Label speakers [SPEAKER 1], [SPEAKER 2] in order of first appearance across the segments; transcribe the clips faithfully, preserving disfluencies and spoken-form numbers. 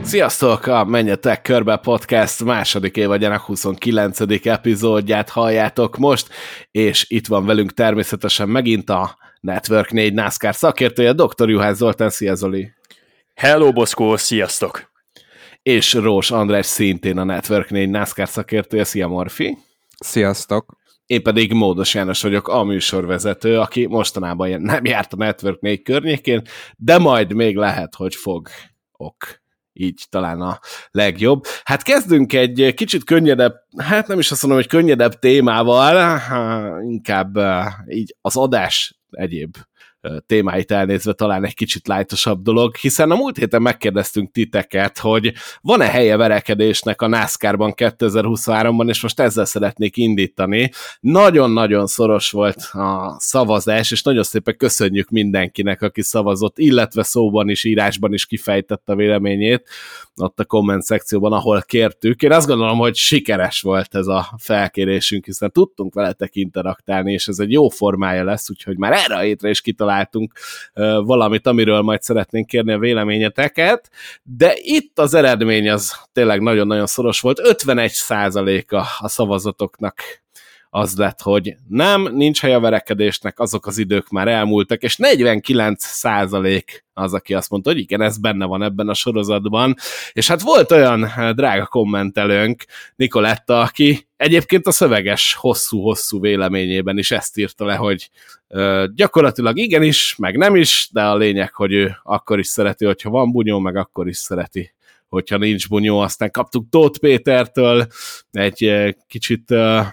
[SPEAKER 1] Sziasztok! A Menjetek Körbe Podcast második évadjának huszonkilencedik epizódját halljátok most, és itt van velünk természetesen megint a Network négy NASCAR szakértője, doktor Juhász Zoltán. Szia, Zoli!
[SPEAKER 2] Hello, Boszkó! Sziasztok!
[SPEAKER 1] És Rós András, szintén a Network négy NASCAR szakértője. Szia, Morfi!
[SPEAKER 3] Sziasztok!
[SPEAKER 1] Én pedig Módos János vagyok, a műsorvezető, aki mostanában nem járt a Network négy környékén, de majd még lehet, hogy fog. Ok. Így talán a legjobb. Hát kezdünk egy kicsit könnyedebb, hát nem is azt mondom, hogy könnyedebb témával, inkább így az adás egyéb témáit elnézve talán egy kicsit lájtosabb dolog, hiszen a múlt héten megkérdeztünk titeket, hogy van-e helye verekedésnek a NASCAR-ban kétezer-huszonháromban, és most ezzel szeretnék indítani. Nagyon-nagyon szoros volt a szavazás, és nagyon szépen köszönjük mindenkinek, aki szavazott, illetve szóban is, írásban is kifejtette a véleményét, ott a komment szekcióban, ahol kértük. Én azt gondolom, hogy sikeres volt ez a felkérésünk, hiszen tudtunk veletek interaktálni, és ez egy jó formája lesz, úgyhogy már erre a hétre is kitaláltunk uh, valamit, amiről majd szeretnénk kérni a véleményeteket, de itt az eredmény az tényleg nagyon-nagyon szoros volt. ötvenegy százaléka a szavazatoknak az lett, hogy nem, nincs hely a verekedésnek, azok az idők már elmúltak, és negyvenkilenc százalék az, aki azt mondta, hogy igen, ez benne van ebben a sorozatban, és hát volt olyan drága kommentelőnk, Nikoletta, aki egyébként a szöveges hosszú-hosszú véleményében is ezt írta le, hogy ö, gyakorlatilag igenis, meg nem is, de a lényeg, hogy ő akkor is szereti, hogyha van bunyó, meg akkor is szereti, hogyha nincs bunyó. Aztán kaptuk Tóth Pétertől egy kicsit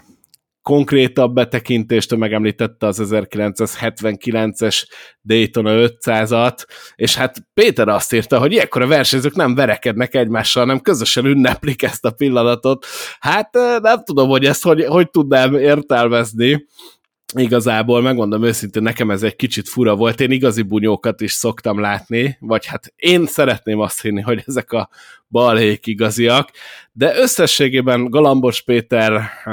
[SPEAKER 1] konkrétabb betekintést, ő megemlítette az ezerkilencszázhetvenkilences Daytona ötszázat, és hát Péter azt írta, hogy ilyenkor a versenyzők nem verekednek egymással, hanem közösen ünneplik ezt a pillanatot. Hát nem tudom, hogy ezt hogy, hogy tudnám értelmezni. Igazából megmondom őszintén, nekem ez egy kicsit fura volt, én igazi bunyókat is szoktam látni, vagy hát én szeretném azt hinni, hogy ezek a balhék igaziak, de összességében Galambos Péter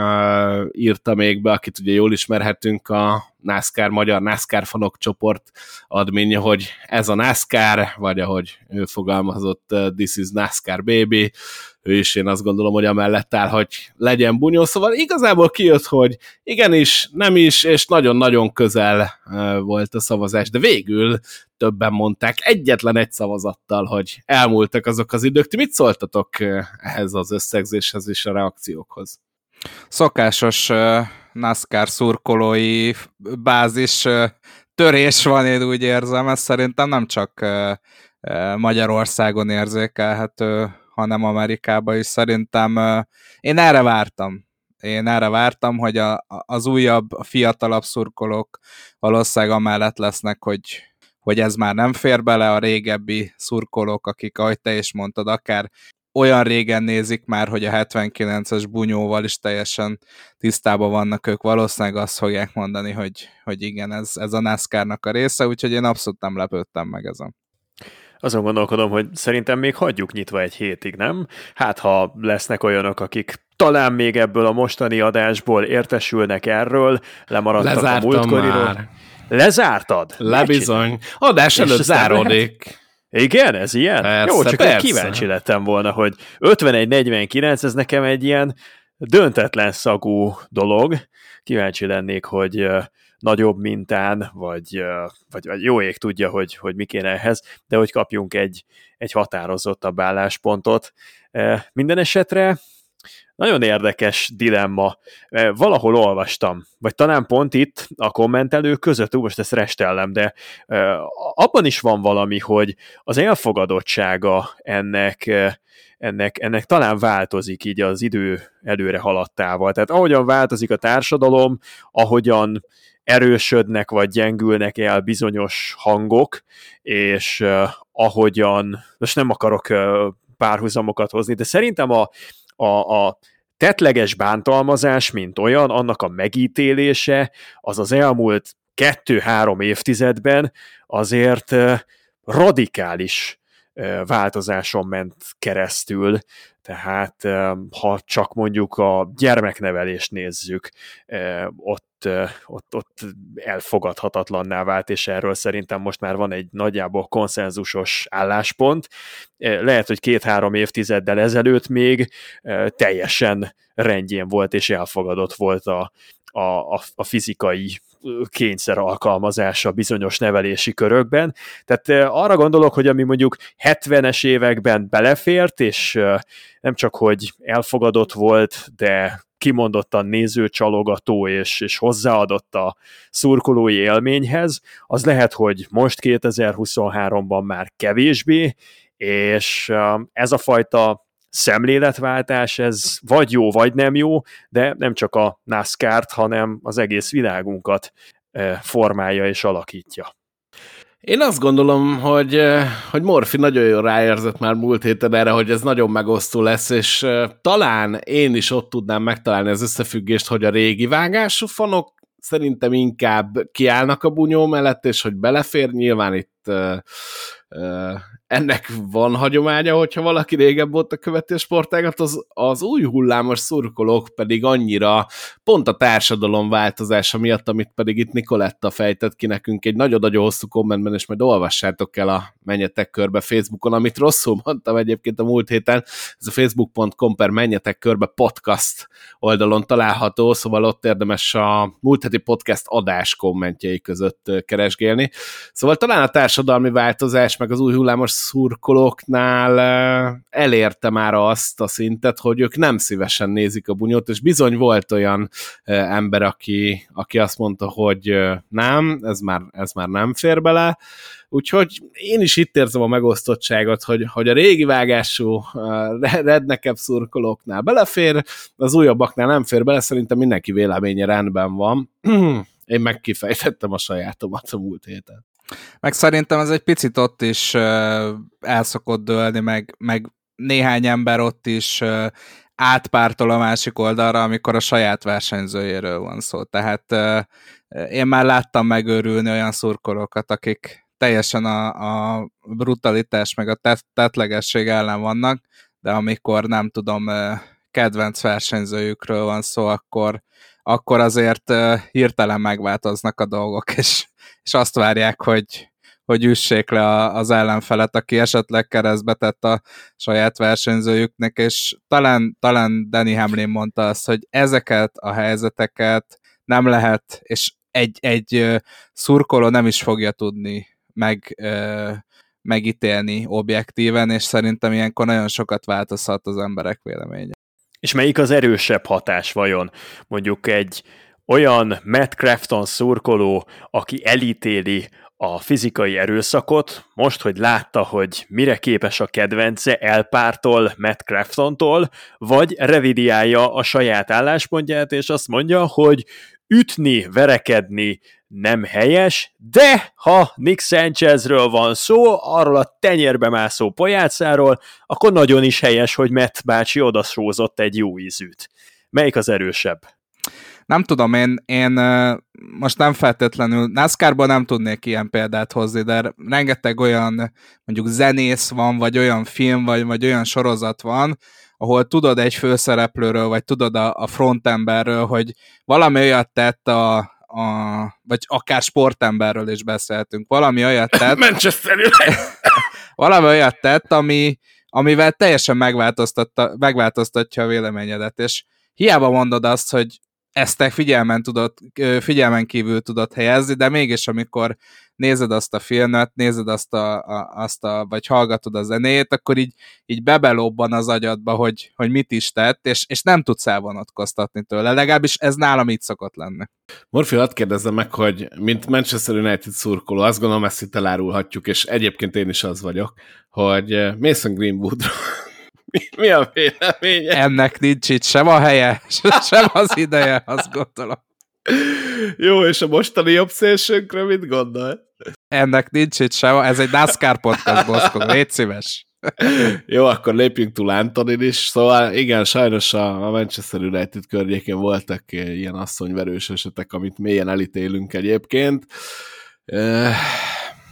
[SPEAKER 1] uh, írta még be, akit ugye jól ismerhetünk, a NASCAR, Magyar NASCAR fanok csoport adminja, hogy ez a NASCAR, vagy ahogy ő fogalmazott, uh, this is NASCAR baby, ő is én azt gondolom, hogy amellett áll, hogy legyen bunyó, szóval igazából kijött, hogy igenis, nem is, és nagyon-nagyon közel uh, volt a szavazás, de végül többen mondták egyetlen egy szavazattal, hogy elmúltak azok az idők. Ti mit szóltatok ehhez az összegzéshez és a reakciókhoz?
[SPEAKER 3] Szokásos uh, NASCAR szurkolói bázis uh, törés van, én úgy érzem, ez szerintem nem csak uh, uh, Magyarországon érzékelhető, hanem Amerikában is. Szerintem uh, én erre vártam. Én erre vártam, hogy a, az újabb, a fiatalabb szurkolók valószínűleg amellett lesznek, hogy hogy ez már nem fér bele, a régebbi szurkolók, akik, ahogy te is mondtad, akár olyan régen nézik már, hogy a hetvenkilences bunyóval is teljesen tisztában vannak ők, valószínűleg azt fogják mondani, hogy, hogy igen, ez, ez a NASCAR-nak a része, úgyhogy én abszolút nem lepődtem meg ezen.
[SPEAKER 2] Azon gondolkodom, hogy szerintem még hagyjuk nyitva egy hétig, nem? Hát, ha lesznek olyanok, akik talán még ebből a mostani adásból értesülnek erről, lemaradtak
[SPEAKER 1] Lezártam
[SPEAKER 2] a múltkoriról.
[SPEAKER 1] Már.
[SPEAKER 2] Lezártad?
[SPEAKER 1] Lebizony. Adás előtt záródik.
[SPEAKER 2] Igen, ez ilyen?
[SPEAKER 1] Persze,
[SPEAKER 2] Jó, csak
[SPEAKER 1] persze.
[SPEAKER 2] kíváncsi lettem volna, hogy ötvenegy negyvenkilenc, ez nekem egy ilyen döntetlen szagú dolog. Kíváncsi lennék, hogy uh, nagyobb mintán, vagy, uh, vagy, vagy jó ég tudja, hogy, hogy mi kéne ehhez, de hogy kapjunk egy, egy határozottabb álláspontot. Uh, minden esetre nagyon érdekes dilemma. Valahol olvastam, vagy talán pont itt a kommentelők között, most ezt restellem, de abban is van valami, hogy az elfogadottsága ennek, ennek, ennek talán változik így az idő előre haladtával. Tehát ahogyan változik a társadalom, ahogyan erősödnek vagy gyengülnek el bizonyos hangok, és ahogyan, most nem akarok párhuzamokat hozni, de szerintem a A, a tettleges bántalmazás, mint olyan, annak a megítélése, az az elmúlt kettő-három évtizedben azért radikális változáson ment keresztül, tehát ha csak mondjuk a gyermeknevelést nézzük, ott Ott, ott elfogadhatatlanná vált, és erről szerintem most már van egy nagyjából konszenzusos álláspont. Lehet, hogy két-három évtizeddel ezelőtt még teljesen rendjén volt, és elfogadott volt a, a, a fizikai kényszer alkalmazása bizonyos nevelési körökben. Tehát arra gondolok, hogy ami mondjuk hetvenes években belefért, és nem csak, hogy elfogadott volt, de kimondottan nézőcsalogató és, és hozzáadott a szurkolói élményhez, az lehet, hogy most kétezer-huszonháromban már kevésbé, és ez a fajta szemléletváltás, ez vagy jó, vagy nem jó, de nem csak a NASCAR-t, hanem az egész világunkat formálja és alakítja.
[SPEAKER 1] Én azt gondolom, hogy, hogy Morfi nagyon jól ráérzett már múlt héten erre, hogy ez nagyon megosztó lesz, és talán én is ott tudnám megtalálni az összefüggést, hogy a régi vágású fanok szerintem inkább kiállnak a bunyó mellett, és hogy belefér, nyilván itt uh, uh, ennek van hagyománya, hogyha valaki régebb óta követi a sportágat, az, az új hullámos szurkolók pedig annyira pont a társadalom változása miatt, amit pedig itt Nikoletta fejtett ki nekünk egy nagyon-nagyon hosszú kommentben, és majd olvassátok el a Menjetek Körbe Facebookon, amit rosszul mondtam egyébként a múlt héten, ez a facebook pont com per Menjetek Körbe podcast oldalon található, szóval ott érdemes a múlt heti podcast adás kommentjei között keresgélni. Szóval talán a társadalmi változás, meg az új hullámos szurkolóknál elérte már azt a szintet, hogy ők nem szívesen nézik a bunyót, és bizony volt olyan ember, aki, aki azt mondta, hogy nem, ez már, ez már nem fér bele. Úgyhogy én is itt érzem a megosztottságot, hogy, hogy a régi vágású redneckebb szurkolóknál belefér, az újabbaknál nem fér bele, szerintem mindenki véleménye rendben van. Én meg kifejtettem a sajátomat a múlt héten.
[SPEAKER 3] Meg szerintem ez egy picit ott is uh, el szokott dőlni, meg, meg néhány ember ott is uh, átpártol a másik oldalra, amikor a saját versenyzőjéről van szó. Tehát uh, én már láttam megőrülni olyan szurkolókat, akik teljesen a, a brutalitás meg a tet- tetlegesség ellen vannak, de amikor nem tudom, uh, kedvenc versenyzőjükről van szó, akkor, akkor azért uh, hirtelen megváltoznak a dolgok, és és azt várják, hogy, hogy üssék le az ellenfelet, aki esetleg keresztbe tett a saját versenyzőjüknek, és talán, talán Danny Hamlin mondta azt, hogy ezeket a helyzeteket nem lehet, és egy, egy szurkoló nem is fogja tudni meg, megítélni objektíven, és szerintem ilyenkor nagyon sokat változhat az emberek véleménye.
[SPEAKER 2] És melyik az erősebb hatás vajon? Mondjuk egy olyan Matt Crafton szurkoló, aki elítéli a fizikai erőszakot, most, hogy látta, hogy mire képes a kedvence, elpártol Matt Craftontól, vagy revidiálja a saját álláspontját, és azt mondja, hogy ütni, verekedni nem helyes, de ha Nick Sanchezről van szó, arról a tenyérbe mászó pojácáról, akkor nagyon is helyes, hogy Matt bácsi odasózott egy jó ízűt. Melyik az erősebb?
[SPEAKER 3] Nem tudom, én, én most nem feltétlenül, NASCAR-ban nem tudnék ilyen példát hozni, de rengeteg olyan mondjuk zenész van, vagy olyan film, vagy, vagy olyan sorozat van, ahol tudod egy főszereplőről, vagy tudod a, a frontemberről, hogy valami olyat tett a, a vagy akár sportemberről is beszéltünk, valami olyat tett,
[SPEAKER 1] Manchester
[SPEAKER 3] valami olyat tett, ami, amivel teljesen megváltoztatta, megváltoztatja a véleményedet, és hiába mondod azt, hogy ezt te figyelmen, tudod, figyelmen kívül tudod helyezni, de mégis amikor nézed azt a filmet, nézed azt a, a, azt a vagy hallgatod a zenét, akkor így, így bebelobban az agyadba, hogy, hogy mit is tett, és, és nem tudsz elvonatkoztatni tőle. Legalábbis ez nálam így szokott lenni.
[SPEAKER 1] Morfi, hadd kérdezzem meg, hogy mint Manchester United szurkoló, azt gondolom, ezt itt elárulhatjuk, és egyébként én is az vagyok, hogy Mason Greenwoodról Mi, mi a véleménye?
[SPEAKER 3] Ennek nincs itt sem a helye, sem az ideje, azt gondolom.
[SPEAKER 1] Jó, és a mostani jobb szélsőnkre mit gondol?
[SPEAKER 3] Ennek nincs itt sem, ez egy NASCAR podcast, Boszkog, légy szíves.
[SPEAKER 1] Jó, akkor lépjünk túl Antonin is. Szóval igen, sajnos a Manchester United környékén voltak ilyen asszonyverős esetek, amit mélyen elítélünk egyébként.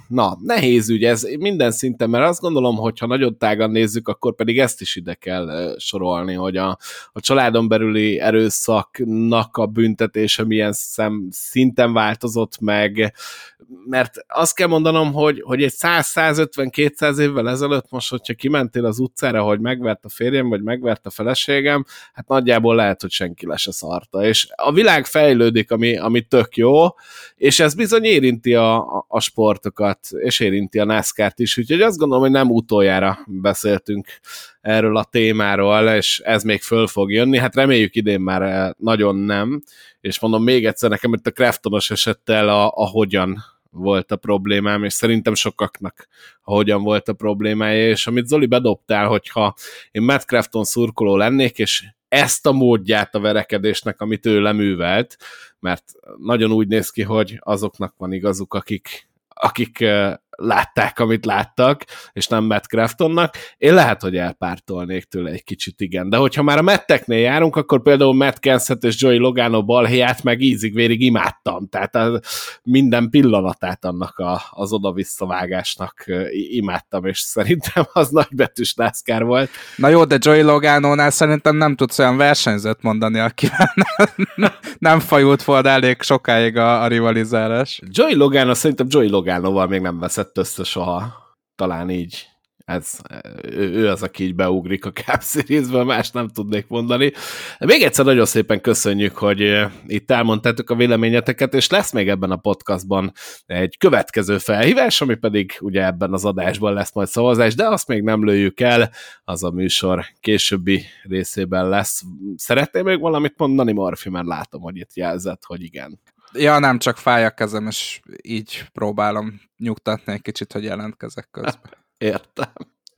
[SPEAKER 1] na, nehéz ügy ez minden szinten, mert azt gondolom, hogy ha nagyon tágan nézzük, akkor pedig ezt is ide kell sorolni, hogy a, a családon belüli erőszaknak a büntetése milyen szem, szinten változott meg, mert azt kell mondanom, hogy, hogy egy száz-százötven-kétszáz évvel ezelőtt most, hogyha kimentél az utcára, hogy megvert a férjem, vagy megvert a feleségem, hát nagyjából lehet, hogy senki le se szarta. És a világ fejlődik, ami, ami tök jó, és ez bizony érinti a, a, a sportokat, és érinti a NASCAR-t is, úgyhogy azt gondolom, hogy nem utoljára beszéltünk erről a témáról, és ez még föl fog jönni. Hát reméljük idén már nagyon nem, és mondom még egyszer, nekem itt a Craftonos esettel a, a hogyan volt a problémám, és szerintem sokaknak a hogyan volt a problémája, és amit Zoli bedobtál, hogyha én Matt Crafton szurkoló lennék, és ezt a módját a verekedésnek, amit ő leművelt, mert nagyon úgy néz ki, hogy azoknak van igazuk, akik, akik látták, amit láttak, és nem Matt Craftonnak. Én lehet, hogy elpártolnék tőle egy kicsit, igen. De hogyha már a Matteknél járunk, akkor például Matt Kenseth és Joey Logano balhéját meg ízig-vérig imádtam. Tehát a, minden pillanatát annak a, az oda-visszavágásnak imádtam, és szerintem az nagybetűs NASCAR volt.
[SPEAKER 3] Na jó, de Joey Logano-nál szerintem nem tudsz olyan versenyzőt mondani, akivel nem, nem fajult volna elég sokáig a, a rivalizálás.
[SPEAKER 1] Joey Logano, szerintem Joey Loganoval még nem veszett össze soha. Talán így. Ez, ő, ő az, aki így beugrik a Cup Series-ből, más nem tudnék mondani. Még egyszer nagyon szépen köszönjük, hogy itt elmondtátok a véleményeteket, és lesz még ebben a podcastban egy következő felhívás, ami pedig ugye ebben az adásban lesz majd szavazás, de azt még nem lőjük el, az a műsor későbbi részében lesz. Szeretnél még valamit mondani, Marfi, mert látom, hogy itt jelzett, hogy igen.
[SPEAKER 3] Ja, nem, csak fáj a kezem, és így próbálom nyugtatni egy kicsit, hogy jelentkezek közben.
[SPEAKER 1] Értem.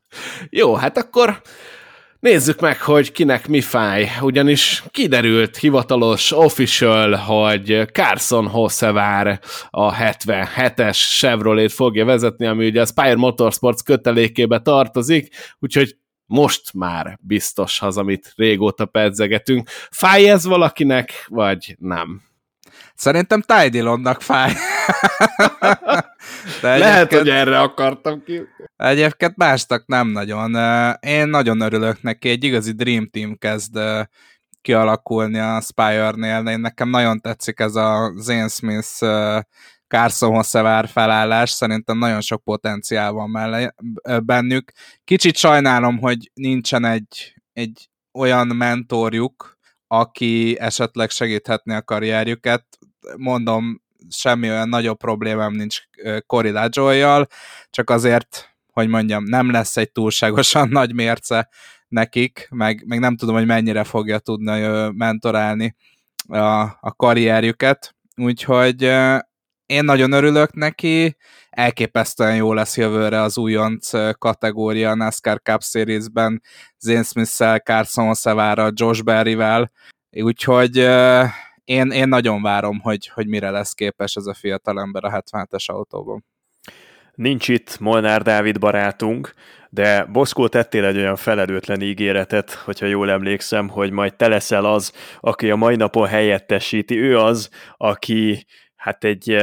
[SPEAKER 1] Jó, hát akkor nézzük meg, hogy kinek mi fáj, ugyanis kiderült hivatalos, official, hogy Carson Hocevar a hetvenhetes Chevrolet fogja vezetni, ami ugye a Spire Motorsports kötelékébe tartozik, úgyhogy most már biztos az, amit régóta pedzegetünk. Fáj ez valakinek, vagy nem?
[SPEAKER 3] Szerintem Ty Dillonnak fáj.
[SPEAKER 1] De lehet, hogy erre akartam ki.
[SPEAKER 3] Egyébként mástak nem nagyon. Én nagyon örülök neki, egy igazi Dream Team kezd kialakulni a Spire-nél. Én nekem nagyon tetszik ez a Zane Smith Carson Hocevar felállás, szerintem nagyon sok potenciál van mellé, bennük. Kicsit sajnálom, hogy nincsen egy, egy olyan mentorjuk, aki esetleg segíthetné a karrierjüket. Mondom, semmi olyan nagyobb problémám nincs Corey LaJoie-jal, csak azért, hogy mondjam, nem lesz egy túlságosan nagy mérce nekik, meg, meg nem tudom, hogy mennyire fogja tudni mentorálni a, a karrierjüket. Úgyhogy én nagyon örülök neki, elképesztően jó lesz jövőre az újonc kategória a NASCAR Cup Series-ben, Zane Smith-szel, Carson Hocevarral, Josh Berryvel, úgyhogy én, én nagyon várom, hogy, hogy mire lesz képes ez a fiatalember a hetvenhetes autóban.
[SPEAKER 2] Nincs itt Molnár Dávid barátunk, de Boszkó, tettél egy olyan felelőtlen ígéretet, hogyha jól emlékszem, hogy majd te leszel az, aki a mai napon helyettesíti. Ő az, aki hát egy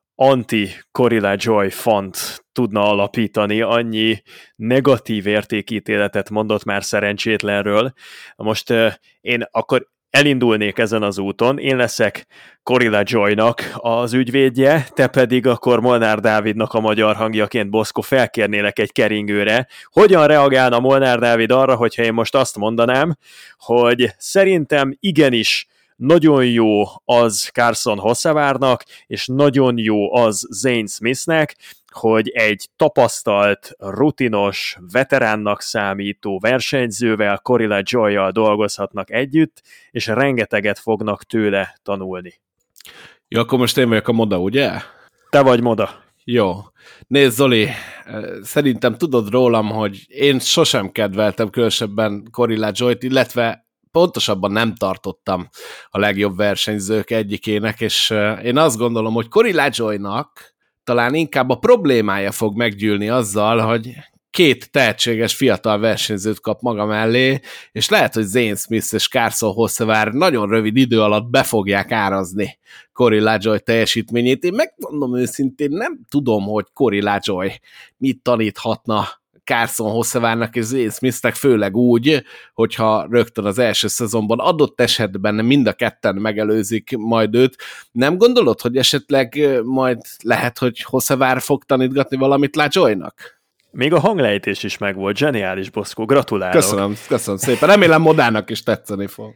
[SPEAKER 2] anti-Corey LaJoie fant tudna alapítani, annyi negatív értékítéletet mondott már szerencsétlenről. Most én akkor elindulnék ezen az úton, én leszek Corey LaJoie-nak az ügyvédje, te pedig akkor Molnár Dávidnak a magyar hangjaként, Boszko, felkérnélek egy keringőre. Hogyan reagálna Molnár Dávid arra, hogyha én most azt mondanám, hogy szerintem igenis nagyon jó az Carson Hocevarnak, és nagyon jó az Zane Smithnek, hogy egy tapasztalt, rutinos, veteránnak számító versenyzővel, Corey LaJoie-jal dolgozhatnak együtt, és rengeteget fognak tőle tanulni.
[SPEAKER 1] Jó, akkor most én vagyok a Moda, ugye?
[SPEAKER 2] Te vagy Moda.
[SPEAKER 1] Jó. Nézd, Zoli, szerintem tudod rólam, hogy én sosem kedveltem különösebben Corey LaJoie-t, illetve pontosabban nem tartottam a legjobb versenyzők egyikének, és én azt gondolom, hogy Corey LaJoie-nak talán inkább a problémája fog meggyűlni azzal, hogy két tehetséges fiatal versenyzőt kap maga mellé, és lehet, hogy Zane Smith és Carson Hocevar nagyon rövid idő alatt be fogják árazni Corey LaJoie teljesítményét. Én megmondom őszintén, nem tudom, hogy Corey LaJoie mit taníthatna Carson Hocevarnak és Zane Smithnek, főleg úgy, hogyha rögtön az első szezonban adott esetben mind a ketten megelőzik majd őt. Nem gondolod, hogy esetleg majd lehet, hogy Hocevar fog tanítgatni valamit LaJoie-nak?
[SPEAKER 2] Még a hanglejtés is megvolt, zseniális, Boszkó, gratulálok.
[SPEAKER 1] Köszönöm, köszönöm szépen. Remélem Modának is tetszeni fog.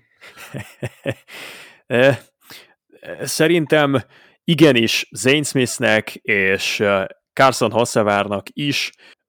[SPEAKER 2] Szerintem igenis Zane Smithnek és Carson Hocevarnak is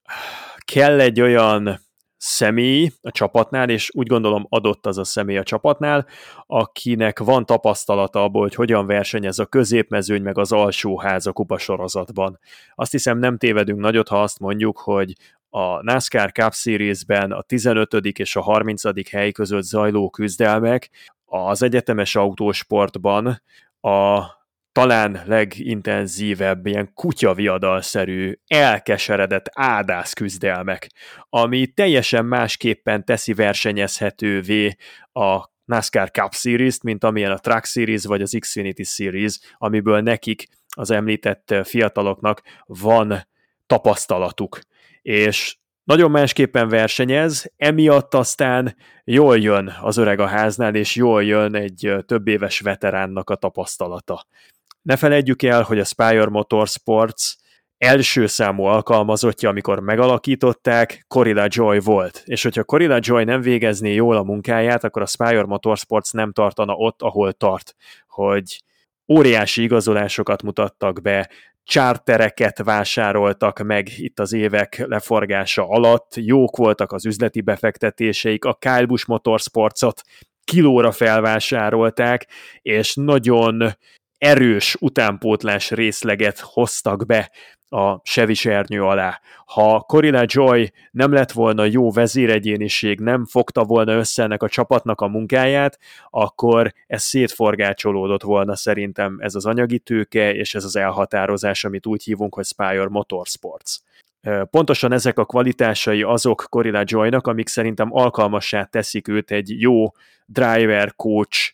[SPEAKER 2] kell egy olyan személy a csapatnál, és úgy gondolom adott az a személy a csapatnál, akinek van tapasztalata abból, hogy hogyan versenyez a középmezőny meg az alsóház a kupasorozatban. Azt hiszem nem tévedünk nagyot, ha azt mondjuk, hogy a NASCAR Cup Series-ben a tizenötödik és a harmincadik hely között zajló küzdelmek az egyetemes autósportban a talán legintenzívebb, ilyen kutyaviadalszerű, elkeseredett ádász küzdelmek, ami teljesen másképpen teszi versenyezhetővé a NASCAR Cup Series-t, mint amilyen a Truck Series vagy az Xfinity Series, amiből nekik, az említett fiataloknak van tapasztalatuk. És nagyon másképpen versenyez, emiatt aztán jól jön az öreg a háznál, és jól jön egy több éves veteránnak a tapasztalata. Ne felejtjük el, hogy a Spire Motorsports első számú alkalmazottja, amikor megalakították, Corey LaJoie volt. És hogyha Corey LaJoie nem végezné jól a munkáját, akkor a Spire Motorsports nem tartana ott, ahol tart. Hogy óriási igazolásokat mutattak be, chartereket vásároltak meg itt az évek leforgása alatt, jók voltak az üzleti befektetéseik, a Kyle Busch Motorsportsot kilóra felvásárolták, és nagyon erős utánpótlás részleget hoztak be a Chevy sernyő alá. Ha Corey LaJoie nem lett volna jó vezéregyéniség, nem fogta volna össze ennek a csapatnak a munkáját, akkor ez szétforgácsolódott volna szerintem ez az anyagi tőke, és ez az elhatározás, amit úgy hívunk, hogy Spire Motorsports. Pontosan ezek a kvalitásai azok Corey LaJoie-nak, amik szerintem alkalmassá teszik őt egy jó driver, coach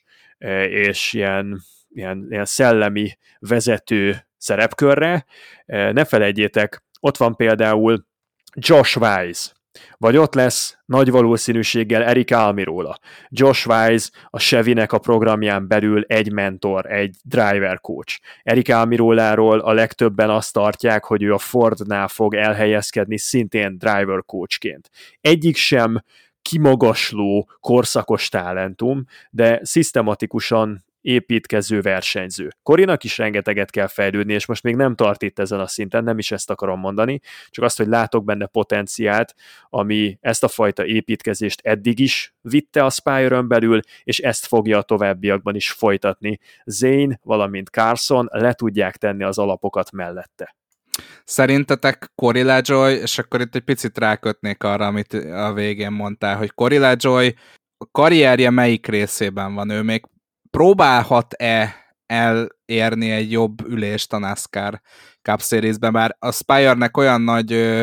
[SPEAKER 2] és ilyen Ilyen, ilyen szellemi vezető szerepkörre. Ne felejtjétek, ott van például Josh Wise, vagy ott lesz nagy valószínűséggel Eric Almirola. Josh Wise a Chevynek a programján belül egy mentor, egy driver coach. Eric Almiroláról a legtöbben azt tartják, hogy ő a Fordnál fog elhelyezkedni szintén driver coachként. Egyik sem kimagasló korszakos talentum, de szisztematikusan építkező versenyző. Coreynak is rengeteget kell fejlődni, és most még nem tart itt ezen a szinten, nem is ezt akarom mondani, csak azt, hogy látok benne potenciált, ami ezt a fajta építkezést eddig is vitte a Spire-ön belül, és ezt fogja a továbbiakban is folytatni. Zane, valamint Carson le tudják tenni az alapokat mellette.
[SPEAKER 3] Szerintetek Corey LaJoie, és akkor itt egy picit rákötnék arra, amit a végén mondtál, hogy Corey LaJoie a karrierje melyik részében van? Ő még próbálhat-e elérni egy jobb ülést a NASCAR Cup Series-ben, bár a Spire-nek olyan nagy ö,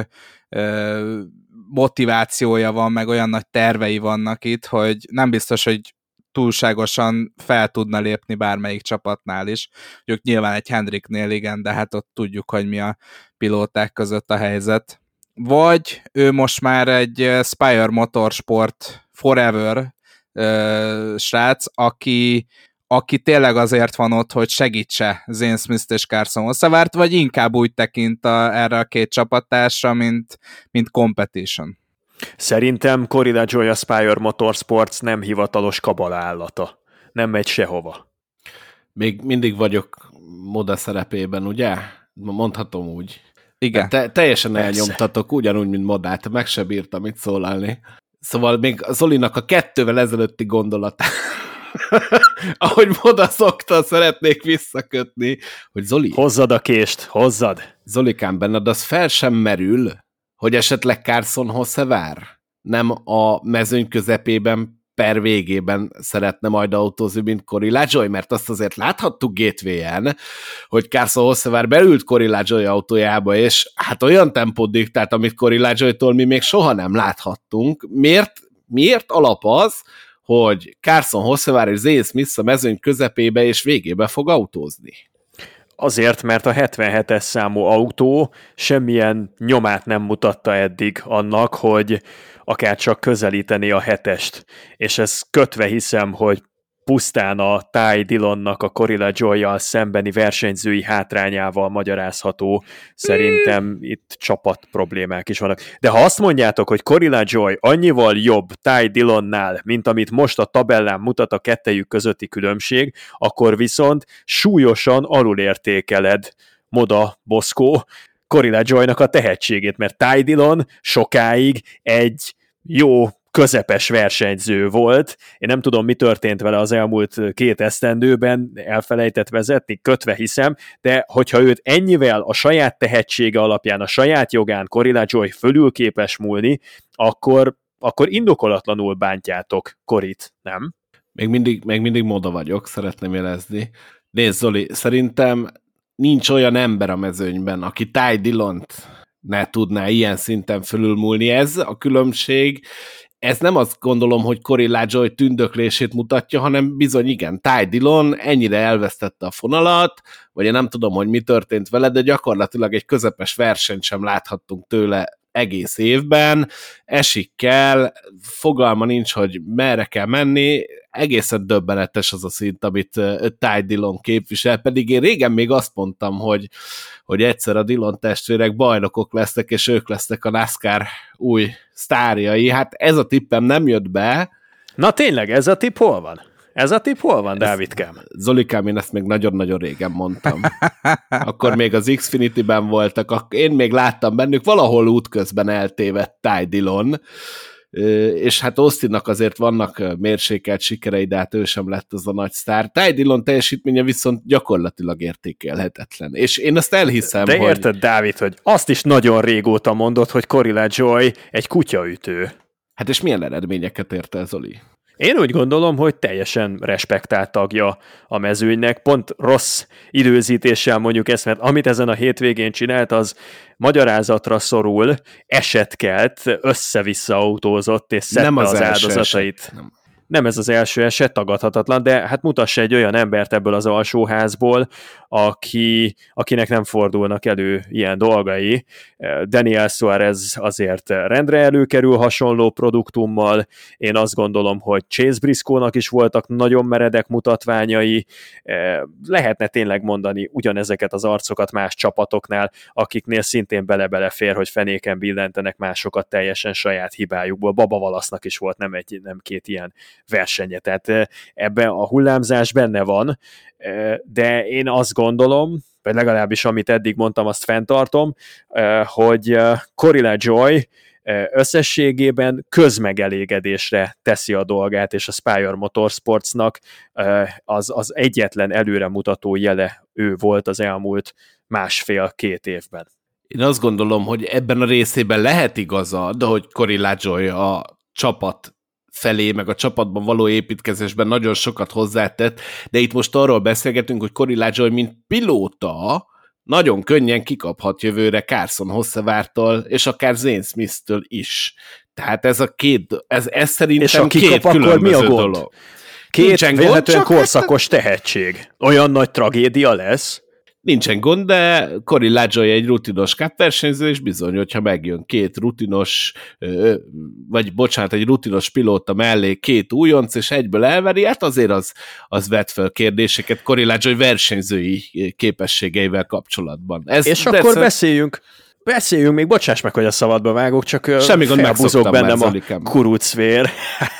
[SPEAKER 3] ö, motivációja van, meg olyan nagy tervei vannak itt, hogy nem biztos, hogy túlságosan fel tudna lépni bármelyik csapatnál is. Ők nyilván egy Hendricknél igen, de hát ott tudjuk, hogy mi a pilóták között a helyzet. Vagy ő most már egy Spire Motorsport Forever ö, srác, aki, aki tényleg azért van ott, hogy segítse Zane Smith-t és Carson Hocevart, vagy inkább úgy tekint a, erre a két csapattársra, mint, mint competition.
[SPEAKER 2] Szerintem Corey LaJoie a Spire Motorsports nem hivatalos kabala-állata. Nem megy sehova.
[SPEAKER 1] Még mindig vagyok Moda szerepében, ugye? Mondhatom úgy.
[SPEAKER 3] Igen.
[SPEAKER 1] Te, teljesen
[SPEAKER 2] Persze.
[SPEAKER 1] elnyomtatok, ugyanúgy, mint Modát, meg se bírtam itt szólalni. Szóval még Zolinak a kettővel ezelőtti gondolata, ahogy Moda szokta, szeretnék visszakötni, hogy Zoli...
[SPEAKER 2] Hozzad a kést, hozzad!
[SPEAKER 1] Zolikám, benned az fel sem merül, hogy esetleg Carson Hocevar nem a mezőny közepében per végében szeretne majd autózni, mint Corey LaJoie, mert azt azért láthattuk Gateway-en, hogy Carson Hocevar beült Corey LaJoie autójába, és hát olyan tempót diktált, amit Corey LaJoie-tól mi még soha nem láthattunk. Miért? Miért alap az, hogy Carson Hocevar és Zane Smith a mezőny közepébe és végébe fog autózni?
[SPEAKER 2] Azért, mert a hetvenhetes számú autó semmilyen nyomát nem mutatta eddig annak, hogy akár csak közelíteni a hetest. És ez kötve hiszem, hogy pusztán a Ty Dillonnak a Corey LaJoie-jal szembeni versenyzői hátrányával magyarázható. Szerintem itt csapat problémák is vannak. De ha azt mondjátok, hogy Corey LaJoie annyival jobb Ty Dillonnál, mint amit most a tabellán mutat a kettejük közötti különbség, akkor viszont súlyosan alulértékeled Moda Boszkó Corey LaJoie-nak a tehetségét, mert Ty Dillon sokáig egy jó közepes versenyző volt. Én nem tudom, mi történt vele az elmúlt két esztendőben, elfelejtett vezetni, kötve hiszem, de hogyha őt ennyivel a saját tehetsége alapján, a saját jogán Corey LaJoie fölül képes múlni, akkor, akkor indokolatlanul bántjátok Coryt, nem?
[SPEAKER 1] Még mindig, még mindig Moda vagyok, szeretném jelezni. Nézd, Zoli, szerintem nincs olyan ember a mezőnyben, aki Ty Dillont ne tudná ilyen szinten fölülmúlni. Ez a különbség. Ez nem azt gondolom, hogy Corey LaJoie tündöklését mutatja, hanem bizony igen, Ty Dillon ennyire elvesztette a fonalat, vagy én nem tudom, hogy mi történt vele, de gyakorlatilag egy közepes versenyt sem láthattunk tőle egész évben, esik kell, fogalma nincs, hogy merre kell menni, egészen döbbenetes az a szint, amit Ty Dillon képvisel, pedig én régen még azt mondtam, hogy, hogy egyszer a Dillon testvérek bajnokok lesznek, és ők lesznek a NASCAR új sztárjai. Hát ez a tippem nem jött be.
[SPEAKER 2] Na tényleg, ez a tipp hol van? Ez a tipp hol van, Dávidkám?
[SPEAKER 1] Zolikám, én ezt még nagyon-nagyon régen mondtam. Akkor még az Xfinity-ben voltak, én még láttam bennük, valahol útközben eltévedt Ty Dillon, és hát Austinnak azért vannak mérsékelt sikerei, de hát ő sem lett az a nagy sztár. Ty Dillon teljesítménye viszont gyakorlatilag értékelhetetlen. És én azt elhiszem,
[SPEAKER 2] de
[SPEAKER 1] hogy...
[SPEAKER 2] De érted, Dávid, hogy azt is nagyon régóta mondott, hogy Corey LaJoie egy kutyaütő.
[SPEAKER 1] Hát és milyen eredményeket ért el, Zoli?
[SPEAKER 2] Én úgy gondolom, hogy teljesen respektált tagja a mezőnynek, pont rossz időzítéssel mondjuk ezt, mert amit ezen a hétvégén csinált, az magyarázatra szorul, esetkelt, össze-vissza autózott, és szedte
[SPEAKER 1] Nem az,
[SPEAKER 2] az
[SPEAKER 1] első
[SPEAKER 2] áldozatait.
[SPEAKER 1] Eset, nem.
[SPEAKER 2] Nem ez az első eset, tagadhatatlan, de hát mutassa egy olyan embert ebből az alsóházból, aki, akinek nem fordulnak elő ilyen dolgai. Daniel Suarez azért rendre előkerül hasonló produktummal. Én azt gondolom, hogy Chase Briscoe-nak is voltak nagyon meredek mutatványai. Lehetne tényleg mondani ugyanezeket az arcokat más csapatoknál, akiknél szintén bele-bele fér, hogy fenéken billentenek másokat teljesen saját hibájukból. Baba Wallace-nak is volt nem, egy, nem két ilyen versenye, tehát ebben a hullámzás benne van, de én azt gondolom, vagy legalábbis amit eddig mondtam, azt fenntartom, hogy Corey LaJoie összességében közmegelégedésre teszi a dolgát, és a Spire Motorsportsnak az, az egyetlen előremutató jele ő volt az elmúlt másfél-két évben.
[SPEAKER 1] Én azt gondolom, hogy ebben a részében lehet igazad, hogy Corey LaJoie a csapat felé, meg a csapatban való építkezésben nagyon sokat hozzátett, de itt most arról beszélgetünk, hogy Corey LaJoie, mint pilóta, nagyon könnyen kikaphat jövőre Carson Hocevartól, és akár Zane Smith-től is. Tehát ez a két, ez, ez szerintem két különböző dolog.
[SPEAKER 2] Két véletlenül korszakos tehetség. Olyan nagy tragédia lesz.
[SPEAKER 1] Nincsen gond, de Corey LaJoie egy rutinos cup-versenyző, és bizony, hogyha megjön két rutinos, vagy bocsánat, egy rutinos pilóta mellé két újonc, és egyből elveri, hát azért az, az vet fel kérdéseket Corey LaJoie versenyzői képességeivel kapcsolatban. Ez
[SPEAKER 2] és akkor szem... beszéljünk, beszéljünk még, bocsáss meg, hogy a szabadba vágok, csak
[SPEAKER 1] semmi gond,
[SPEAKER 2] felbuzog bennem a kurucvér.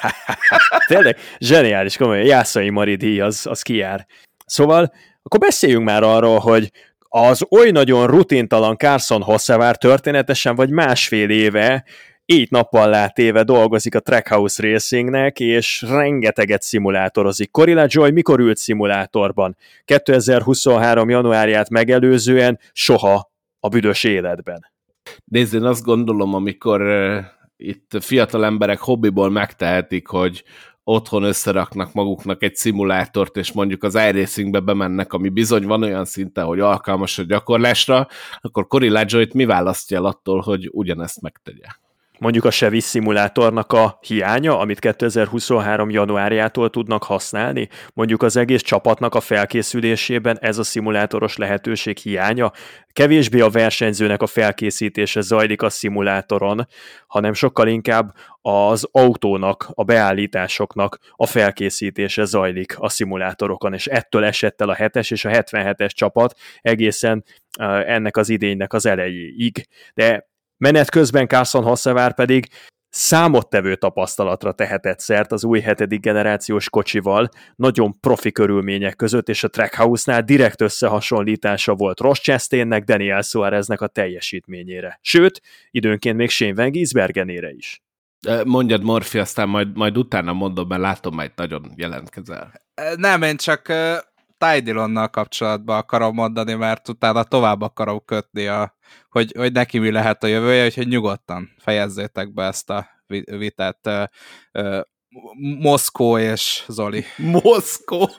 [SPEAKER 2] Tényleg, zseniális, komolyan, Jászai Mari díj, az, az kijár. Szóval akkor beszéljünk már arról, hogy az oly nagyon rutintalan Carson Hocevar történetesen vagy másfél éve, így nappal látéve dolgozik a Trackhouse Racingnek, és rengeteget szimulátorozik. Corey LaJoie mikor ült szimulátorban? kétezer-huszonhárom januárját megelőzően soha a büdös életben.
[SPEAKER 1] Nézd, én azt gondolom, amikor uh, itt fiatal emberek hobbiból megtehetik, hogy otthon összeraknak maguknak egy szimulátort, és mondjuk az iRacingbe bemennek, ami bizony van olyan szinten, hogy alkalmas a gyakorlásra, akkor Corey LaJoie-t mi választja el attól, hogy ugyanezt megtegye?
[SPEAKER 2] Mondjuk a Chevy szimulátornak a hiánya, amit kétezer-huszonhárom januárjától tudnak használni, mondjuk az egész csapatnak a felkészülésében ez a szimulátoros lehetőség hiánya, kevésbé a versenyzőnek a felkészítése zajlik a szimulátoron, hanem sokkal inkább az autónak, a beállításoknak a felkészítése zajlik a szimulátorokon, és ettől esett el a hetes és a hetvenhetes csapat egészen ennek az idénynek az elejéig. De menet közben Carson Hocevar pedig számottevő tapasztalatra tehetett szert az új hetedik generációs kocsival, nagyon profi körülmények között, és a Trackhouse-nál direkt összehasonlítása volt Ross Chastainnek, Daniel Suáreznek a teljesítményére. Sőt, időnként még Shane Van Gisbergenére is.
[SPEAKER 1] Mondjad, Morfi, aztán majd, majd utána mondom, mert látom, majd nagyon jelentkezel.
[SPEAKER 3] Nem, én csak Ty Dillonnal kapcsolatban akarom mondani, mert utána tovább akarom kötni, a, hogy, hogy neki mi lehet a jövője, úgyhogy nyugodtan fejezzétek be ezt a vitát. Moszkó és Zoli.
[SPEAKER 1] Moszkó?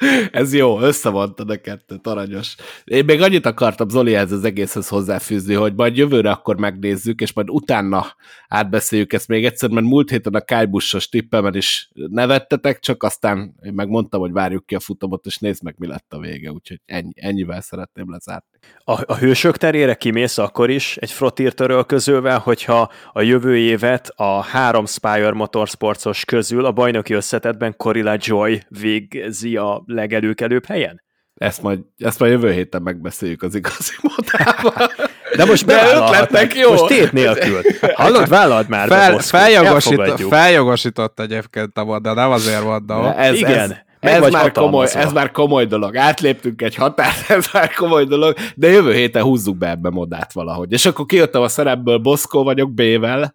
[SPEAKER 1] Ez jó, összemondtad a kettőt, aranyos. Én még annyit akartam Zolihez az egészhez hozzáfűzni, hogy majd jövőre akkor megnézzük, és majd utána átbeszéljük ezt még egyszer, mert múlt héten a Kyle Busch-os tippemen is nevettetek, csak aztán én megmondtam, hogy várjuk ki a futamot, és nézd meg, mi lett a vége, úgyhogy ennyi, ennyivel szeretném lezárni.
[SPEAKER 2] A, a hősök terére kimész akkor is egy Frottír törölközővel, hogyha a jövő évet a három Spire Motorsportos közül a bajnoki összetettben Corey LaJoie végzi a legelőkelőbb helyen?
[SPEAKER 1] Ezt majd, ezt majd jövő héten megbeszéljük az igazi modában.
[SPEAKER 2] De most
[SPEAKER 1] beötletnek, jó?
[SPEAKER 2] Most tét nélkül. Hallod, vállald már
[SPEAKER 3] Fel,
[SPEAKER 2] be,
[SPEAKER 3] feljogosított, feljogosított egyébként a modda, nem azért mondom.
[SPEAKER 1] Ez,
[SPEAKER 2] igen.
[SPEAKER 1] Ez, ez, már komoly, ez már komoly dolog. Átléptünk egy határt, ez már komoly dolog, de jövő héten húzzuk be ebbe modát valahogy. És akkor kijöttem a szerepből, Boszkó vagyok B-vel.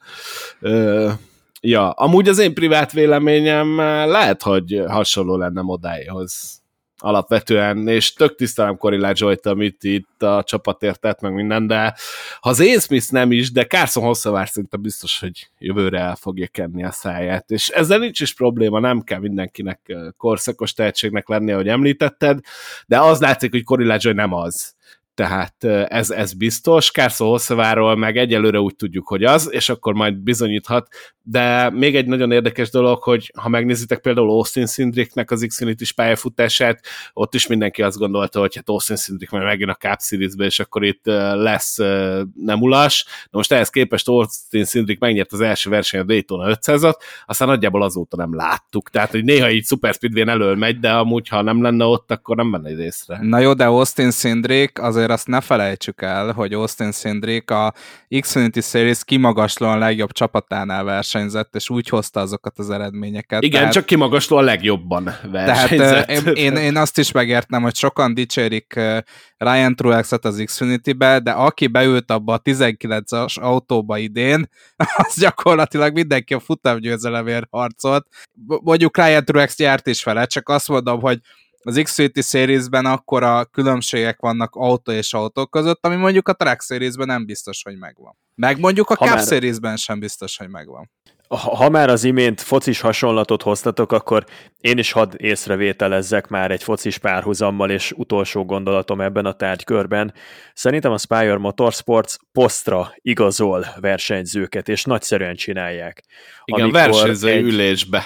[SPEAKER 1] Ö, ja, amúgy az én privát véleményem lehet, hogy hasonló lenne modáihoz. Alapvetően, és tök tisztelem Corey LaJoie-t, amit itt a csapatért tett, meg minden, de ha az Ian Smith nem is, de Carson Hocevar szinte biztos, hogy jövőre el fogja kenni a száját, és ezzel nincs is probléma, nem kell mindenkinek korszakos tehetségnek lennie, ahogy említetted, de az látszik, hogy Corey LaJoie nem az. Tehát ez, ez biztos. Carson Hocevarról meg egyelőre úgy tudjuk, hogy az, és akkor majd bizonyíthat. De még egy nagyon érdekes dolog, hogy ha megnézitek például Austin Cindricnek az Xfinity-s pályafutását, ott is mindenki azt gondolta, hogy hát Austin Cindric majd megjön a Cup Series-be, és akkor itt lesz nem ulas. Na most ehhez képest Austin Cindric megnyert az első verseny a Daytona ötszázat, aztán nagyjából azóta nem láttuk. Tehát, hogy néha így Super Speedway-n elől megy, de amúgy, ha nem lenne ott, akkor nem menne észre.
[SPEAKER 3] Na jó, de Austin Cindric, azért azt ne felejtsük el, hogy Austin Cindric a Xfinity Series kimagaslóan legjobb csapatánál versenyzett, és úgy hozta azokat az eredményeket.
[SPEAKER 1] Igen, tehát, csak kimagaslóan legjobban versenyzett.
[SPEAKER 3] Tehát én, én azt is megértem, hogy sokan dicsérik Ryan Truexet az Xfinity-be, de aki beült abba a tizenkilences autóba idén, az gyakorlatilag mindenki a futamgyőzelemért harcolt. Mondjuk Ryan Truex járt is vele, csak azt mondom, hogy az Xfinity Series-ben akkora különbségek vannak autó és autó között, ami mondjuk a Track Series-ben nem biztos, hogy megvan. Meg mondjuk a ha Cup már... Series-ben sem biztos, hogy megvan.
[SPEAKER 2] Ha, ha már az imént focis hasonlatot hoztatok, akkor én is hadd észrevételezzek már egy focis párhuzammal, és utolsó gondolatom ebben a tárgykörben. Szerintem a Spire Motorsports posztra igazol versenyzőket, és nagyszerűen csinálják.
[SPEAKER 1] Igen, versenyző egy... ülésbe.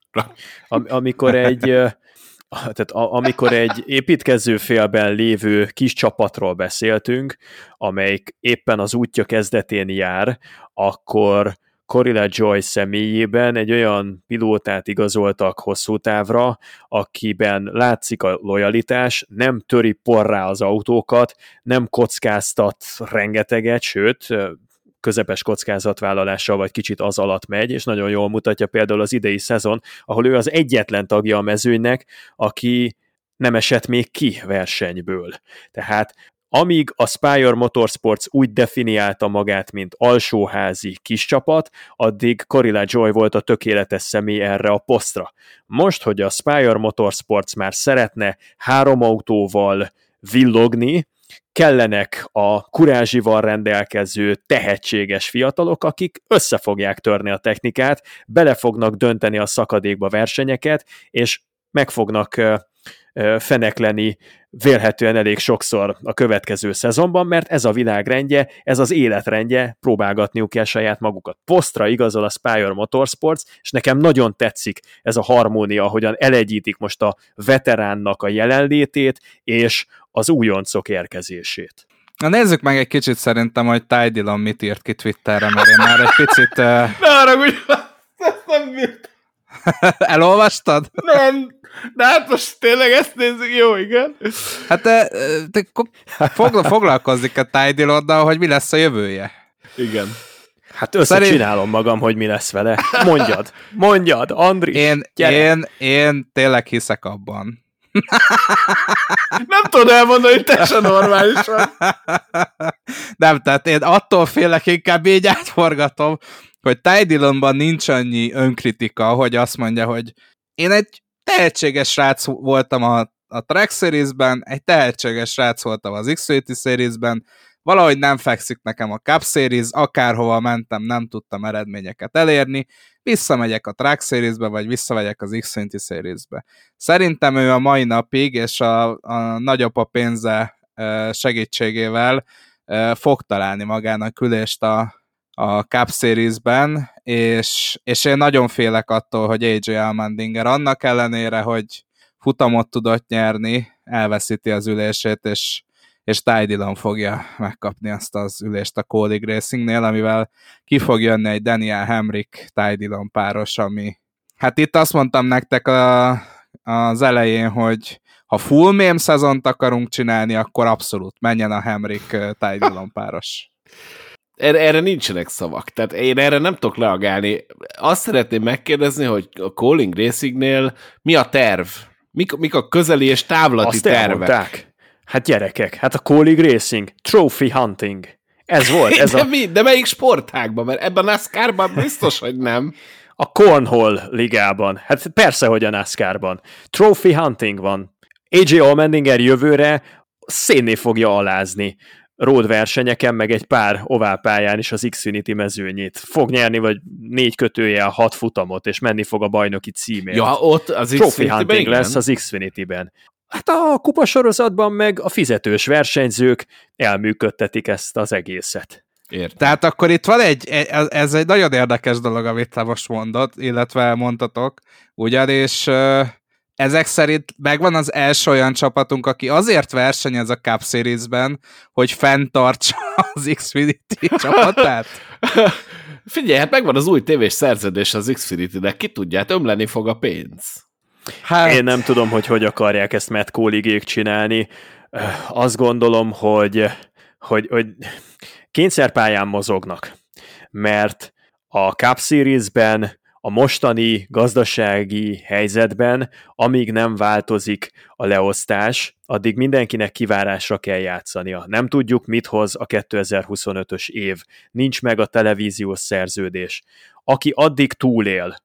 [SPEAKER 2] Am- amikor egy... Tehát amikor egy építkezőfélben lévő kis csapatról beszéltünk, amelyik éppen az útja kezdetén jár, akkor Corey LaJoie személyében egy olyan pilótát igazoltak hosszú távra, akiben látszik a lojalitás, nem töri porrá az autókat, nem kockáztat rengeteget, sőt, közepes kockázatvállalással, vagy kicsit az alatt megy, és nagyon jól mutatja például az idei szezon, ahol ő az egyetlen tagja a mezőnynek, aki nem esett még ki versenyből. Tehát amíg a Spire Motorsports úgy definiálta magát, mint alsóházi kis csapat, addig Corey LaJoie volt a tökéletes személy erre a posztra. Most, hogy a Spire Motorsports már szeretne három autóval villogni, kellenek a kurázsival rendelkező tehetséges fiatalok, akik össze fogják törni a technikát, bele fognak dönteni a szakadékba versenyeket, és meg fognak fenekleni vélhetően elég sokszor a következő szezonban, mert ez a világrendje, ez az életrendje, próbálgatniuk kell saját magukat. Posztra igazol a Spire Motorsports, és nekem nagyon tetszik ez a harmónia, ahogyan elegyítik most a veteránnak a jelenlétét, és az újoncok érkezését.
[SPEAKER 3] Na nézzük meg egy kicsit szerintem, hogy Ty Dillon mit írt ki Twitterre, mert én már egy picit... Uh...
[SPEAKER 1] Ne haragudj, ezt nem bírt.
[SPEAKER 3] Elolvastad?
[SPEAKER 1] Nem. De hát most tényleg ezt nézzük, jó, igen.
[SPEAKER 3] Hát te, te fogla, foglalkozik a Ty Dillonnal, hogy mi lesz a jövője.
[SPEAKER 1] Igen.
[SPEAKER 2] Hát összecsinálom magam, hogy mi lesz vele. Mondjad, mondjad, Andris.
[SPEAKER 3] Én, én, én tényleg hiszek abban.
[SPEAKER 1] Nem tudod elmondani, hogy te se normális vagy.
[SPEAKER 3] Nem, tehát én attól félek, inkább így átforgatom, hogy Ty Dillonban nincs annyi önkritika, hogy azt mondja, hogy én egy tehetséges srác voltam a, a Track Series-ben, egy tehetséges srác voltam az Xfinity Series-ben, valahogy nem fekszik nekem a Cup Series, akárhova mentem, nem tudtam eredményeket elérni, visszamegyek a Track Series-be, vagy visszamegyek az Xfinity Series-be. Szerintem ő a mai napig, és a, a nagyapa pénze segítségével fog találni magának ülést a, a Cup Series-ben, és, és én nagyon félek attól, hogy á jé Allmendinger annak ellenére, hogy futamot tudott nyerni, elveszíti az ülését, és és Ty Dillon fogja megkapni azt az ülést a Kaulig Racingnél, amivel ki fog jönni egy Daniel Hemrick Ty Dillon páros, ami... Hát itt azt mondtam nektek a, az elején, hogy ha full mém szezont akarunk csinálni, akkor abszolút menjen a Hemrick Ty Dillon páros.
[SPEAKER 1] Erre, erre nincsenek szavak, tehát én erre nem tudok reagálni. Azt szeretném megkérdezni, hogy a Kaulig Racingnél mi a terv? Mik, mik a közeli és távlati
[SPEAKER 2] azt
[SPEAKER 1] tervek?
[SPEAKER 2] Elmondták. Hát gyerekek, hát a Kaulig Racing, trophy hunting. Ez volt. Ez
[SPEAKER 1] de,
[SPEAKER 2] a...
[SPEAKER 1] mi? De melyik sportágban? Mert ebben a NASCAR-ban biztos, hogy nem.
[SPEAKER 2] A Cornhole ligában. Hát persze, hogy a NASCAR-ban. Trophy hunting van. á jé Allmendinger jövőre szénné fogja alázni road versenyeken, meg egy pár oválpályán is az Xfinity mezőnyét. Fog nyerni, vagy négy kötője a hat futamot, és menni fog a bajnoki címért.
[SPEAKER 1] Ja, ott az
[SPEAKER 2] Trophy hunting lesz az Xfinity-ben. Hát a kupasorozatban meg a fizetős versenyzők elműködtetik ezt az egészet.
[SPEAKER 3] Értem. Tehát akkor itt van egy, ez egy nagyon érdekes dolog, amit te most mondod, illetve mondtatok, ugyanis ezek szerint megvan az első olyan csapatunk, aki azért versenyez a Cup Series-ben, hogy fenntartsa az Xfinity csapatát?
[SPEAKER 1] Figyelj, hát megvan az új tévés szerződés az Xfinity-nek, ki tudja, hát ömleni fog a pénz.
[SPEAKER 2] Hát... Én nem tudom, hogy hogy akarják ezt Matt Kauligék csinálni. Azt gondolom, hogy, hogy, hogy kényszerpályán mozognak, mert a Cup Series-ben, a mostani gazdasági helyzetben, amíg nem változik a leosztás, addig mindenkinek kivárásra kell játszania. Nem tudjuk, mit hoz a kétezer-huszonötös év. Nincs meg a televíziós szerződés. Aki addig túlél,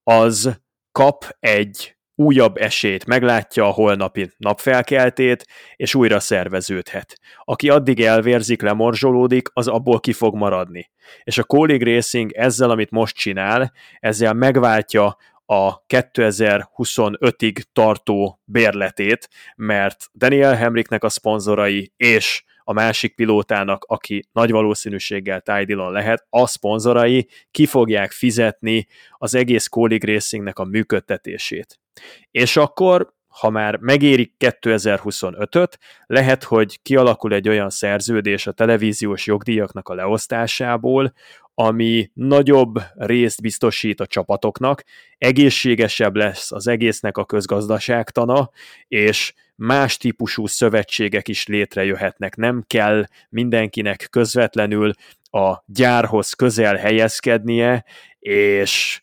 [SPEAKER 2] az kap egy újabb esélyt, meglátja a holnapi napfelkeltét, és újra szerveződhet. Aki addig elvérzik, lemorzsolódik, az abból ki fog maradni. És a Kaulig Racing ezzel, amit most csinál, ezzel megváltja a kétezer-huszonötig tartó bérletét, mert Daniel Hemricknek a szponzorai és a másik pilótának, aki nagy valószínűséggel Ty Dillon lehet, a szponzorai ki fogják fizetni az egész Kaulig Racingnek a működtetését. És akkor, ha már megérik kétezer-huszonötöt, lehet, hogy kialakul egy olyan szerződés a televíziós jogdíjaknak a leosztásából, ami nagyobb részt biztosít a csapatoknak, egészségesebb lesz az egésznek a közgazdaságtana, és más típusú szövetségek is létrejöhetnek. Nem kell mindenkinek közvetlenül a gyárhoz közel helyezkednie, és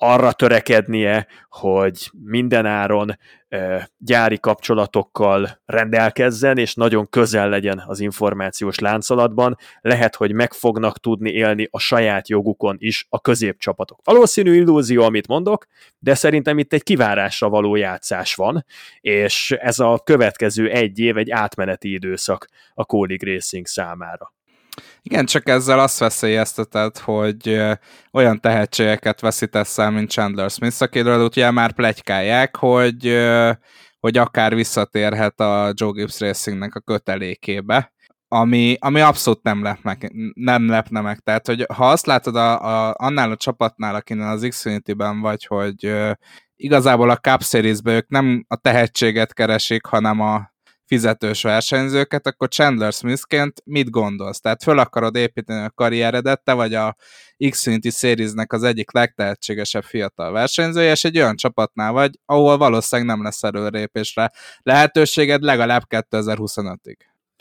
[SPEAKER 2] arra törekednie, hogy mindenáron gyári kapcsolatokkal rendelkezzen, és nagyon közel legyen az információs láncolatban, lehet, hogy meg fognak tudni élni a saját jogukon is a középcsapatok. Valószínű illúzió, amit mondok, de szerintem itt egy kivárásra való játszás van, és ez a következő egy év egy átmeneti időszak a Kaulig Racing számára.
[SPEAKER 3] Igen, csak ezzel azt veszélyezteted, hogy olyan tehetségeket veszítesz el, mint Chandler Smith, akiről ugye már pletykálják, hogy, hogy akár visszatérhet a Joe Gibbs Racingnek a kötelékébe, ami, ami abszolút nem, lep meg, nem lepne meg. Tehát, hogy ha azt látod a, a, annál a csapatnál, akinek az Xfinity-ben vagy, hogy igazából a Cup Series-ben ők nem a tehetséget keresik, hanem a fizetős versenyzőket, akkor Chandler Smithként mit gondolsz? Tehát föl akarod építeni a karrieredet, te vagy a Xfinity Series-nek az egyik legtehetségesebb fiatal versenyzője, és egy olyan csapatnál vagy, ahol valószínűleg nem lesz előrépésre lehetőséged legalább kétezer-huszonötig.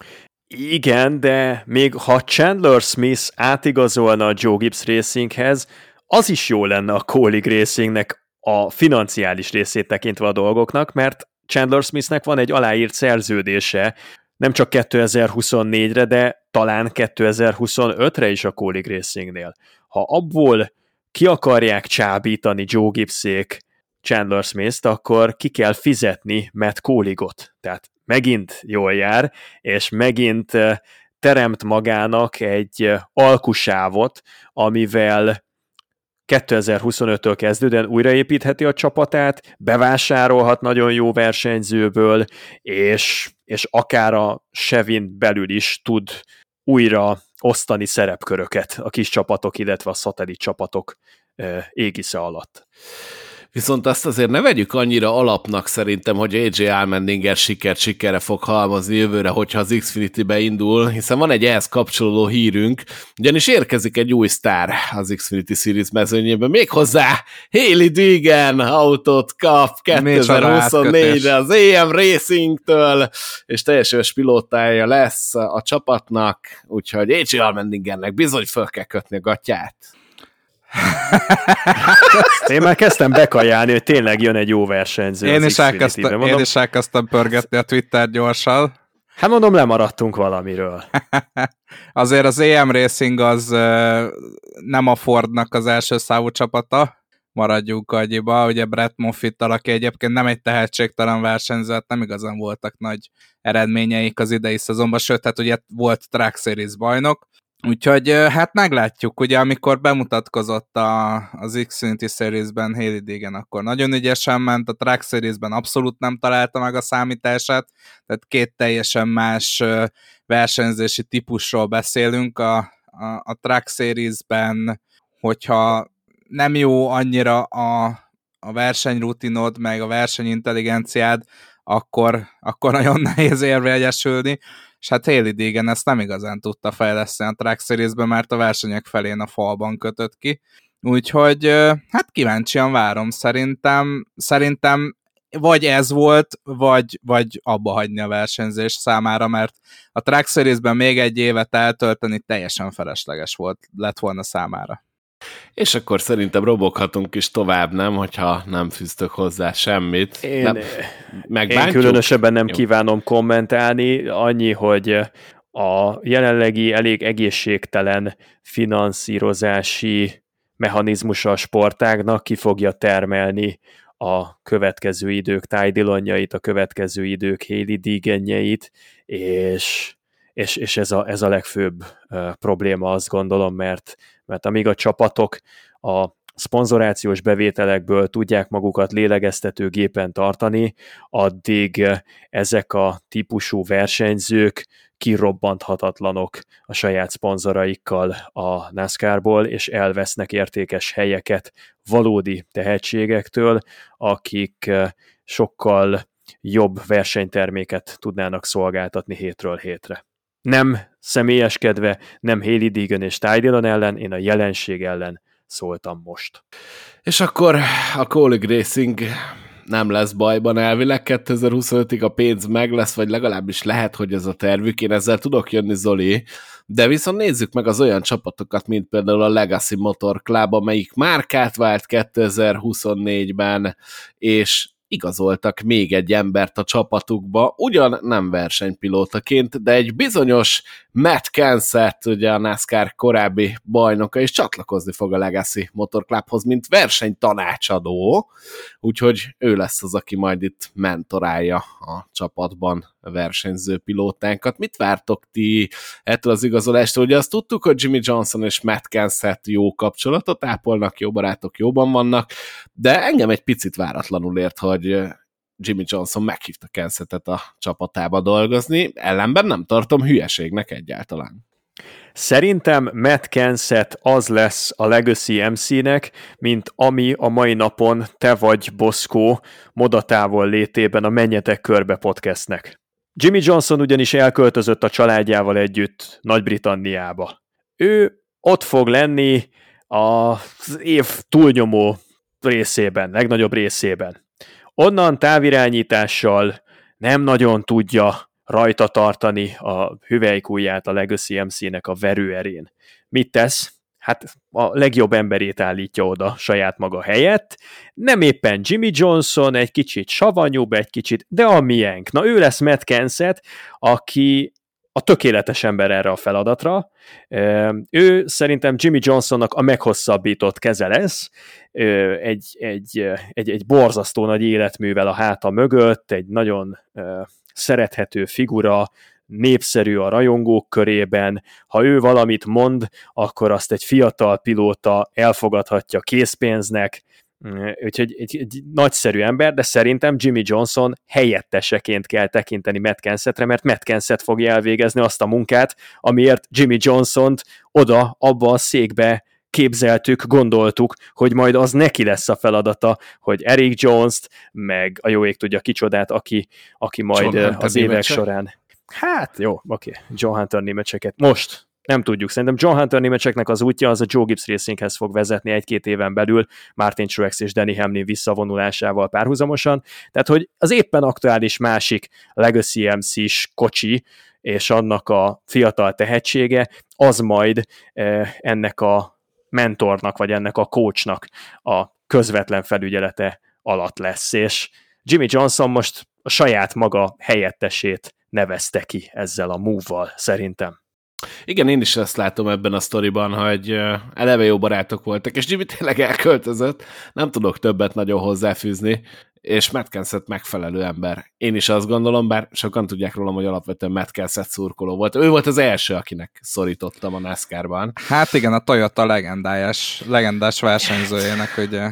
[SPEAKER 2] Igen, de még ha Chandler Smith átigazolna a Joe Gibbs Racinghez, az is jó lenne a Kaulig Racingnek a financiális részét tekintve a dolgoknak, mert Chandler Smithnek van egy aláírt szerződése, nem csak kétezer-huszonnégyre, de talán kétezer-huszonötre is a Kaulig Racingnél. Ha abból ki akarják csábítani Joe Gibbsék Chandler Smith-t, akkor ki kell fizetni Matt Kauligot. Tehát megint jól jár, és megint teremt magának egy alkusávot, amivel kétezer-huszonöttől kezdődően újraépítheti a csapatát, bevásárolhat nagyon jó versenyzőből, és, és akár a Chevyn belül is tud újra osztani szerepköröket a kis csapatok, illetve a szatellit csapatok égisze alatt.
[SPEAKER 1] Viszont azt azért ne vegyük annyira alapnak szerintem, hogy á jé Allmendinger sikert sikerre fog halmozni jövőre, hogyha az Xfinity-be indul, hiszen van egy ehhez kapcsolódó hírünk, ugyanis érkezik egy új sztár az Xfinity Series mezőnyében, méghozzá Hailie Deegan autót kap kétezer-huszonnégyre az á em Racingtől, és teljes éves pilótája lesz a csapatnak, úgyhogy á jé Allmendingernek bizony föl kell kötni a gatyát.
[SPEAKER 2] Én már kezdtem bekajálni, hogy tényleg jön egy jó versenyző.
[SPEAKER 3] Én is, elkezdtem, én is elkezdtem pörgetni a Twitter gyorsan.
[SPEAKER 2] Hát mondom, lemaradtunk valamiről.
[SPEAKER 3] Azért az á em Racing az nem a Fordnak az első számú csapata, maradjunk annyiba, ugye Brett Moffitt-tal, aki egyébként nem egy tehetségtelen versenyző, hát nem igazán voltak nagy eredményeik az idei szezonban, sőt, hát ugye volt Truck Series bajnok, úgyhogy hát meglátjuk, ugye amikor bemutatkozott a, az Xfinity Series-ben Hailie Deegan, akkor nagyon ügyesen ment, a Truck Series-ben abszolút nem találta meg a számítását, tehát két teljesen más versenyzési típusról beszélünk. A, a, a Truck Series-ben, hogyha nem jó annyira a, a versenyrutinod, meg a versenyintelligenciád, akkor, akkor nagyon nehéz érvényesülni, és hát Hailie Deegan ezt nem igazán tudta fejleszteni a Truck Series-ben, mert a versenyek felén a falban kötött ki. Úgyhogy hát kíváncsian várom, szerintem, szerintem vagy ez volt, vagy, vagy abba hagyni a versenyzés számára, mert a Truck Series-ben még egy évet eltölteni teljesen felesleges volt, lett volna számára.
[SPEAKER 1] És akkor szerintem roboghatunk is tovább, nem? Hogyha nem fűztök hozzá semmit.
[SPEAKER 2] Én,
[SPEAKER 1] nem,
[SPEAKER 2] én különösebben nem Jó. kívánom kommentálni, annyi, hogy a jelenlegi elég egészségtelen finanszírozási mechanizmusa a sportágnak ki fogja termelni a következő idők Ty Dillonjait, a következő idők Hailie Deeganjeit, és, és, és ez, a, ez a legfőbb uh, probléma, azt gondolom, mert, mert amíg a csapatok a szponzorációs bevételekből tudják magukat lélegeztető gépen tartani, addig ezek a típusú versenyzők kirobbanthatatlanok a saját szponzoraikkal a NASCAR-ból, és elvesznek értékes helyeket valódi tehetségektől, akik sokkal jobb versenyterméket tudnának szolgáltatni hétről hétre. Nem személyeskedve, nem Hailie Deegan és Ty Dillon ellen, én a jelenség ellen szóltam most.
[SPEAKER 1] És akkor a Kaulig Racing nem lesz bajban elvileg, kétezer-huszonötig a pénz meg lesz, vagy legalábbis lehet, hogy ez a tervük, én ezzel tudok jönni, Zoli, de viszont nézzük meg az olyan csapatokat, mint például a Legacy Motor Club, amelyik márkát vált kétezer-huszonnégyben, és igazoltak még egy embert a csapatukba, ugyan nem versenypilótaként, de egy bizonyos Matt Kenseth, ugye a NASCAR korábbi bajnoka, és csatlakozni fog a Legacy Motor Clubhoz, mint versenytanácsadó, úgyhogy ő lesz az, aki majd itt mentorálja a csapatban a versenyző pilótánkat. Mit vártok ti ettől az igazolástól? Ugye azt tudtuk, hogy Jimmy Johnson és Matt Kenseth jó kapcsolatot ápolnak, jó barátok, jóban vannak, de engem egy picit váratlanul ért, hogy Jimmy Johnson meghívta Kensethet a csapatába dolgozni, ellenben nem tartom hülyeségnek egyáltalán.
[SPEAKER 2] Szerintem Matt Kenseth az lesz a Legacy em cé-nek, mint ami a mai napon te vagy Boszkó modatávol létében a Menjetek Körbe podcastnek. Jimmy Johnson ugyanis elköltözött a családjával együtt Nagy-Britanniába. Ő ott fog lenni az év túlnyomó részében, legnagyobb részében. Onnan távirányítással nem nagyon tudja rajta tartani a hüvelykujját a Legacy em cé-nek a verőerén. Mit tesz? Hát a legjobb emberét állítja oda saját maga helyett. Nem éppen Jimmy Johnson, egy kicsit savanyúbb, egy kicsit, de a miénk. Na ő lesz Matt Kenseth, aki a tökéletes ember erre a feladatra. Ő szerintem Jimmy Johnsonnak a meghosszabbított keze lesz, egy, egy, egy, egy borzasztó nagy életművel a háta mögött, egy nagyon szerethető figura, népszerű a rajongók körében, ha ő valamit mond, akkor azt egy fiatal pilóta elfogadhatja készpénznek, úgyhogy egy, egy nagyszerű ember, de szerintem Jimmy Johnson helyetteseként kell tekinteni Matt Kensethre, mert Matt Kenseth fogja elvégezni azt a munkát, amiért Jimmy Johnsont oda, abba a székbe képzeltük, gondoltuk, hogy majd az neki lesz a feladata, hogy Eric Jones-t, meg a jó ég tudja kicsodát, aki, aki majd az évek Némecse? során... Hát jó, oké, okay. John Hunter Némecseket most nem tudjuk. Szerintem John Hunter Némecseknek az útja az a Joe Gibbs Racinghez fog vezetni egy-két éven belül Martin Truex és Danny Hamlin visszavonulásával párhuzamosan. Tehát, hogy az éppen aktuális másik Legacy em cé-s kocsi és annak a fiatal tehetsége, az majd eh, ennek a mentornak, vagy ennek a coachnak a közvetlen felügyelete alatt lesz, és Jimmy Johnson most a saját maga helyettesét nevezte ki ezzel a move-val, szerintem.
[SPEAKER 1] Igen, én is ezt látom ebben a sztoriban, hogy eleve jó barátok voltak, és Jimmy tényleg elköltözött, nem tudok többet nagyon hozzáfűzni, és Matt Kenseth megfelelő ember. Én is azt gondolom, bár sokan tudják rólam, hogy alapvetően Matt Kenseth szurkoló volt. Ő volt az első, akinek szorítottam a NASCAR-ban.
[SPEAKER 3] Hát igen, a Toyota legendájás, legendás versenyzőjének, ugye.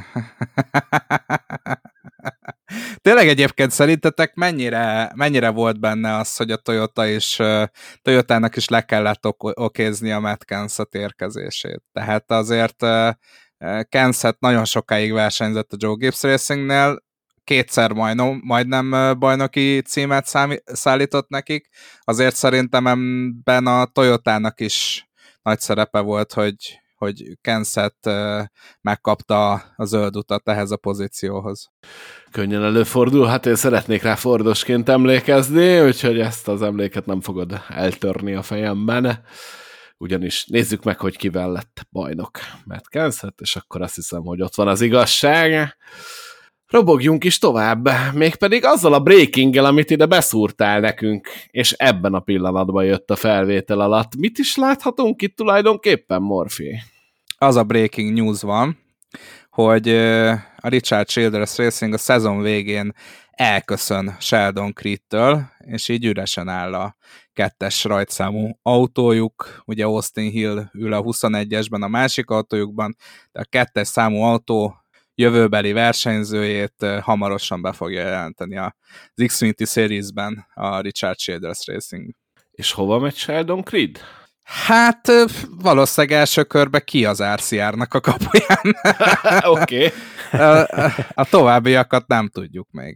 [SPEAKER 3] Tényleg egyébként szerintetek mennyire, mennyire volt benne az, hogy a Toyota is, Toyotának is le kellett ok- okézni a Matt Kenseth érkezését. Tehát azért Kenseth nagyon sokáig versenyzett a Joe Gibbs Racingnél, kétszer majdnem, majdnem bajnoki címet számi, szállított nekik, azért szerintem ebben a Toyotának is nagy szerepe volt, hogy, hogy Kenseth megkapta a zöld utat ehhez a pozícióhoz.
[SPEAKER 1] Könnyen előfordul, hát én szeretnék rá Fordosként emlékezni, úgyhogy ezt az emléket nem fogod eltörni a fejemben. Ugyanis nézzük meg, hogy kivel lett bajnok Matt Kenseth, és akkor azt hiszem, hogy ott van az igazság. Robogjunk is tovább, mégpedig azzal a breakinggel, amit ide beszúrtál nekünk, és ebben a pillanatban jött a felvétel alatt. Mit is láthatunk itt tulajdonképpen, Morfi?
[SPEAKER 3] Az a breaking news van, hogy a Richard Childress Racing a szezon végén elköszön Sheldon Creed-től, és így üresen áll a kettes rajtszámú autójuk, ugye Austin Hill ül a huszonegyesben a másik autójukban, de a kettes számú autó jövőbeli versenyzőjét hamarosan be fogja jelenteni az Xfinity Series-ben a Richard Childress Racing.
[SPEAKER 1] És hova megy Sheldon Creed?
[SPEAKER 3] Hát valószínűleg első körbe ki az er cé er-nak a kapuján.
[SPEAKER 1] Oké.
[SPEAKER 3] Okay. A, a továbbiakat nem tudjuk még.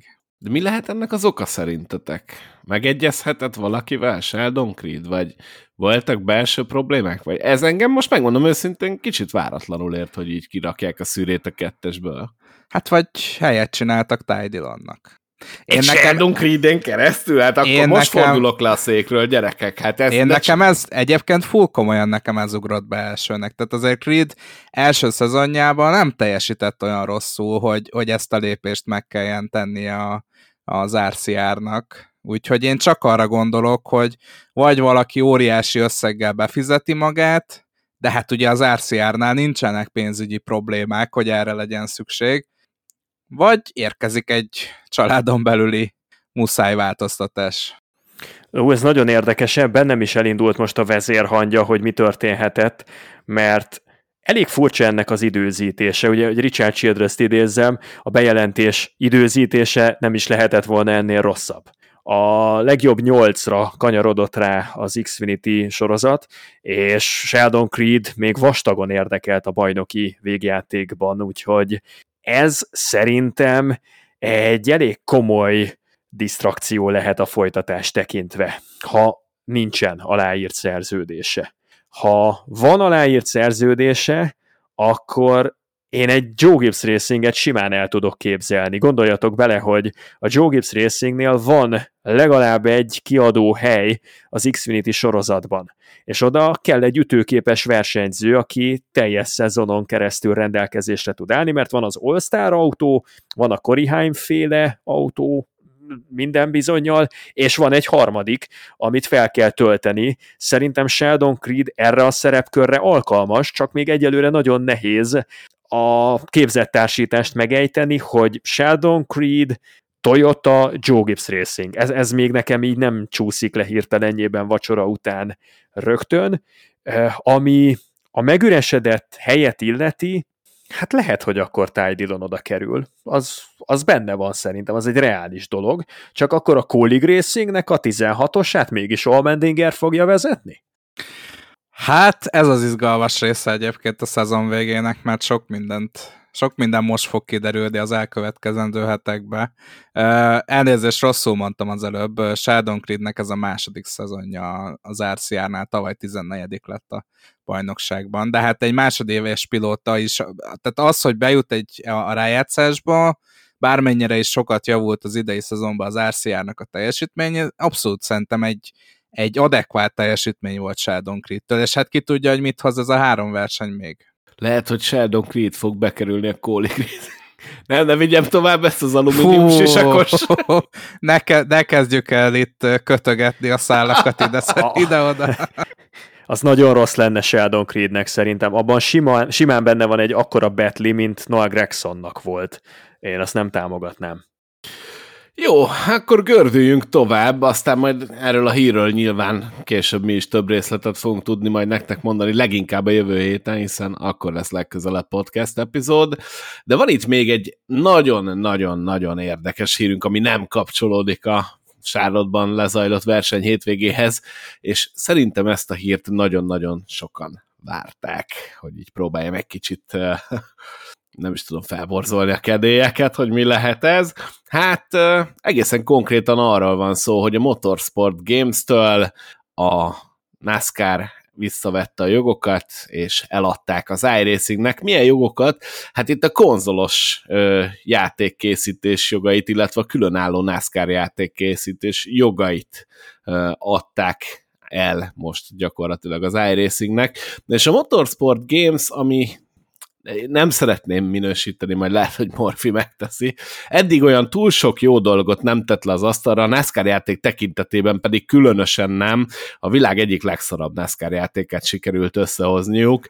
[SPEAKER 1] De mi lehet ennek az oka szerintetek? Megegyezhetett valakivel Sheldon Creed? Vagy voltak belső problémák? Vagy ez engem most megmondom őszintén kicsit váratlanul ért, hogy így kirakják a szűrét a kettesből.
[SPEAKER 3] Hát vagy helyet csináltak Ty Dillonnak.
[SPEAKER 1] Én nekem... Sheldon Creeden keresztül? Hát akkor én most nekem... fordulok le a székről, gyerekek. Hát ez
[SPEAKER 3] én nekem c... ez egyébként full komolyan nekem ez ugrott be elsőnek. Tehát azért Creed első szezonjában nem teljesített olyan rosszul, hogy, hogy ezt a lépést meg kelljen tennie a, az er cé er-nak. Úgyhogy én csak arra gondolok, hogy vagy valaki óriási összeggel befizeti magát, de hát ugye az er cé er-nál nincsenek pénzügyi problémák, hogy erre legyen szükség, vagy érkezik egy családon belüli muszájváltoztatás.
[SPEAKER 2] Ó, ez nagyon érdekes, bennem is elindult most a vezérhangja, hogy mi történhetett, mert elég furcsa ennek az időzítése. Ugye, hogy Richard Childress-t idézzem, a bejelentés időzítése nem is lehetett volna ennél rosszabb. A legjobb nyolcra kanyarodott rá az Xfinity sorozat, és Sheldon Creed még vastagon érdekelt a bajnoki végjátékban, úgyhogy ez szerintem egy elég komoly disztrakció lehet a folytatás tekintve, ha nincsen aláírt szerződése. Ha van aláírt szerződése, akkor én egy Joe Gibbs Racinget simán el tudok képzelni. Gondoljatok bele, hogy a Joe Gibbs Racingnél van legalább egy kiadó hely az Xfinity sorozatban, és oda kell egy ütőképes versenyző, aki teljes szezonon keresztül rendelkezésre tud állni, mert van az All-Star autó, van a Corey Haim féle autó, minden bizonnyal, és van egy harmadik, amit fel kell tölteni. Szerintem Sheldon Creed erre a szerepkörre alkalmas, csak még egyelőre nagyon nehéz a képzettársítást megejteni, hogy Sheldon Creed, Toyota, Joe Gibbs Racing. Ez, ez még nekem így nem csúszik le hirtelenjében vacsora után rögtön. Ami a megüresedett helyet illeti, hát lehet, hogy akkor Ty Dillon oda kerül. Az, az benne van szerintem, az egy reális dolog. Csak akkor a Kaulig Racingnek a tizenhatosát mégis Allmendinger fogja vezetni?
[SPEAKER 3] Hát ez az izgalmas része egyébként a szezon végének, mert sok mindent, sok minden most fog kiderülni az elkövetkezendő hetekben. Elnézést, rosszul mondtam az előbb, Sheldon Creednek ez a második szezonja az er cé er-nál, tavaly tizennegyedik lett a bajnokságban, de hát egy másodéves pilóta is, tehát az, hogy bejut egy, a rájátszásba, bármennyire is sokat javult az idei szezonban az er cé er-nak a teljesítmény, abszolút szerintem egy egy adekvát teljesítmény volt Sheldon Creed-től, és hát ki tudja, hogy mit hoz ez a három verseny még.
[SPEAKER 1] Lehet, hogy Sheldon Creed fog bekerülni a Kaulig Racing. Nem, ne vigyem tovább ezt az alumínium sisakos.
[SPEAKER 3] Ne, ke- ne kezdjük el itt kötögetni a szálakat ide, ide-oda.
[SPEAKER 2] Az nagyon rossz lenne Sheldon Creednek szerintem. Abban simán, simán benne van egy akkora betli, mint Noah Gregsonnak volt. Én azt nem támogatnám.
[SPEAKER 1] Jó, akkor gördüljünk tovább, aztán majd erről a hírről nyilván később mi is több részletet fogunk tudni majd nektek mondani, leginkább a jövő héten, hiszen akkor lesz legközelebb podcast epizód. De van itt még egy nagyon-nagyon-nagyon érdekes hírünk, ami nem kapcsolódik a Charlotte-ban lezajlott verseny hétvégéhez, és szerintem ezt a hírt nagyon-nagyon sokan várták, hogy így próbáljam egy kicsit... nem is tudom felborzolni a kedélyeket, hogy mi lehet ez. Hát egészen konkrétan arról van szó, hogy a Motorsport Games-től a NASCAR visszavette a jogokat, és eladták az iRacingnek. Milyen jogokat? Hát itt a konzolos ö, játékkészítés jogait, illetve a különálló NASCAR játékkészítés jogait ö, adták el most gyakorlatilag az iRacingnek. És a Motorsport Games, ami nem szeretném minősíteni, majd lehet, hogy Morfi megteszi. Eddig olyan túl sok jó dolgot nem tett le az asztalra, a NASCAR játék tekintetében pedig különösen nem. A világ egyik legszarabb NASCAR játékát sikerült összehozniuk.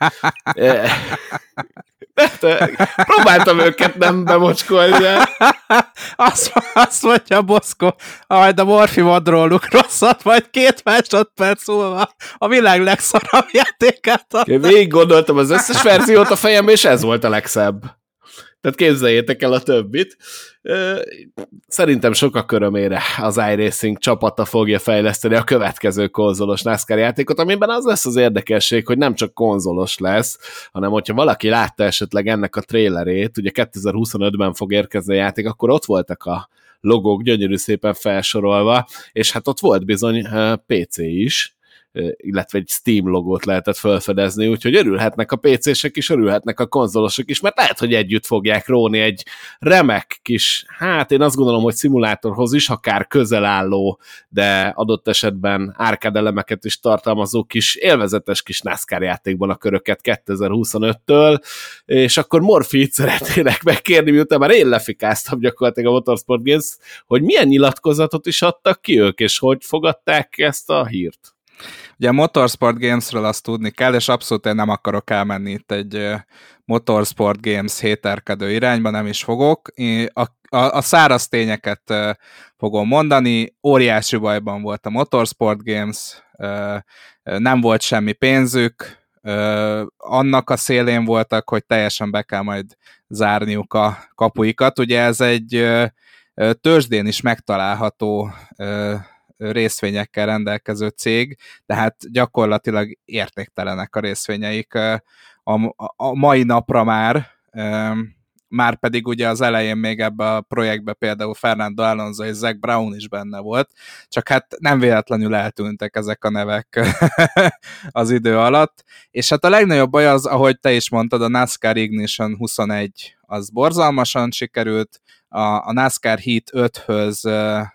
[SPEAKER 1] Próbáltam őket nem bemocskolni.
[SPEAKER 3] Azt, azt mondja Boszko, majd a Morfi mond róluk rosszat, majd két másodperc múlva a világ legszarabb játékát.
[SPEAKER 1] Végig gondoltam az összes verziót a fejembe, és ez volt a legszebb. Tehát képzeljétek el a többit. Szerintem sokak örömére az iRacing csapata fogja fejleszteni a következő konzolos NASCAR játékot, amiben az lesz az érdekesség, hogy nem csak konzolos lesz, hanem hogyha valaki látta esetleg ennek a trailerét, ugye kétezer-huszonötben fog érkezni a játék, akkor ott voltak a logók gyönyörű szépen felsorolva, és hát ott volt bizony pé cé is, illetve egy Steam logót lehetett felfedezni, úgyhogy örülhetnek a pé cések is, örülhetnek a konzolosok is, mert lehet, hogy együtt fogják róni egy remek kis, hát én azt gondolom, hogy szimulátorhoz is, akár közel álló, de adott esetben arcade elemeket is tartalmazó kis, élvezetes kis NASCAR játékban a köröket kétezer-huszonöttől, és akkor Morfit szeretnének megkérni, miután már én lefikáztam gyakorlatilag a Motorsport Games, hogy milyen nyilatkozatot is adtak ki ők, és hogy fogadták ezt a hírt.
[SPEAKER 3] Ugye a Motorsport Gamesről azt tudni kell, és abszolút én nem akarok elmenni itt egy Motorsport Games héterkedő irányba, nem is fogok. A, a, a száraz tényeket fogom mondani, óriási bajban volt a Motorsport Games, nem volt semmi pénzük, annak a szélén voltak, hogy teljesen be kell majd zárniuk a kapuikat. Ugye ez egy tőzsdén is megtalálható részvényekkel rendelkező cég, tehát gyakorlatilag értéktelenek a részvényeik a, a mai napra már, már pedig ugye az elején még ebbe a projektbe például Fernando Alonso és Zac Brown is benne volt, csak hát nem véletlenül eltűntek ezek a nevek az idő alatt, és hát a legnagyobb baj az, ahogy te is mondtad, a NASCAR Ignition huszonegy az borzalmasan sikerült, a, a NASCAR Heat öthöz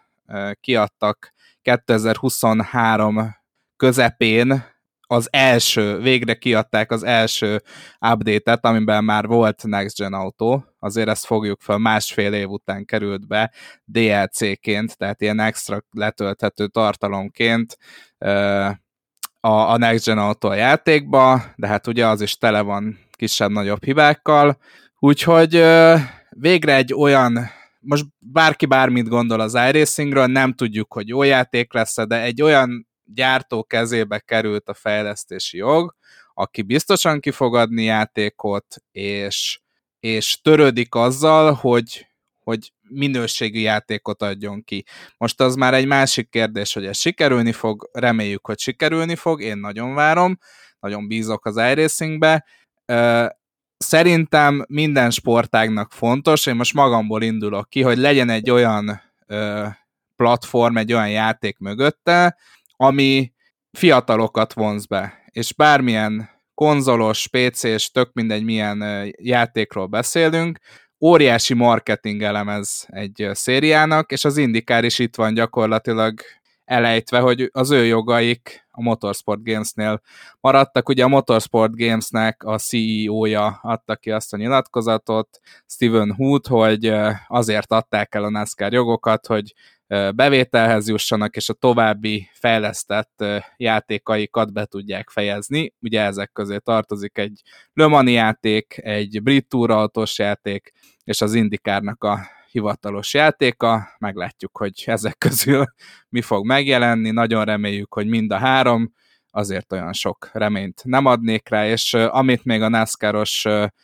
[SPEAKER 3] kiadtak kétezer-huszonhárom közepén az első, végre kiadták az első update-et, amiben már volt Next Gen autó, azért ezt fogjuk fel, másfél év után került be dé el cé-ként, tehát ilyen extra letölthető tartalomként a, a Next Gen autó a játékba, de hát ugye az is tele van kisebb-nagyobb hibákkal, úgyhogy végre egy olyan, most bárki bármit gondol az iRacingről, nem tudjuk, hogy jó játék lesz, de egy olyan gyártó kezébe került a fejlesztési jog, aki biztosan ki fog adni játékot, és, és törődik azzal, hogy, hogy minőségű játékot adjon ki. Most az már egy másik kérdés, hogy ez sikerülni fog, reméljük, hogy sikerülni fog, én nagyon várom, nagyon bízok az iRacingbe. Szerintem minden sportágnak fontos, én most magamból indulok ki, hogy legyen egy olyan ö, platform, egy olyan játék mögötte, ami fiatalokat vonz be, és bármilyen konzolos, pé cés, tök mindegy milyen ö, játékról beszélünk, óriási marketing elemez egy szériának, és az IndyCar is itt van gyakorlatilag elejtve, hogy az ő jogaik a Motorsport Games-nél maradtak. Ugye a Motorsport Games-nek a cé e ó-ja adta ki azt a nyilatkozatot, Stephen Hood, hogy azért adták el a NASCAR jogokat, hogy bevételhez jussanak, és a további fejlesztett játékaikat be tudják fejezni. Ugye ezek közé tartozik egy Le Mans játék, egy brit túraautós játék, és az IndyCarnak a hivatalos játéka, meglátjuk, hogy ezek közül mi fog megjelenni, nagyon reméljük, hogy mind a három, azért olyan sok reményt nem adnék rá, és amit még a NASCAR-os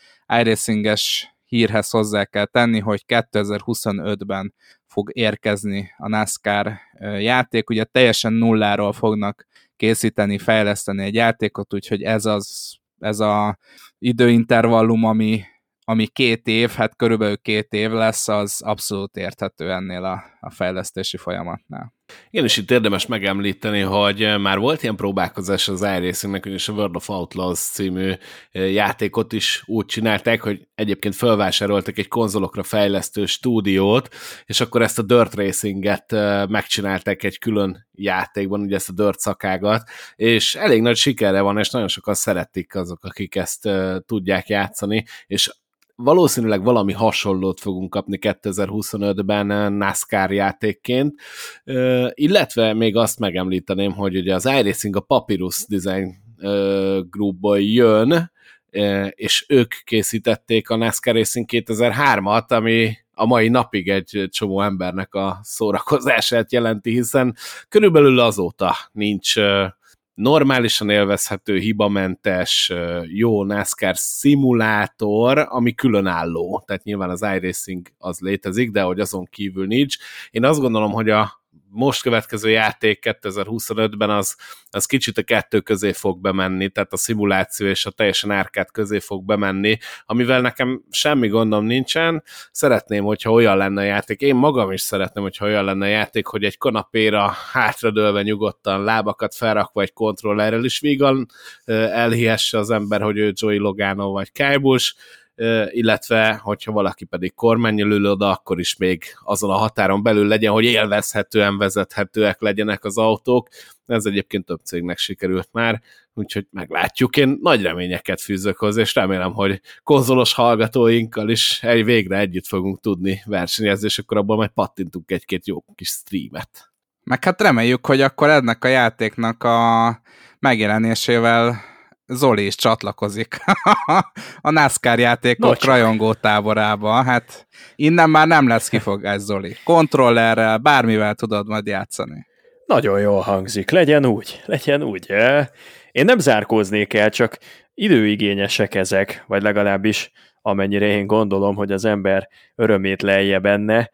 [SPEAKER 3] iRacing-es hírhez hozzá kell tenni, hogy kétezer-huszonötben fog érkezni a NASCAR játék, ugye teljesen nulláról fognak készíteni, fejleszteni egy játékot, úgyhogy ez az ez a időintervallum, ami ami két év, hát körülbelül két év lesz, az abszolút érthető ennél a, a fejlesztési folyamatnál.
[SPEAKER 1] Igen, és itt érdemes megemlíteni, hogy már volt ilyen próbálkozás az iRacingnek, és a World of Outlaws című játékot is úgy csinálták, hogy egyébként felvásároltak egy konzolokra fejlesztő stúdiót, és akkor ezt a Dirt Racinget megcsinálták egy külön játékban, ugye ezt a Dirt szakágat, és elég nagy sikerre van, és nagyon sokan szeretik azok, akik ezt tudják játszani, és valószínűleg valami hasonlót fogunk kapni kétezer-huszonötben NASCAR játékként, uh, illetve még azt megemlíteném, hogy ugye az iRacing a Papyrus Design uh, Groupból jön, uh, és ők készítették a NASCAR Racing kétezer-hármat, ami a mai napig egy csomó embernek a szórakozását jelenti, hiszen körülbelül azóta nincs uh, normálisan élvezhető, hibamentes, jó NASCAR szimulátor, ami különálló. Tehát nyilván az iRacing az létezik, de hogy azon kívül nincs. Én azt gondolom, hogy a most következő játék kétezer-huszonötben az, az kicsit a kettő közé fog bemenni, tehát a szimuláció és a teljesen árkád közé fog bemenni, amivel nekem semmi gondom nincsen. Szeretném, hogyha olyan lenne a játék, én magam is szeretném, hogyha olyan lenne a játék, hogy egy kanapéra hátradőlve nyugodtan lábakat felrakva egy kontrollerrel is vígan elhihesse az ember, hogy ő Joey Logano vagy Kyle Busch, illetve hogyha valaki pedig kormánnyal ül oda, akkor is még azon a határon belül legyen, hogy élvezhetően vezethetőek legyenek az autók. Ez egyébként több cégnek sikerült már, úgyhogy meglátjuk. Én nagy reményeket fűzök hozzá, és remélem, hogy konzolos hallgatóinkkal is egy végre együtt fogunk tudni versenyezni, és akkor abból majd pattintunk egy-két jó kis streamet.
[SPEAKER 3] Meg hát reméljük, hogy akkor ennek a játéknak a megjelenésével Zoli is csatlakozik a NASCAR játékok
[SPEAKER 2] Nocsak.
[SPEAKER 3] rajongó táborába. Hát innen már nem lesz kifogás, Zoli. Kontrollerrel, bármivel tudod majd játszani.
[SPEAKER 2] Nagyon jól hangzik. Legyen úgy. Legyen úgy. Én nem zárkóznék el, csak időigényesek ezek, vagy legalábbis amennyire én gondolom, hogy az ember örömét lelje benne.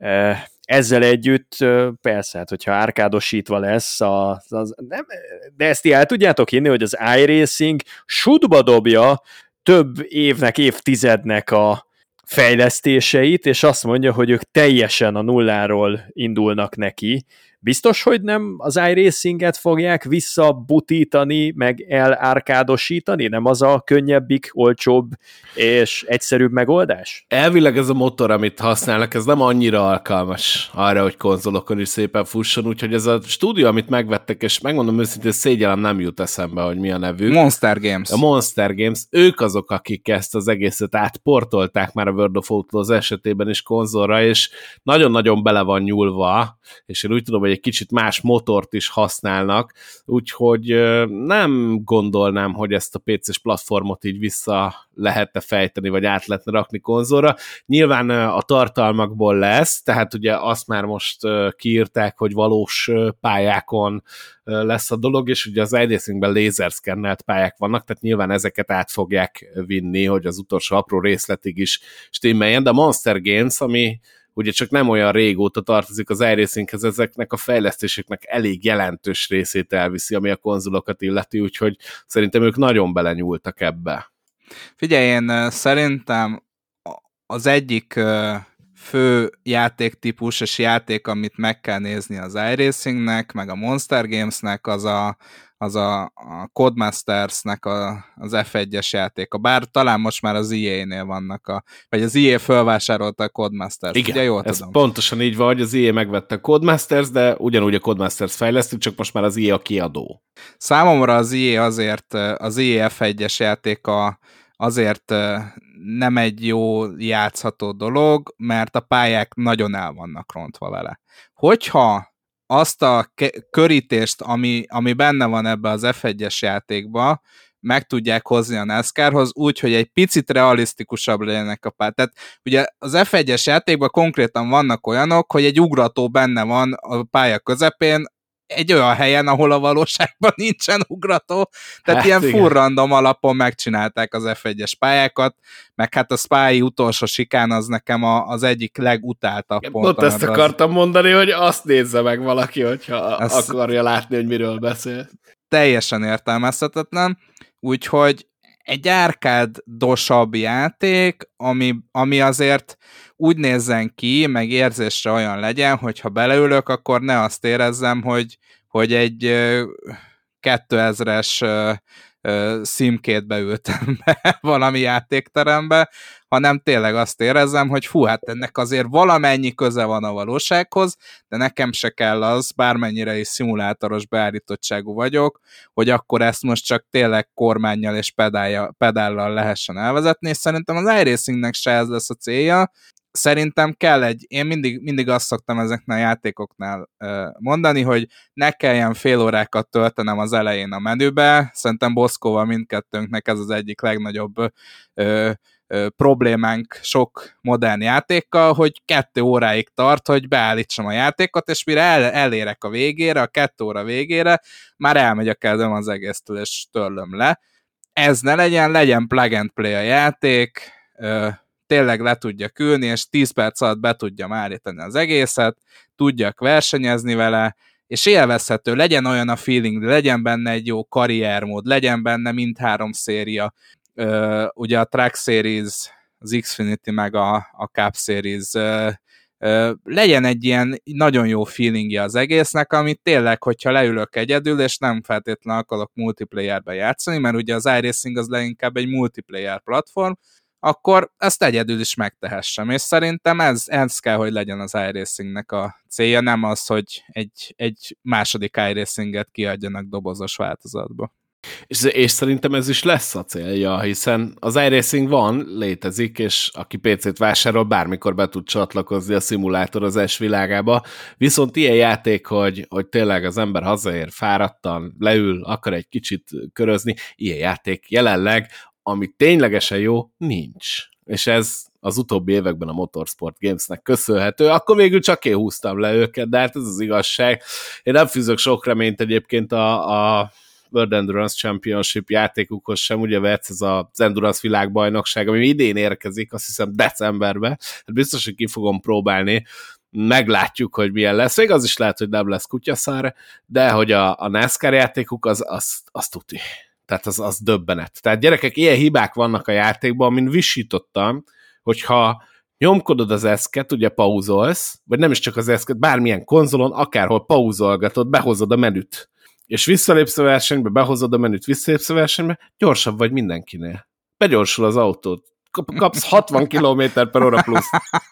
[SPEAKER 2] Ezzel együtt persze, hát hogyha árkádosítva lesz, az, az, nem, de ezt ti el tudjátok hinni, hogy az iRacing sútba dobja több évnek, évtizednek a fejlesztéseit, és azt mondja, hogy ők teljesen a nulláról indulnak neki. Biztos, hogy nem az iRacinget fogják visszabutítani, meg elárkádosítani? Nem az a könnyebbik, olcsóbb és egyszerűbb megoldás?
[SPEAKER 1] Elvileg ez a motor, amit használnak, ez nem annyira alkalmas arra, hogy konzolokon is szépen fusson, úgyhogy ez a stúdió, amit megvettek, és megmondom őszintén, szégyellem nem jut eszembe, hogy mi a nevük.
[SPEAKER 3] Monster Games.
[SPEAKER 1] A Monster Games, ők azok, akik ezt az egészet átportolták már a World of Outlaws esetében is konzolra, és nagyon-nagyon bele van nyúlva, és én úgy tudom, hogy egy kicsit más motort is használnak, úgyhogy nem gondolnám, hogy ezt a pé cés platformot így vissza lehetne fejteni, vagy át lehetne rakni konzolra. Nyilván a tartalmakból lesz, tehát ugye azt már most kiírták, hogy valós pályákon lesz a dolog, és ugye az iRacingben lézerszkennelt pályák vannak, tehát nyilván ezeket át fogják vinni, hogy az utolsó apró részletig is stimmeljen, de a Monster Games, ami ugye csak nem olyan régóta tartozik az iRacinghez, ezeknek a fejlesztéseknek elég jelentős részét elviszi, ami a konzolokat illeti, úgyhogy szerintem ők nagyon belenyúltak ebbe.
[SPEAKER 3] Figyelj, én szerintem az egyik fő játéktípus és játék, amit meg kell nézni az iRacingnek, meg a Monster Gamesnek, az a, az a, a Codemastersnek a, az ef egyes játéka. Bár talán most már az í á-nél vannak, a, vagy az í á felvásárolta a Codemasters.
[SPEAKER 1] Igen,
[SPEAKER 3] ugye, jól
[SPEAKER 1] ez
[SPEAKER 3] tudom.
[SPEAKER 1] pontosan így van, hogy az í á megvette a Codemasters, de ugyanúgy a Codemasters fejlesztük, csak most már az í á a kiadó.
[SPEAKER 3] Számomra az í á azért, az í á ef egyes játéka azért nem egy jó játszható dolog, mert a pályák nagyon el vannak rontva vele. Hogyha azt a körítést, ami, ami benne van ebbe az ef egyes játékba, meg tudják hozni a NASCARhoz, úgy, hogy egy picit realisztikusabb legyenek a pályák. Tehát ugye az ef egyes játékban konkrétan vannak olyanok, hogy egy ugrató benne van a pálya közepén, egy olyan helyen, ahol a valóságban nincsen ugrató, tehát hát ilyen full random alapon megcsinálták az ef egyes pályákat, meg hát a Spy utolsó sikán az nekem a, az egyik legutáltabb pont.
[SPEAKER 1] Ott ezt akartam
[SPEAKER 3] az...
[SPEAKER 1] mondani, hogy azt nézze meg valaki, hogyha
[SPEAKER 3] az
[SPEAKER 1] akarja látni, hogy miről beszél.
[SPEAKER 3] Teljesen értelmezhetetlen, úgyhogy egy árkádosabb játék, ami, ami azért úgy nézzen ki, meg érzésre olyan legyen, hogyha beleülök, akkor ne azt érezzem, hogy, hogy egy kétezres szimkét beültem be valami játékterembe, hanem tényleg azt érezzem, hogy fú, hát ennek azért valamennyi köze van a valósághoz, de nekem se kell az, bármennyire is szimulátoros beállítottságú vagyok, hogy akkor ezt most csak tényleg kormánnyal és pedálja, pedállal lehessen elvezetni, és szerintem az iRacingnek se ez lesz a célja. Szerintem kell egy, én mindig, mindig azt szoktam ezeknél a játékoknál mondani, hogy ne kelljen fél órákat töltenem az elején a menübe, szerintem Boszkóval mindkettőnknek ez az egyik legnagyobb ö, ö, problémánk sok modern játékkal, hogy kettő óráig tart, hogy beállítsam a játékot, és mire el, elérek a végére, a kettő óra végére, már elmegy a kedvem az egésztől, és törlöm le. Ez ne legyen, legyen plug and play a játék, ö, tényleg le tudja külni, és tíz perc alatt be tudjam állítani az egészet, tudjak versenyezni vele, és élvezhető, legyen olyan a feeling, legyen benne egy jó karriermód, legyen benne mindhárom széria, uh, ugye a Track Series, az Xfinity meg a, a Cup Series, uh, uh, legyen egy ilyen nagyon jó feelingje az egésznek, amit tényleg, hogyha leülök egyedül, és nem feltétlenül akarok multiplayerben játszani, mert ugye az iRacing az leginkább egy multiplayer platform, akkor ezt egyedül is megtehessem, és szerintem ez, ez kell, hogy legyen az iRacingnek a célja, nem az, hogy egy, egy második iRacinget kiadjanak dobozos változatba.
[SPEAKER 1] És, és szerintem ez is lesz a célja, hiszen az iRacing van, létezik, és aki pé cét vásárol, bármikor be tud csatlakozni a szimulátorozás világába, viszont ilyen játék, hogy, hogy tényleg az ember hazaér fáradtan, leül, akar egy kicsit körözni, ilyen játék jelenleg, ami ténylegesen jó, nincs. És ez az utóbbi években a Motorsport Gamesnek köszönhető. Akkor végül csak én húztam le őket, de hát ez az igazság. Én nem fűzök sok reményt egyébként a, a World Endurance Championship játékukhoz sem, ugye Verc, ez az Endurance világbajnokság, ami idén érkezik, azt hiszem decemberben. Hát biztos, hogy ki fogom próbálni, meglátjuk, hogy milyen lesz. Még az is lehet, hogy nem lesz kutyaszár, de hogy a, a NASCAR játékuk, az, az, az tuti. Tehát az, az döbbenet. Tehát gyerekek, ilyen hibák vannak a játékban, amin visítottam, hogyha nyomkodod az eszket, ugye pauzolsz, vagy nem is csak az eszket, bármilyen konzolon, akárhol pauzolgatod, behozod a menüt, és visszalépsz a versenybe, behozod a menüt, visszalépsz a versenybe, gyorsabb vagy mindenkinél. Begyorsul az autót. Kapsz hatvan kilométer per óra plusz.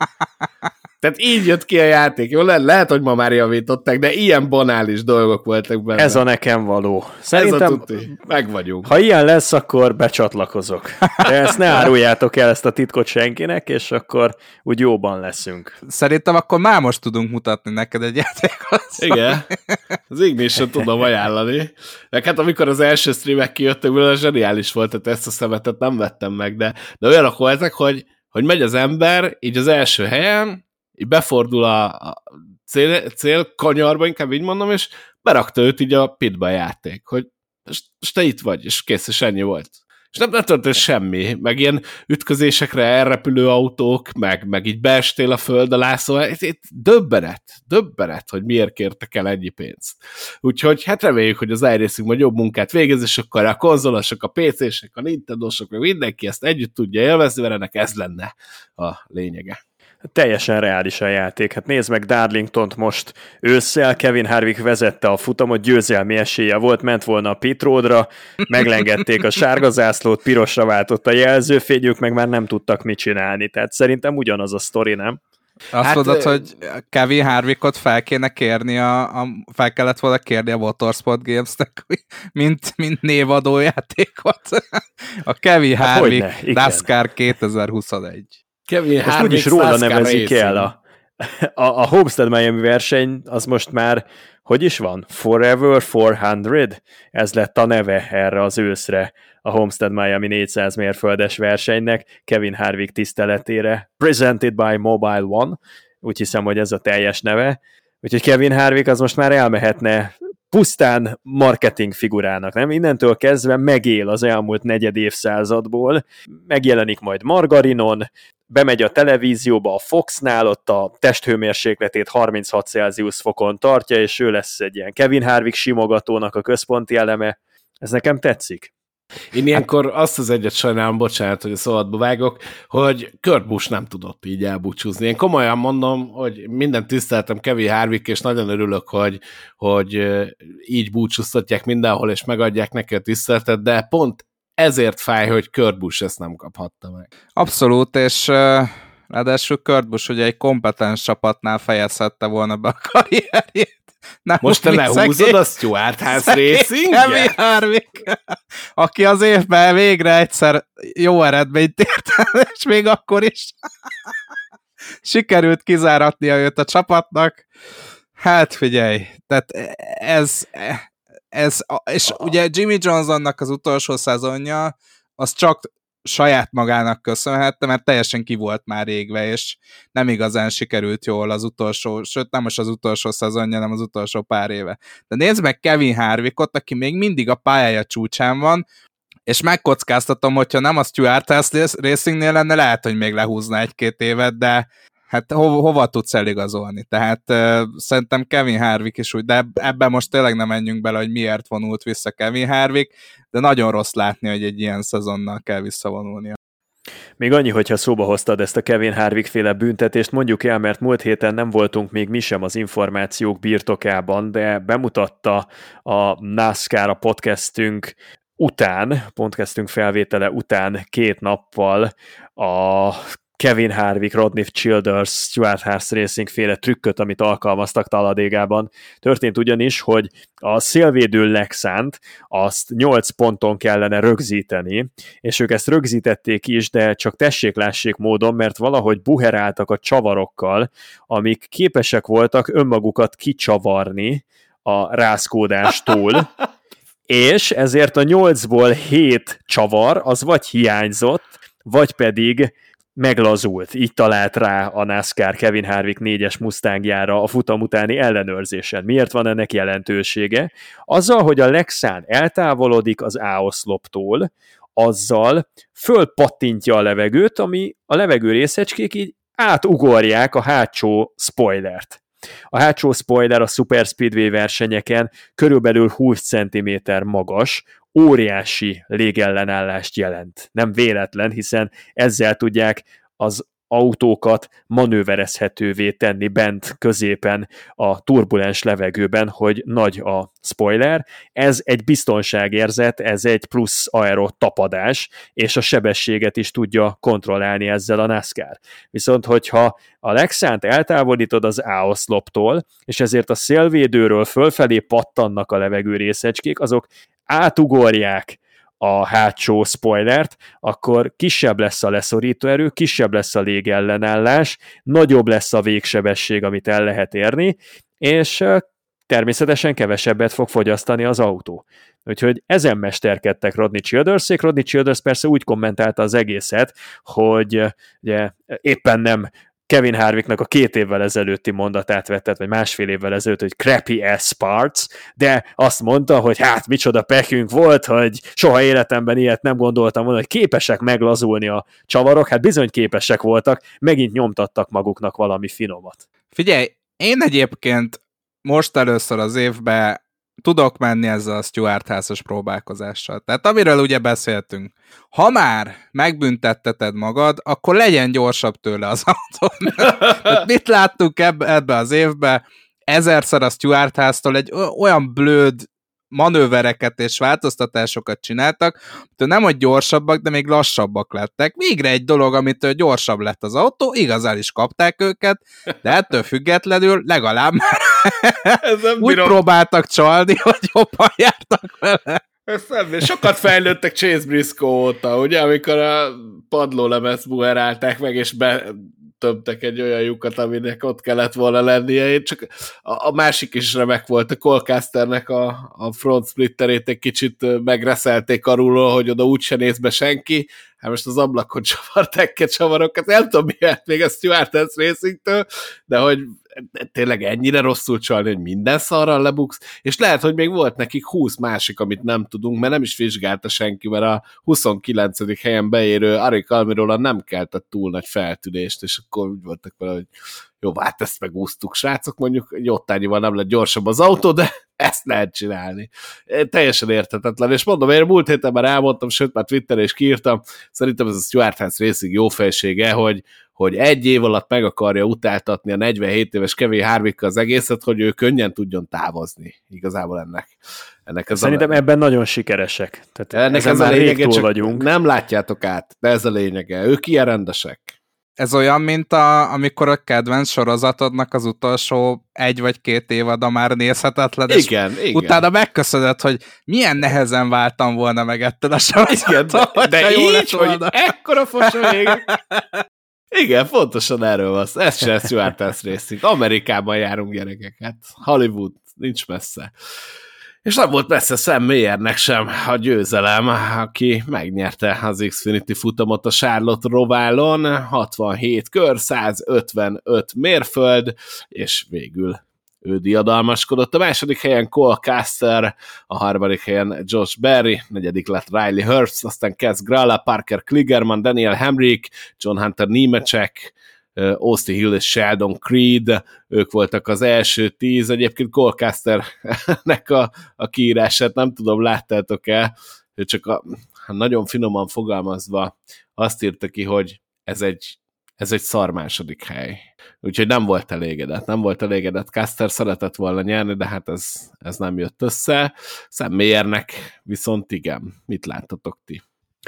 [SPEAKER 1] Tehát így jött ki a játék. Jó, le- lehet, hogy ma már javították, de ilyen banális dolgok voltak benne.
[SPEAKER 2] Ez a nekem való. Szerintem,
[SPEAKER 1] ez a tuti. Meg vagyunk.
[SPEAKER 2] Ha ilyen lesz, akkor becsatlakozok. De ezt ne áruljátok el, ezt a titkot senkinek, és akkor úgy jóban leszünk.
[SPEAKER 3] Szerintem akkor már most tudunk mutatni neked egy játékot.
[SPEAKER 1] Igen. Az Ignition tudom ajánlani. De hát amikor az első streamek kijöttek, belőle zseniális volt, tehát ezt a szemetet nem vettem meg, de, de olyanok voltak, hogy, hogy megy az ember, így az első helyen, így befordul a, a cél, célkanyarba, inkább így mondom, és berakta őt így a pitba a játék, hogy és te itt vagy, és kész, és ennyi volt. És nem, nem történt semmi, meg ilyen ütközésekre elrepülő autók, meg, meg így beestél a föld alá, szóval itt, itt döbbenet, döbbenet, hogy miért kértek el ennyi pénzt. Úgyhogy hát reméljük, hogy az iRacing majd jobb munkát végez, és akkor a konzolosok, a pé cések, a Nintendosok, meg mindenki ezt együtt tudja élvezni, mert ennek ez lenne a lényege.
[SPEAKER 2] Teljesen reális a játék. Hát nézd meg Darlingtont most ősszel, Kevin Harvick vezette a futamot, győzelmi esélye volt, ment volna a pit roadra, meglengedték a sárga zászlót, pirosra váltott a jelzőfényük, meg már nem tudtak mit csinálni. Tehát szerintem ugyanaz a sztori, nem?
[SPEAKER 3] Azt hát, mondod, hogy Kevin Harvickot fel kéne kérni, a, a, fel kellett volna kérni a Motorsport Gamesnek, mint, mint névadó játékot. A Kevin hát Harvick NASCAR kétezer-huszonegy.
[SPEAKER 1] Kevin
[SPEAKER 2] most úgyis róla nevezik el a, a, a Homestead Miami verseny, az most már, hogy is van? Forever négyszáz? Ez lett a neve erre az őszre, a Homestead Miami négyszáz mérföldes versenynek, Kevin Harvick tiszteletére. Presented by Mobile One, úgy hiszem, hogy ez a teljes neve. Úgyhogy Kevin Harvick az most már elmehetne pusztán marketing figurának, nem? Innentől kezdve megél az elmúlt negyed évszázadból, megjelenik majd margarinon, bemegy a televízióba a Foxnál, ott a testhőmérsékletét harminchat Celsius fokon tartja, és ő lesz egy ilyen Kevin Harvick simogatónak a központi eleme. Ez nekem tetszik.
[SPEAKER 1] Én ilyenkor azt az egyet sajnálom, bocsánat, hogy a szabadba vágok, hogy Kurt Busch nem tudott így elbúcsúzni. Én komolyan mondom, hogy minden tiszteltem Kevin Harvick, és nagyon örülök, hogy, hogy így búcsúztatják mindenhol, és megadják neki a tiszteletet, de pont ezért fáj, hogy Kurt Busch ezt nem kaphatta meg.
[SPEAKER 3] Abszolút, és uh, ráadásul Kurt Busch ugye egy kompetens csapatnál fejezhette volna be a karrierjét. Nem,
[SPEAKER 1] most te lehúzod a Stewart House Racing-et?
[SPEAKER 3] Kevin Harvick, aki az évben végre egyszer jó eredményt ért el, és még akkor is sikerült kizáratnia őt a csapatnak. Hát figyelj, tehát ez, ez és ugye Jimmy Johnsonnak az utolsó szezonja, az csak saját magának köszönhette, mert teljesen ki volt már égve, és nem igazán sikerült jól az utolsó, sőt nem most az utolsó szezonja, hanem az utolsó pár éve. De nézd meg Kevin Harvickot, aki még mindig a pályája csúcsán van, és megkockáztatom, hogyha nem a Stewart Racingnél lenne, lehet, hogy még lehúzna egy-két évet, de hát ho- hova tudsz eligazolni? Tehát uh, szerintem Kevin Harvick is úgy, de ebben most tényleg nem menjünk bele, hogy miért vonult vissza Kevin Harvick, de nagyon rossz látni, hogy egy ilyen szezonnal kell visszavonulnia.
[SPEAKER 2] Még annyi, hogyha szóba hoztad ezt a Kevin Harvick féle büntetést, mondjuk el, mert múlt héten nem voltunk még mi sem az információk birtokában, de bemutatta a NASCAR a podcastünk után, podcastünk felvétele után két nappal a Kevin Harvick, Rodney Childers, Stewart Haas Racing féle trükköt, amit alkalmaztak Talladégában. Történt ugyanis, hogy a szélvédő Lexant azt nyolc ponton kellene rögzíteni, és ők ezt rögzítették is, de csak tessék-lássék módon, mert valahogy buheráltak a csavarokkal, amik képesek voltak önmagukat kicsavarni a rázkódástól, és ezért a nyolcból hét csavar az vagy hiányzott, vagy pedig meglazult. Így talált rá a NASCAR Kevin Harvick négyes Mustangjára a futam utáni ellenőrzésen. Miért van ennek jelentősége? Azzal, hogy a Lexan eltávolodik az A-oszloptól, azzal fölpattintja a levegőt, ami a levegő részecskék így átugorják a hátsó spoilert. A hátsó spoiler a Super Speedway versenyeken körülbelül húsz centiméter magas, óriási légellenállást jelent. Nem véletlen, hiszen ezzel tudják az autókat manőverezhetővé tenni bent középen a turbulens levegőben, hogy nagy a spoiler. Ez egy biztonságérzet, ez egy plusz aero tapadás, és a sebességet is tudja kontrollálni ezzel a NASCAR. Viszont, hogyha a Lexant eltávolítod az A-oszloptól, és ezért a szélvédőről fölfelé pattannak a levegő részecskék, azok átugorják a hátsó spoilert, akkor kisebb lesz a leszorító erő, kisebb lesz a légellenállás, nagyobb lesz a végsebesség, amit el lehet érni, és természetesen kevesebbet fog fogyasztani az autó. Úgyhogy ezen mesterkedtek Rodney Childersék. Rodney Childers persze úgy kommentálta az egészet, hogy ugye, éppen nem Kevin Harvicknak a két évvel ezelőtti mondatát vetett, vagy másfél évvel ezelőtt, hogy crappy ass parts, de azt mondta, hogy hát micsoda pekünk volt, hogy soha életemben ilyet nem gondoltam volna, hogy képesek meglazulni a csavarok, hát bizony képesek voltak, megint nyomtattak maguknak valami finomat.
[SPEAKER 3] Figyelj, én egyébként most először az évben tudok menni ezzel a Stewart házas próbálkozással. Tehát amiről ugye beszéltünk, ha már megbüntetteted magad, akkor legyen gyorsabb tőle az autó. Mit láttunk ebbe, ebbe az évben? Ezerszer a Stewart háztól egy olyan blőd manővereket és változtatásokat csináltak, hogy nem, hogy gyorsabbak, de még lassabbak lettek. Végre egy dolog, amitől gyorsabb lett az autó, igazán is kapták őket, de ettől függetlenül legalább már úgy bírom. Próbáltak csalni, hogy jobban jártak vele.
[SPEAKER 1] Ezt nem, sokat fejlődtek Chase Briscoe óta, ugye, amikor a padlólemez buherálták meg, és betömtek egy olyan lyukat, aminek ott kellett volna lennie. Én csak a, a másik is remek volt, a Colcasternek a, a front splitterét egy kicsit megreszelték arról, hogy oda úgyse néz be senki. Hát most az ablakon csavarták ke csavarokat, nem tudom miért még a Stewart Haas Racingtől, de hogy tényleg ennyire rosszul csalni, hogy minden szarral lebuksz, és lehet, hogy még volt nekik húsz másik, amit nem tudunk, mert nem is vizsgálta senki, mert a huszonkilencedik helyen beérő Arik Almirola nem keltett túl nagy feltűnést, és akkor úgy voltak vele, hogy jó, hát ezt megúsztuk, srácok, mondjuk egy ottányival nem lett gyorsabb az autó, de ezt lehet csinálni. Teljesen érthetetlen, és mondom, én múlt héten már elmondtam, sőt, már Twitteren is kiírtam, szerintem ez a Stewart Haas Racing jó fejsége, hogy, hogy egy év alatt meg akarja utáltatni a negyvenhét éves Kevin Harvickkal az egészet, hogy ő könnyen tudjon távozni. Igazából ennek. ennek
[SPEAKER 2] Szerintem a... ebben nagyon sikeresek. Tehát
[SPEAKER 1] ennek ez a lényege, túl vagyunk. Nem látjátok át, de ez a lényege. Ők ilyen rendesek.
[SPEAKER 3] Ez olyan, mint a, amikor a kedvenc sorozatodnak az utolsó egy vagy két évada már nézhetetlen,
[SPEAKER 1] igen, igen.
[SPEAKER 3] utána megköszönöd, hogy milyen nehezen váltam volna meg ettől a sorozattól.
[SPEAKER 1] De, de így, hogy ekkora fosa ég. Igen, pontosan erről van. Ez se Stewart Haas Racing. Amerikában járunk, gyerekek. Hát Hollywood nincs messze. És nem volt messze Sam Mayernek sem a győzelem, aki megnyerte az Xfinity futamot a Charlotte Roválon, hatvanhét kör, százötvenöt mérföld, és végül ő diadalmaskodott. A második helyen Cole Custer, a harmadik helyen Josh Berry, negyedik lett Riley Herbst, aztán Kaz Gralla, Parker Kligerman, Daniel Hemrick, John Hunter Nemechek, Austin Hill és Sheldon Creed, ők voltak az első tíz. Egyébként Cole Custernek a, a kiírását nem tudom, láttátok-e, ő csak a, nagyon finoman fogalmazva azt írta ki, hogy ez egy, ez egy szar második hely. Úgyhogy nem volt elégedett, nem volt elégedett. Custer szeretett volna nyerni, de hát ez, ez nem jött össze. Sam Mayernek viszont igen. Mit láttatok ti?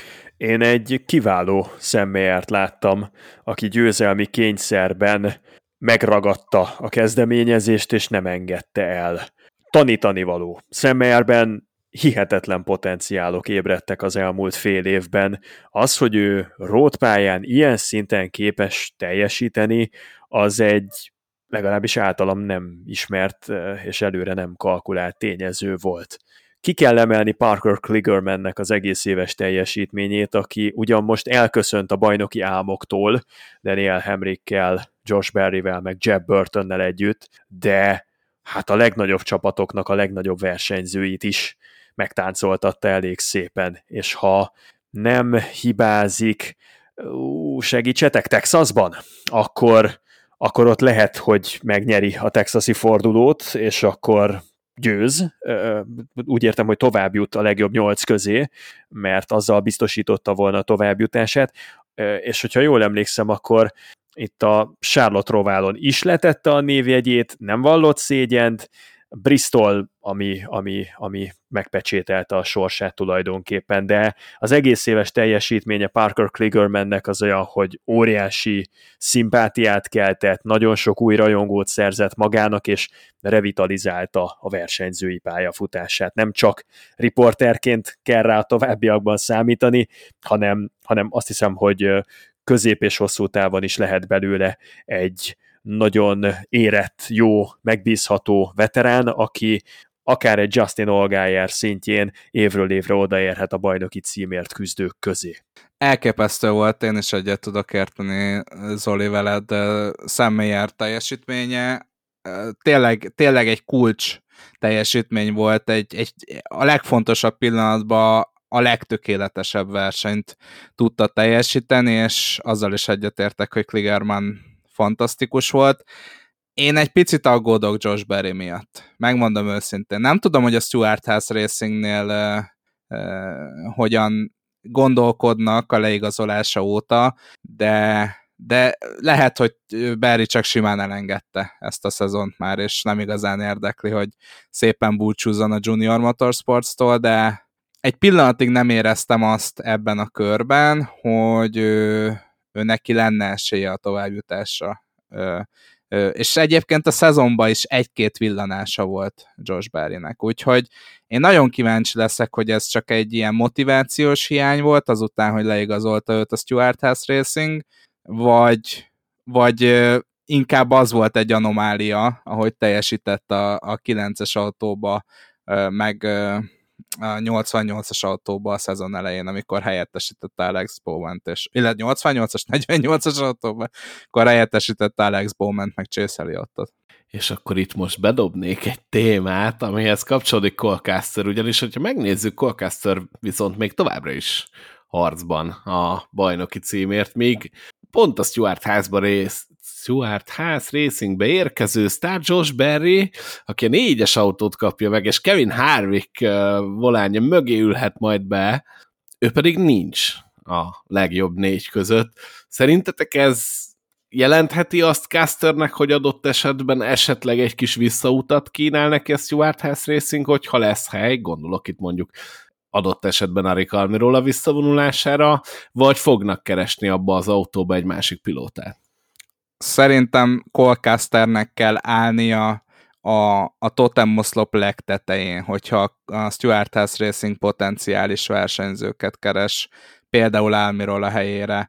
[SPEAKER 2] Én egy kiváló Sam Mayert láttam, aki győzelmi kényszerben megragadta a kezdeményezést, és nem engedte el. Tanítani való. Sam Mayerben hihetetlen potenciálok ébredtek az elmúlt fél évben. Az, hogy ő roadpályán ilyen szinten képes teljesíteni, az egy legalábbis általam nem ismert és előre nem kalkulált tényező volt. Ki kell emelni Parker Kligermannek az egész éves teljesítményét, aki ugyan most elköszönt a bajnoki álmoktól, Daniel Hemrickkel, Josh Berryvel, meg Jeb Burtonnel együtt, de hát a legnagyobb csapatoknak a legnagyobb versenyzőit is megtáncoltatta elég szépen, és ha nem hibázik, ú, segítsetek Texasban, akkor, akkor ott lehet, hogy megnyeri a texasi fordulót, és akkor győz, úgy értem, hogy tovább jut a legjobb nyolc közé, mert azzal biztosította volna a továbbjutását, és hogyha jól emlékszem, akkor itt a Charlotte Roválon is letette a névjegyét, nem vallott szégyent, Bristol, ami, ami, ami megpecsételte a sorsát tulajdonképpen, de az egész éves teljesítménye Parker Kligermannek az olyan, hogy óriási szimpátiát keltett, nagyon sok új rajongót szerzett magának, és revitalizálta a versenyzői pályafutását. Nem csak riporterként kell rá a továbbiakban számítani, hanem, hanem azt hiszem, hogy közép és hosszú távon is lehet belőle egy nagyon érett, jó, megbízható veterán, aki akár egy Justin Allgaier szintjén évről évre odaérhet a bajnoki címért küzdők közé.
[SPEAKER 3] Elképesztő volt, én is egyet tudok érteni Zoli veled, Sam Mayer teljesítménye. Tényleg, tényleg egy kulcs teljesítmény volt, egy, egy, a legfontosabb pillanatban a legtökéletesebb versenyt tudta teljesíteni, és azzal is egyetértek, hogy Kligerman fantasztikus volt. Én egy picit aggódok Josh Berry miatt. Megmondom őszintén. Nem tudom, hogy a Stewart House Racingnél uh, uh, hogyan gondolkodnak a leigazolása óta, de, de lehet, hogy Berry csak simán elengedte ezt a szezont már, és nem igazán érdekli, hogy szépen búcsúzzon a Junior Motorsportstól, de egy pillanatig nem éreztem azt ebben a körben, hogy ő, ő neki lenne esélye a továbbjutásra. És egyébként a szezonban is egy-két villanása volt Josh Berrynek, úgyhogy én nagyon kíváncsi leszek, hogy ez csak egy ilyen motivációs hiány volt, azután, hogy leigazolta őt a Stewart House Racing, vagy, vagy inkább az volt egy anomália, ahogy teljesített a, a kilences autóba, meg a nyolcvannyolcas autóba a szezon elején, amikor helyettesítette Alex Bowman-t, és, illetve nyolcvannyolcas, negyvennyolcas autóba, akkor helyettesítette Alex Bowman-t, meg Chase Elliotot.
[SPEAKER 1] És akkor itt most bedobnék egy témát, amihez kapcsolódik Cole Custer, ugyanis, hogyha megnézzük, Cole Custer viszont még továbbra is harcban a bajnoki címért, míg pont a Stewart House-ba rész, Stewart House Racingbe érkező sztár Josh Berry, aki a négyes autót kapja meg, és Kevin Harvick uh, volánja mögé ülhet majd be, ő pedig nincs a legjobb négy között. Szerintetek ez jelentheti azt Custernek, hogy adott esetben esetleg egy kis visszautat kínál neki a Stewart House Racing, hogyha lesz hely, gondolok itt mondjuk adott esetben Arik Almirola visszavonulására, vagy fognak keresni abba az autóba egy másik pilótát?
[SPEAKER 3] Szerintem Cole Custernek kell állnia a, a totem oszlop legtetején, hogyha a Stewart House Racing potenciális versenyzőket keres, például Almirola helyére.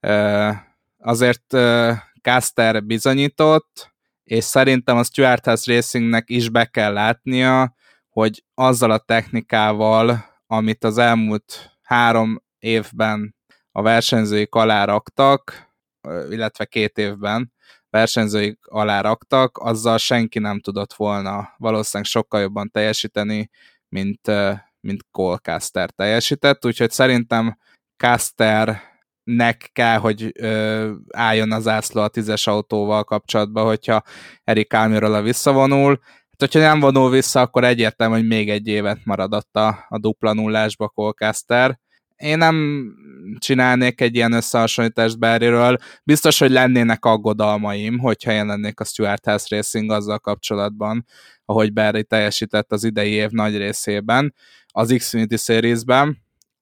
[SPEAKER 3] Azért Custer bizonyított, és szerintem a Stewart House Racingnek is be kell látnia, hogy azzal a technikával, amit az elmúlt három évben a versenyzőik alá raktak, illetve két évben versenyzőik alá raktak, azzal senki nem tudott volna valószínűleg sokkal jobban teljesíteni, mint, mint Cole Custer teljesített, úgyhogy szerintem Custernek kell, hogy ö, álljon az zászló a tízes autóval kapcsolatban, hogyha Eric Almirola visszavonul. Hát, hogyha nem vonul vissza, akkor egyértelmű, hogy még egy évet maradott a, a dupla nullásba Cole Custer. Én nem csinálnék egy ilyen összehasonlítást Barryről. Biztos, hogy lennének aggodalmaim, hogyha én lennék a Stewart Haas Racing azzal kapcsolatban, ahogy Barry teljesített az idei év nagy részében az Xfinity Series-ben,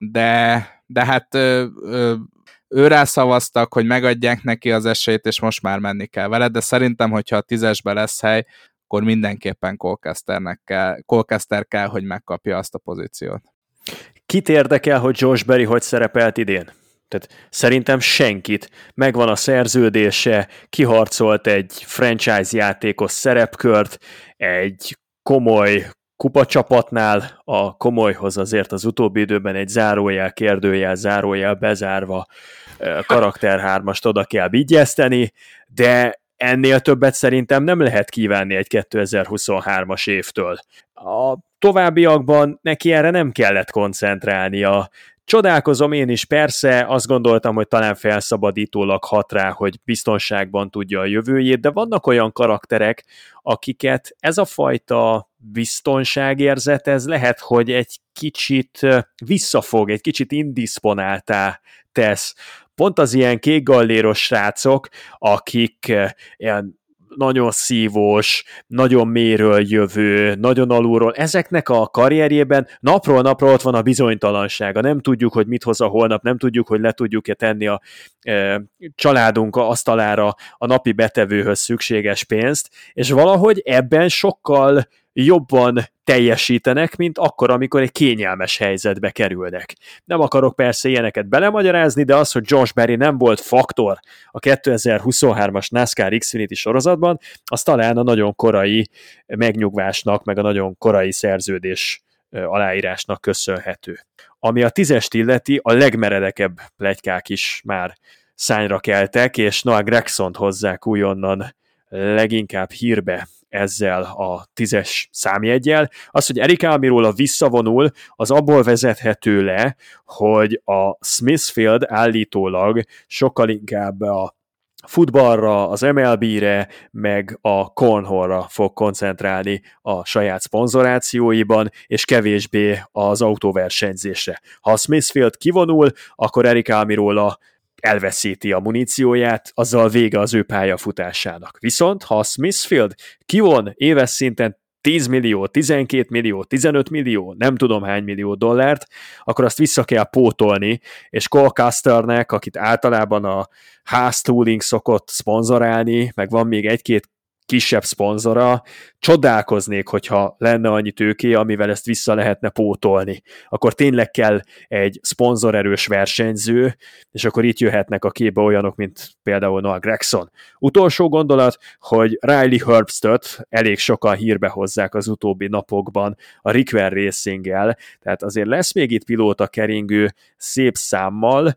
[SPEAKER 3] de, de hát ö, ö, őrá szavaztak, hogy megadják neki az esélyt, és most már menni kell vele, de szerintem, hogyha a tízesbe lesz hely, akkor mindenképpen Cole Custernek kell, Cole Custer kell, hogy megkapja azt a pozíciót.
[SPEAKER 2] Kit érdekel, hogy Josh Berry hogy szerepelt idén? Tehát szerintem senkit. Megvan a szerződése, kiharcolt egy franchise játékos szerepkört, egy komoly kupacsapatnál, a komolyhoz azért az utóbbi időben egy zárójel, kérdőjel, zárójel bezárva karakterhármast oda kell vigyezteni, de ennél többet szerintem nem lehet kívánni egy kétezer-huszonhármas évtől. A továbbiakban neki erre nem kellett koncentrálnia. Csodálkozom én is, persze, azt gondoltam, hogy talán felszabadítólag hat rá, hogy biztonságban tudja a jövőjét, de vannak olyan karakterek, akiket ez a fajta biztonságérzet, ez lehet, hogy egy kicsit visszafog, egy kicsit indisponáltá tesz. Pont az ilyen kékgalléros srácok, akik ilyen nagyon szívós, nagyon mélyről jövő, nagyon alulról, ezeknek a karrierjében napról napra ott van a bizonytalansága, nem tudjuk, hogy mit hoz a holnap, nem tudjuk, hogy le tudjuk-e tenni a e, családunk asztalára a napi betevőhöz szükséges pénzt, és valahogy ebben sokkal jobban teljesítenek, mint akkor, amikor egy kényelmes helyzetbe kerülnek. Nem akarok persze ilyeneket belemagyarázni, de az, hogy Josh Berry nem volt faktor a kétezer-huszonhármas NASCAR Xfinity sorozatban, az talán a nagyon korai megnyugvásnak, meg a nagyon korai szerződés aláírásnak köszönhető. Ami a tízest illeti, a legmeredekebb pletykák is már szányra keltek, és Noah Gragsont hozzák újonnan leginkább hírbe ezzel a tízes számjeggyel. Az, hogy Eric Almirola visszavonul, az abból vezethető le, hogy a Smithfield állítólag sokkal inkább a futballra, az em el bé-re, meg a cornhole-ra fog koncentrálni a saját szponzorációiban, és kevésbé az autóversenyzésre. Ha a Smithfield kivonul, akkor Eric Almirola elveszíti a munícióját, azzal vége az ő pályafutásának. Viszont, ha a Smithfield kivon éves szinten tíz millió, tizenkét millió, tizenöt millió, nem tudom hány millió dollárt, akkor azt vissza kell pótolni, és Cole Custernek, akit általában a Haas Tooling szokott szponzorálni, meg van még egy-két kisebb szponzora, csodálkoznék, hogyha lenne annyi tőké, amivel ezt vissza lehetne pótolni. Akkor tényleg kell egy szponzorerős versenyző, és akkor itt jöhetnek a képbe olyanok, mint például Noah Gragson. Utolsó gondolat, hogy Riley Herbstot elég sokan hírbe hozzák az utóbbi napokban a Rickwell Racing-el, tehát azért lesz még itt pilóta keringő szép számmal,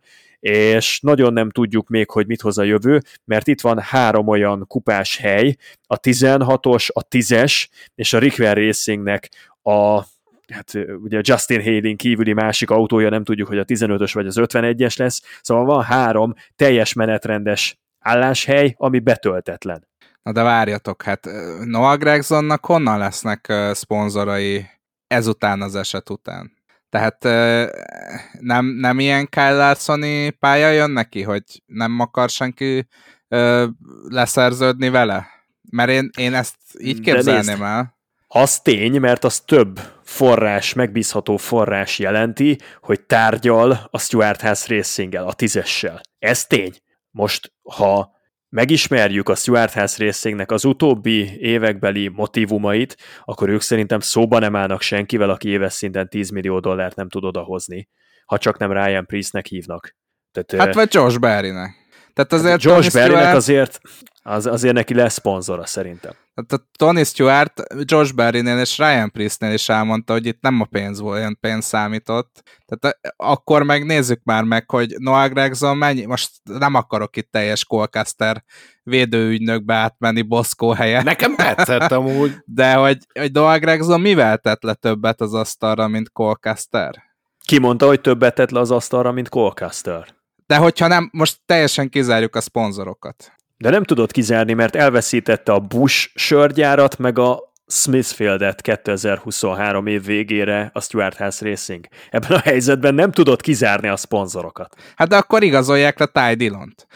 [SPEAKER 2] és nagyon nem tudjuk még, hogy mit hoz a jövő, mert itt van három olyan kupás hely, a tizenhatos, a tízes, és a Rickwell Racingnek a hát ugye a Justin Haley kívüli másik autója, nem tudjuk, hogy a tizenötös vagy az ötvenegyes lesz, szóval van három teljes menetrendes álláshely, ami betöltetlen.
[SPEAKER 3] Na de várjatok, hát Noah Gragsonnak honnan lesznek szponzorai ezután az eset után? Tehát nem, nem ilyen Kyle Larson-i pálya jön neki, hogy nem akar senki leszerződni vele? Mert én, én ezt így képzelném el.
[SPEAKER 2] Az tény, mert az több forrás, megbízható forrás jelenti, hogy tárgyal a Stewart Haas Racing-el, a tízessel. Ez tény. Most, ha megismerjük a Stewart Haas Racingnek az utóbbi évekbeli motívumait, akkor ők szerintem szóba nem állnak senkivel, aki éves szinten tíz millió dollárt nem tud odahozni, ha csak nem Ryan Preece-nek hívnak.
[SPEAKER 3] Tehát, hát vagy Josh Berrynek. Tehát azért
[SPEAKER 2] Josh Berrynek azért, az, azért neki lesz szponzora szerintem.
[SPEAKER 3] Tehát a Tony Stewart Josh Berrynél és Ryan Priestnél is elmondta, hogy itt nem a pénz volt, olyan pénz számított. Tehát akkor meg nézzük már meg, hogy Noah Gragson mennyi, most nem akarok itt teljes Colcaster védőügynökbe átmenni Boszkó helyen.
[SPEAKER 1] Nekem tetszett amúgy.
[SPEAKER 3] De hogy, hogy Noah Gragson mivel tett le többet az asztalra, mint Colcaster?
[SPEAKER 2] Ki mondta, hogy többet tett le az asztalra, mint Colcaster?
[SPEAKER 3] De hogyha nem, most teljesen kizárjuk a szponzorokat.
[SPEAKER 2] De nem tudod kizárni, mert elveszítette a Busch sörgyárat, meg a Smithfieldet kétezer-huszonhárom év végére a Stewart Haas Racing. Ebben a helyzetben nem tudod kizárni a szponzorokat.
[SPEAKER 3] Hát de akkor igazolják le Ty Dillont.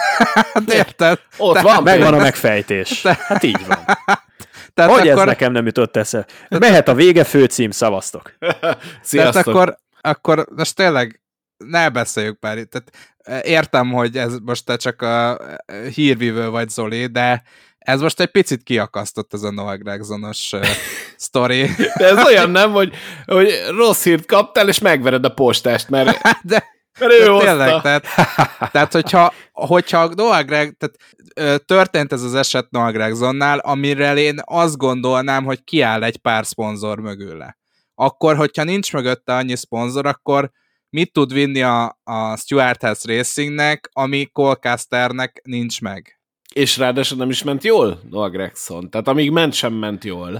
[SPEAKER 3] Hát érted?
[SPEAKER 1] Ott
[SPEAKER 3] Te,
[SPEAKER 1] van,
[SPEAKER 2] megvan a megfejtés.
[SPEAKER 3] Te,
[SPEAKER 2] hát így van.
[SPEAKER 3] Tehát
[SPEAKER 2] hogy
[SPEAKER 3] akkor,
[SPEAKER 2] ez nekem nem jutott eszembe? Mehet a vége, főcím, szavaztok.
[SPEAKER 1] Sziasztok.
[SPEAKER 3] Tehát akkor, akkor most tényleg ne beszéljük már itt. Tehát értem, hogy ez most te csak a hírvívő vagy, Zoli, de ez most egy picit kiakasztott ez a Noah Gragsonos uh, sztori.
[SPEAKER 1] De ez olyan nem, hogy, hogy rossz hírt kaptál, és megvered a postást, mert,
[SPEAKER 3] de,
[SPEAKER 1] mert ő
[SPEAKER 3] de
[SPEAKER 1] hozta.
[SPEAKER 3] tényleg, tehát, tehát hogyha, hogyha Noah Grag, tehát, ö, történt ez az eset Noah Gragsonnál, amire én azt gondolnám, hogy kiáll egy pár szponzor mögüle. Akkor, hogyha nincs mögötte annyi szponzor, akkor mit tud vinni a, a Stewart Haas Racingnek, ami Colcasternek nincs meg?
[SPEAKER 1] És ráadásul nem is ment jól Noah Gragson. Tehát amíg ment, sem ment jól.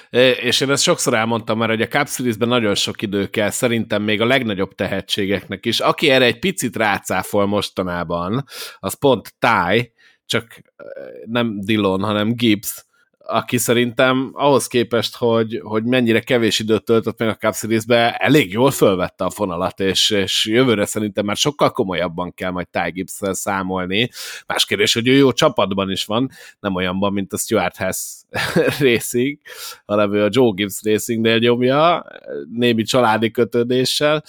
[SPEAKER 1] És én ezt sokszor elmondtam már, hogy a Cup Series-ben nagyon sok idő kell, szerintem még a legnagyobb tehetségeknek is. Aki erre egy picit rácáfol mostanában, az pont Ty, csak nem Dillon, hanem Gibbs, aki szerintem ahhoz képest, hogy, hogy mennyire kevés időt töltött meg a Cup Series-be, elég jól fölvette a fonalat, és, és jövőre szerintem már sokkal komolyabban kell majd Ty Gibbs-szel számolni. Más kérdés, hogy ő jó csapatban is van, nem olyanban, mint a Stewart Haas Racing, hanem ő a Joe Gibbs Racingnél nyomja, némi családi kötődéssel,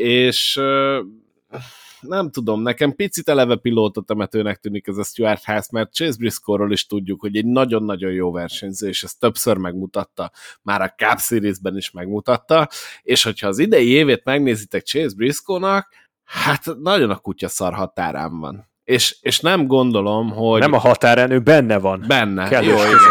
[SPEAKER 1] és nem tudom, nekem picit eleve pilóta temetőnek tűnik ez a Stewart Haas, mert Chase Briscoe-ról is tudjuk, hogy egy nagyon-nagyon jó versenyző, és ezt többször megmutatta, már a Cup Series-ben is megmutatta, és hogyha az idei évét megnézitek Chase Briscoe-nak, hát nagyon a kutya szar határán van. És, és nem gondolom, hogy...
[SPEAKER 2] Nem a határán, ő benne van.
[SPEAKER 1] Benne.
[SPEAKER 2] Kell
[SPEAKER 1] Jó, igen.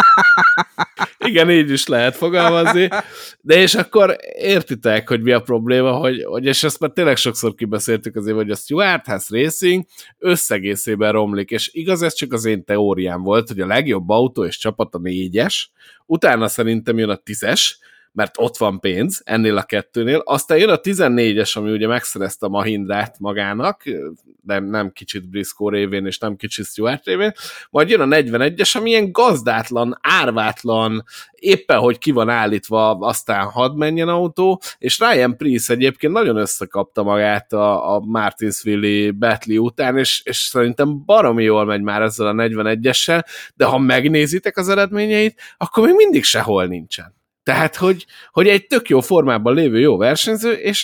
[SPEAKER 1] Igen, így is lehet fogalmazni. De és akkor értitek, hogy mi a probléma, hogy, hogy és ezt már tényleg sokszor kibeszéltük azért, hogy a Stewart Haas Racing összegészében romlik, és igaz, ez csak az én teóriám volt, hogy a legjobb autó és csapat a négyes, utána szerintem jön a tízes, mert ott van pénz, ennél a kettőnél, aztán jön a tizennégyes, ami ugye megszerezte a Mahindrát magának, de nem kicsit Briscoe révén, és nem kicsit Stewart révén, majd jön a negyvenegyes, ami ilyen gazdátlan, árvátlan, éppen, hogy ki van állítva, aztán hadd menjen autó, és Ryan Preece egyébként nagyon összekapta magát a, a Martinsville-i Battley után, és, és szerintem baromi jól megy már ezzel a negyvenegyessel, de ha megnézitek az eredményeit, akkor még mindig sehol nincsen. Tehát, hogy, hogy egy tök jó formában lévő jó versenyző, és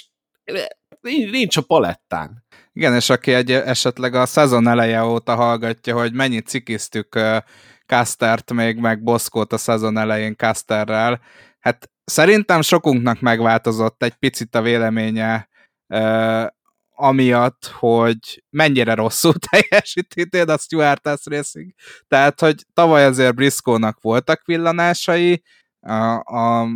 [SPEAKER 1] nincs a palettán.
[SPEAKER 3] Igen, és aki egy, esetleg a szezon eleje óta hallgatja, hogy mennyit cikiztük uh, Castert még, meg Boszkót a szezon elején Casterrel, hát szerintem sokunknak megváltozott egy picit a véleménye uh, amiatt, hogy mennyire rosszul teljesítettél a Stewart Haas Racing. Tehát, hogy tavaly azért Briscoe-nak voltak villanásai, A, a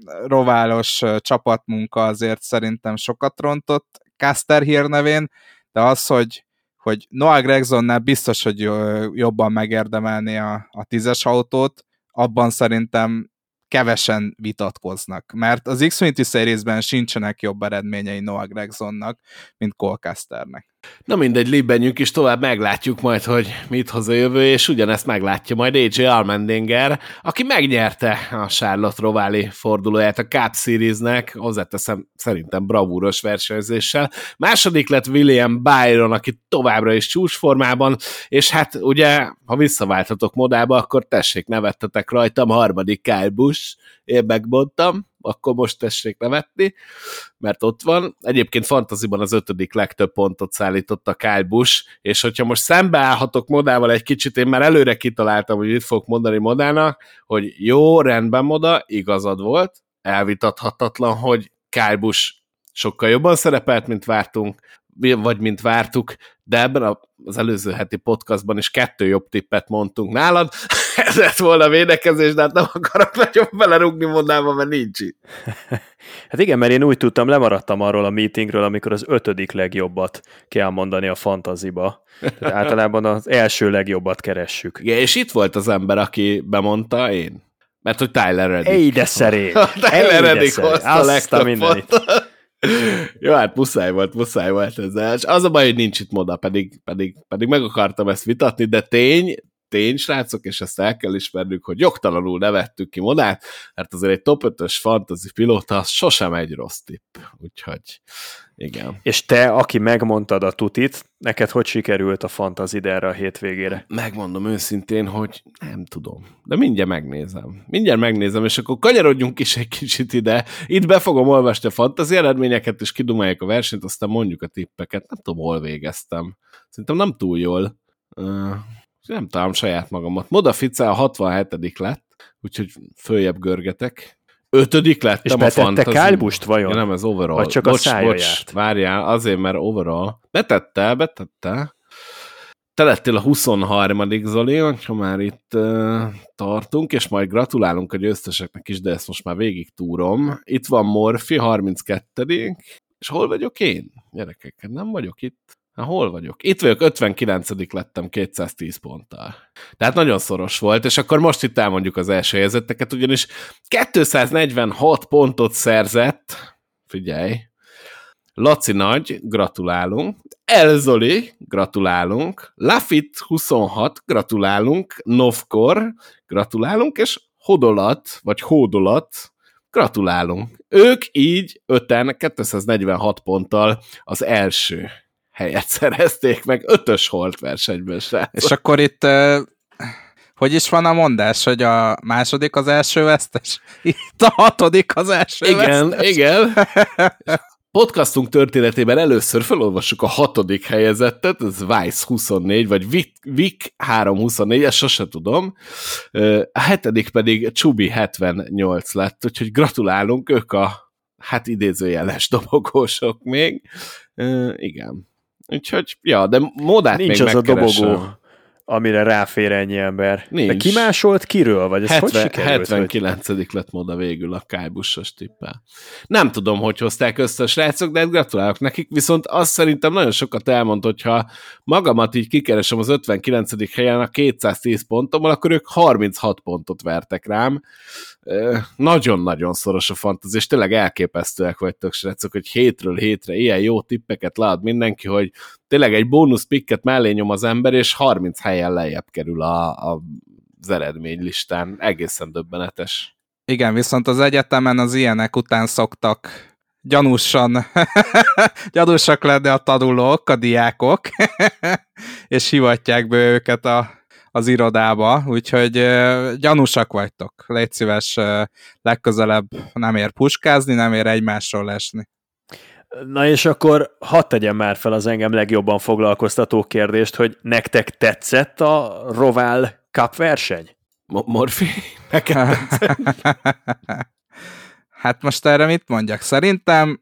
[SPEAKER 3] roválos csapatmunka azért szerintem sokat rontott Caster hírnevén, de az, hogy, hogy Noah Gragsonnál biztos, hogy jobban megérdemelné a, a tízes autót, abban szerintem kevesen vitatkoznak, mert az Xfinity Series-ben sincsenek jobb eredményei Noah Gragsonnak, mint Cole Casternek.
[SPEAKER 1] Na mindegy, libbenjünk is tovább, meglátjuk majd, hogy mit hoz a jövő, és ugyanezt meglátja majd á jé Allmendinger, aki megnyerte a Charlotte Rováli fordulóját a Cup Series-nek, hozzáteszem szerintem bravúros versenyzéssel. Második lett William Byron, aki továbbra is csúcsformában, és hát ugye, ha visszaváltatok modába, akkor tessék, nevettetek rajtam, harmadik Kyle Busch, én megmondtam, akkor most tessék nevetni, mert ott van. Egyébként fantaziban az ötödik legtöbb pontot szállította Kyle Busch, és hogyha most szembeállhatok Modával egy kicsit, én már előre kitaláltam, hogy itt fogok mondani Modának, hogy jó, rendben Moda, igazad volt, elvitathatatlan, hogy Kyle Busch sokkal jobban szerepelt, mint vártunk, vagy mint vártuk, de ebben az előző heti podcastban is kettő jobb tippet mondtunk nálad, ez lett volna a védekezés, de hát nem akarok nagyon belerúgni mondába, mert nincs itt.
[SPEAKER 2] Hát igen, mert én úgy tudtam, lemaradtam arról a meetingről, amikor az ötödik legjobbat kell mondani a fantaziba. Tehát általában az első legjobbat keressük.
[SPEAKER 1] Igen, és itt volt az ember, aki bemondta, én. Mert hogy Tyler Reddick.
[SPEAKER 2] Ej, de szerény!
[SPEAKER 1] Tyler Reddick hozta a legtöbb
[SPEAKER 2] mindenit.
[SPEAKER 1] Jó, hát muszáj volt, muszáj volt ezzel. És az a baj, hogy nincs itt Moda, pedig, pedig, pedig meg akartam ezt vitatni, de tény, tény, srácok, és ezt el kell ismernünk, hogy jogtalanul nevettük ki Modát, mert azért egy top ötös fantasy pilóta, az sosem egy rossz tipp. Úgyhogy igen.
[SPEAKER 2] És te, aki megmondtad a tutit, neked hogy sikerült a fantazid erre a hétvégére?
[SPEAKER 1] Megmondom őszintén, hogy nem tudom. De mindjárt megnézem. Mindjárt megnézem, és akkor kanyarodjunk is egy kicsit ide. Itt be fogom olvasni a fantasy eredményeket, és kidumáljuk a versenyt, aztán mondjuk a tippeket. Nem tudom, hol végeztem. Szerintem nem túl jól. Uh, nem találom saját magamat. Moda Fica a hatvanhetedik lett, úgyhogy följebb görgetek. Ötödik lettem a fantasy.
[SPEAKER 2] És betette Kálbust vajon?
[SPEAKER 1] Ja, nem, ez overall.
[SPEAKER 2] Vagy csak
[SPEAKER 1] bocs,
[SPEAKER 2] a szája
[SPEAKER 1] bocs,
[SPEAKER 2] járt?
[SPEAKER 1] Várjál, azért, mert overall. Betette, betette. Te lettél a huszonharmadik Zoli, ha már itt uh, tartunk, és majd gratulálunk a győzteseknek is, de ezt most már végig túrom. Itt van Morfi, harminckettedik És hol vagyok én? Gyerekek, nem vagyok itt. Na, hol vagyok? Itt vagyok, ötvenkilencedik lettem kétszáztíz ponttal. Tehát nagyon szoros volt, és akkor most itt elmondjuk az első helyzeteket, ugyanis kétszáznegyvenhat pontot szerzett, figyelj, Laci Nagy, gratulálunk, Elzoli, gratulálunk, Lafit huszonhat, gratulálunk, Novkor, gratulálunk, és Hodolat, vagy Hódolat, gratulálunk. Ők így öten kétszáznegyvenhat ponttal az első helyet szerezték meg ötös holt versenyben, srácok.
[SPEAKER 3] És akkor itt, uh, hogy is van a mondás, hogy a második az első vesztes? Itt a hatodik az első
[SPEAKER 1] igen,
[SPEAKER 3] vesztes?
[SPEAKER 1] Igen, igen. Podcastunk történetében először felolvassuk a hatodik helyezettet, ez Vice huszonnégy, vagy Vic háromszázhuszonnégy, ezt sose tudom. A hetedik pedig Csubi hetvennyolc lett, úgyhogy gratulálunk, ők a, hát idézőjeles dobogósok még. Uh, igen. Úgyhogy, ja, de Modát
[SPEAKER 2] nincs
[SPEAKER 1] még
[SPEAKER 2] az a
[SPEAKER 1] megkeresem.
[SPEAKER 2] dobogó, amire ráfér ennyi ember.
[SPEAKER 1] Nincs.
[SPEAKER 2] De ki másolt kiről? Vagy ez
[SPEAKER 1] hetven,
[SPEAKER 2] hogy sikerült?
[SPEAKER 1] hetvenkilencedik lett Moda végül a Kálbusos tippel. Nem tudom, hogy hozták össze a srácok, de gratulálok nekik, viszont azt szerintem nagyon sokat elmond, hogyha magamat így kikeresem az ötvenkilencedik helyen a kétszáztíz pontommal, akkor ők harminchat pontot vertek rám. Nagyon-nagyon szoros a fantasy, és tényleg elképesztőek vagytok, srácok, hogy hétről hétre ilyen jó tippeket lead mindenki, hogy tényleg egy bónusz picket mellé nyom az ember, és harminc helyen lejjebb kerül a, a, az eredménylistán. Egészen döbbenetes.
[SPEAKER 3] Igen, viszont az egyetemen az ilyenek után szoktak gyanúsan, gyanúsak lenni a tanulók, a diákok, és hivatják be őket a az irodába, úgyhogy uh, gyanúsak vagytok. Légy szíves, uh, legközelebb nem ér puskázni, nem ér egymásról lesni.
[SPEAKER 2] Na és akkor hadd tegyem már fel az engem legjobban foglalkoztató kérdést, hogy nektek tetszett a Roval Cup verseny?
[SPEAKER 1] Morfi? Neked tetszett?
[SPEAKER 3] Hát most erre mit mondjak? Szerintem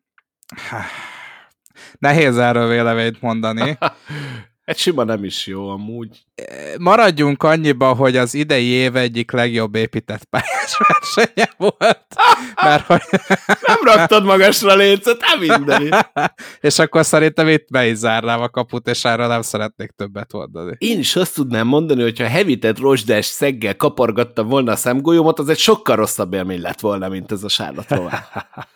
[SPEAKER 3] nehéz erről véleményt mondani.
[SPEAKER 1] Egy sima nem is jó amúgy.
[SPEAKER 3] Maradjunk annyiba, hogy az idei év egyik legjobb épített pályás versenye volt. Mert hogy...
[SPEAKER 1] Nem raktad magasra lécet, nem mindenit.
[SPEAKER 3] És akkor szerintem itt be is zárnám a kaput, és erről nem szeretnék többet mondani.
[SPEAKER 1] Én is azt tudnám mondani, hogy ha hevített rozsdás szeggel kapargattam volna a szemgolyómat, az egy sokkal rosszabb élmény lett volna, mint ez a sárlatrová.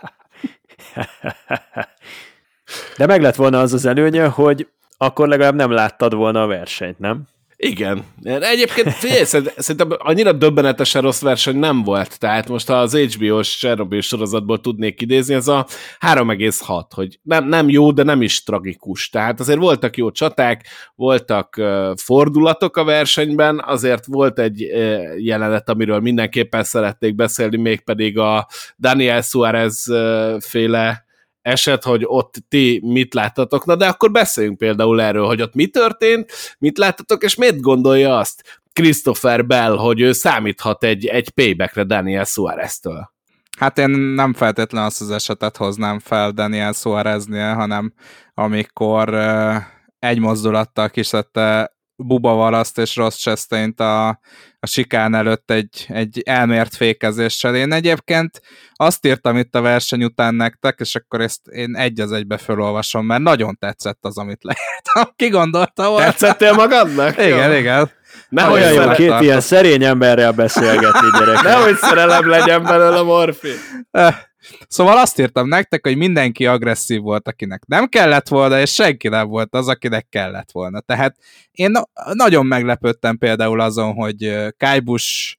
[SPEAKER 2] De meg lett volna az az előnye, hogy akkor legalább nem láttad volna a versenyt, nem?
[SPEAKER 1] Igen. Egyébként figyelj, szerintem annyira döbbenetesen rossz verseny nem volt. Tehát most ha az há bé ó-s Csernobyl sorozatból tudnék idézni, ez a három egész hat, hogy nem, nem jó, de nem is tragikus. Tehát azért voltak jó csaták, voltak uh, fordulatok a versenyben, azért volt egy uh, jelenet, amiről mindenképpen szeretnék beszélni, mégpedig a Daniel Suárez uh, féle eset, hogy ott ti mit láttatok, na de akkor beszéljünk például erről, hogy ott mi történt, mit láttatok, és miért gondolja azt Christopher Bell, hogy ő számíthat egy, egy paybackre Daniel Suáreztől?
[SPEAKER 3] Hát én nem feltétlenül azt az esetet hoznám fel Daniel Suáreznél, hanem amikor uh, egy mozdulattal kiszedte Bubba Wallace-t és Ross Chastaint a, a sikán előtt egy, egy elmért fékezéssel. Én egyébként azt írtam itt a verseny után nektek, és akkor ezt én egy az egybe felolvasom, mert nagyon tetszett az, amit leírtam. Ki gondolta volna?
[SPEAKER 1] Tetszettél magadnak?
[SPEAKER 3] Igen, igen.
[SPEAKER 2] Nem olyan jó, két ilyen szerény emberrel beszélgetni, gyerekek.
[SPEAKER 1] Nehogy szerelem legyen belőle, Morfi.
[SPEAKER 3] Szóval azt írtam nektek, hogy mindenki agresszív volt, akinek nem kellett volna, és senki nem volt az, akinek kellett volna. Tehát én nagyon meglepődtem például azon, hogy Kyle Busch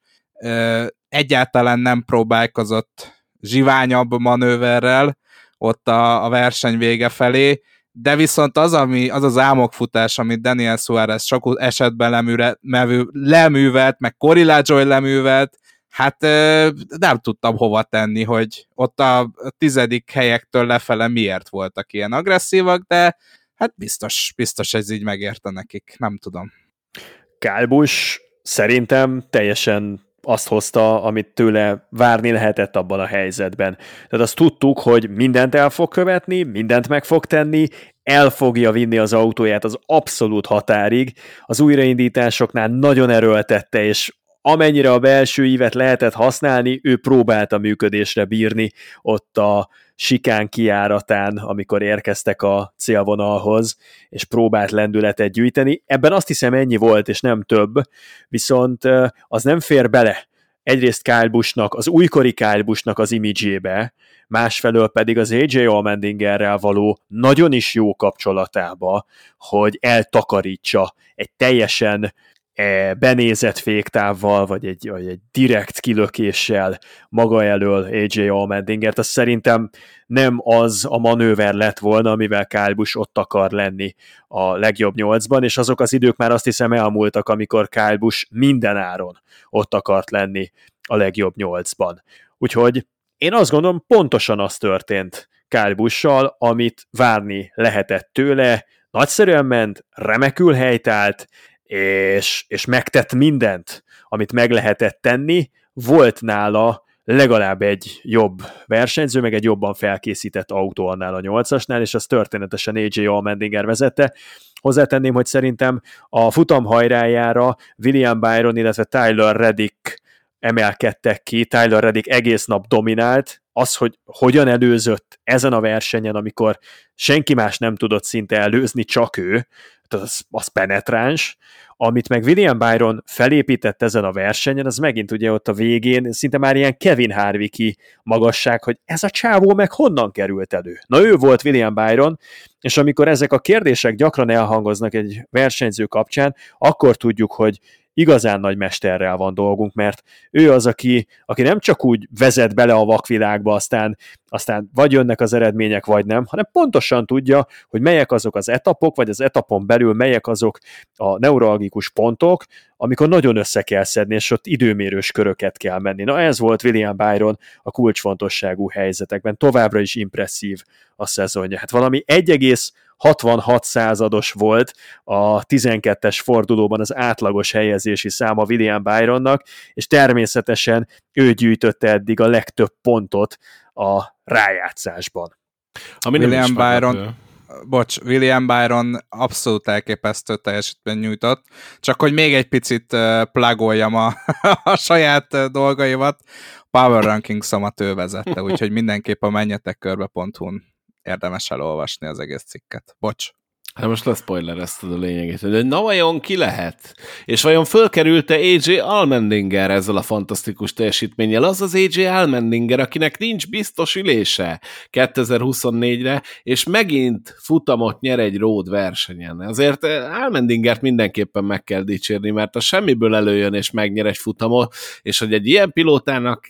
[SPEAKER 3] egyáltalán nem próbálkozott zsiványabb manőverrel ott a, a verseny vége felé, de viszont az, ami, az az álmokfutás, amit Daniel Suarez sok esetben leműre, mevő, leművelt, meg Corey LaJoie leművelt, hát nem tudtam hova tenni, hogy ott a tizedik helyektől lefele miért voltak ilyen agresszívak, de hát biztos, biztos ez így megérte nekik, nem tudom.
[SPEAKER 2] Kyle Busch szerintem teljesen azt hozta, amit tőle várni lehetett abban a helyzetben. Tehát azt tudtuk, hogy mindent el fog követni, mindent meg fog tenni, el fogja vinni az autóját az abszolút határig, az újraindításoknál nagyon erőltette, és amennyire a belső ívet lehetett használni, ő próbálta működésre bírni ott a sikán kijáratán, amikor érkeztek a célvonalhoz, és próbált lendületet gyűjteni. Ebben azt hiszem ennyi volt, és nem több, viszont az nem fér bele egyrészt Kyle Buschnak, az újkori Kyle Buschnak az imidzsébe, másfelől pedig az á jé Allmendingerrel való nagyon is jó kapcsolatába, hogy eltakarítsa egy teljesen benézett féktávval, vagy egy, vagy egy direkt kilökéssel maga elől á jé Allmendingert. Az szerintem nem az a manőver lett volna, amivel Kyle Busch ott akar lenni a legjobb nyolcban, és azok az idők már azt hiszem elmúltak, amikor Kyle Busch minden áron ott akart lenni a legjobb nyolcban. Úgyhogy én azt gondolom, pontosan az történt Kyle Busch-sal, amit várni lehetett tőle, nagyszerűen ment, remekül helytált, és, és megtett mindent, amit meg lehetett tenni, volt nála legalább egy jobb versenyző, meg egy jobban felkészített autó annál a nyolcasnál, és az történetesen á jé Allmendinger vezette. Hozzátenném, hogy szerintem a futam hajrájára William Byron, illetve Tyler Reddick emelkedtek ki, Tyler Reddick egész nap dominált, az, hogy hogyan előzött ezen a versenyen, amikor senki más nem tudott szinte előzni, csak ő, az, az penetráns, amit meg William Byron felépített ezen a versenyen, az megint ugye ott a végén szinte már ilyen Kevin Harvick-i magasság, hogy ez a csávó meg honnan került elő. Na ő volt William Byron, és amikor ezek a kérdések gyakran elhangoznak egy versenyző kapcsán, akkor tudjuk, hogy igazán nagy mesterrel van dolgunk, mert ő az, aki, aki nem csak úgy vezet bele a vakvilágba, aztán, aztán vagy jönnek az eredmények, vagy nem, hanem pontosan tudja, hogy melyek azok az etapok, vagy az etapon belül melyek azok a neuralgikus pontok, amikor nagyon össze kell szedni, és ott időmérős köröket kell menni. Na ez volt William Byron a kulcsfontosságú helyzetekben. Továbbra is impresszív a szezonja. Hát valami egy egész hatvanhat százados volt a tizenkettes fordulóban az átlagos helyezési száma William Byronnak, és természetesen ő gyűjtötte eddig a legtöbb pontot a rájátszásban.
[SPEAKER 1] Ami
[SPEAKER 3] William Byron, bocs, William Byron abszolút elképesztő teljesítményt nyújtott, csak hogy még egy picit uh, plugoljam a, a saját uh, dolgaimat, Power Rankings-omat ő vezette, úgyhogy mindenképp a menjetek körbe pont hu-n érdemes elolvasni az egész cikket. Bocs.
[SPEAKER 1] Hát most leszpoilerezted a lényegét, hogy na vajon ki lehet? És vajon fölkerült-e á jé Allmendinger ezzel a fantasztikus teljesítménnyel? Az az á jé Allmendinger, akinek nincs biztos ülése kétezer-huszonnégyre, és megint futamot nyer egy road versenyen. Azért Allmendingert mindenképpen meg kell dicsérni, mert a semmiből előjön és megnyer egy futamot, és hogy egy ilyen pilótának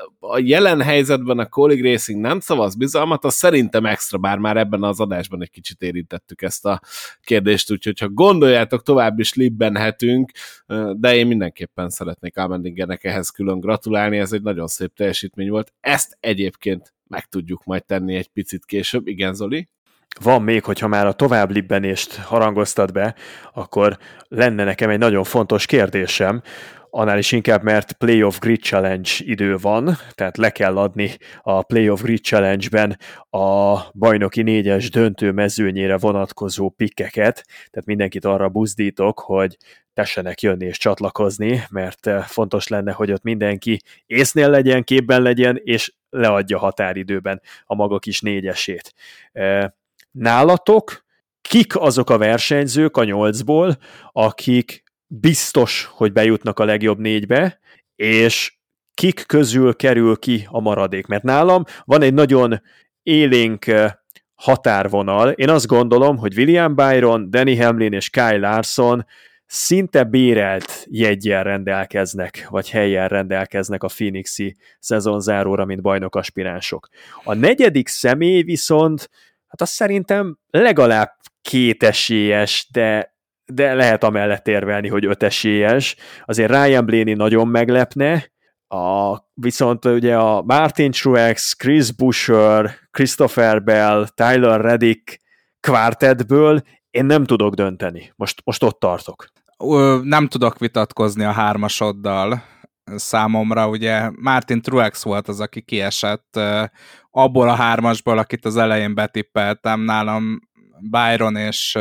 [SPEAKER 1] a jelen helyzetben a Kaulig Racing nem szavaz bizalmat, az szerintem extra, bár már ebben az adásban egy kicsit érintettük ezt a kérdést, úgyhogy ha gondoljátok, tovább is libbenhetünk, de én mindenképpen szeretnék Allmendingernek ehhez külön gratulálni, ez egy nagyon szép teljesítmény volt. Ezt egyébként meg tudjuk majd tenni egy picit később. Igen, Zoli?
[SPEAKER 2] Van még, hogyha már a tovább libbenést harangoztad be, akkor lenne nekem egy nagyon fontos kérdésem. annál is inkább, mert Playoff Grid Challenge idő van, tehát le kell adni a Playoff Grid Challenge-ben a bajnoki négyes döntő mezőnyére vonatkozó pikkeket, tehát mindenkit arra buzdítok, hogy tessenek jönni és csatlakozni, mert fontos lenne, hogy ott mindenki észnél legyen, képben legyen, és leadja határidőben a maga kis négyesét. Nálatok kik azok a versenyzők a nyolcból, akik biztos, hogy bejutnak a legjobb négybe, és kik közül kerül ki a maradék? Mert nálam van egy nagyon élénk határvonal. Én azt gondolom, hogy William Byron, Danny Hamlin és Kyle Larson szinte bérelt jeggyel rendelkeznek, vagy helyen rendelkeznek a Phoenixi szezonzáróra, mint bajnokaspiránsok. A negyedik személy viszont, hát azt szerintem legalább két esélyes, de, de lehet amellett érvelni, hogy öt esélyes. Azért Ryan Blaney nagyon meglepne, a, viszont ugye a Martin Truex, Chris Buescher, Christopher Bell, Tyler Reddick quartetből én nem tudok dönteni. Most, most ott tartok.
[SPEAKER 3] Nem tudok vitatkozni a hármasoddal számomra, ugye Martin Truex volt az, aki kiesett abból a hármasból, akit az elején betippeltem, nálam Byron és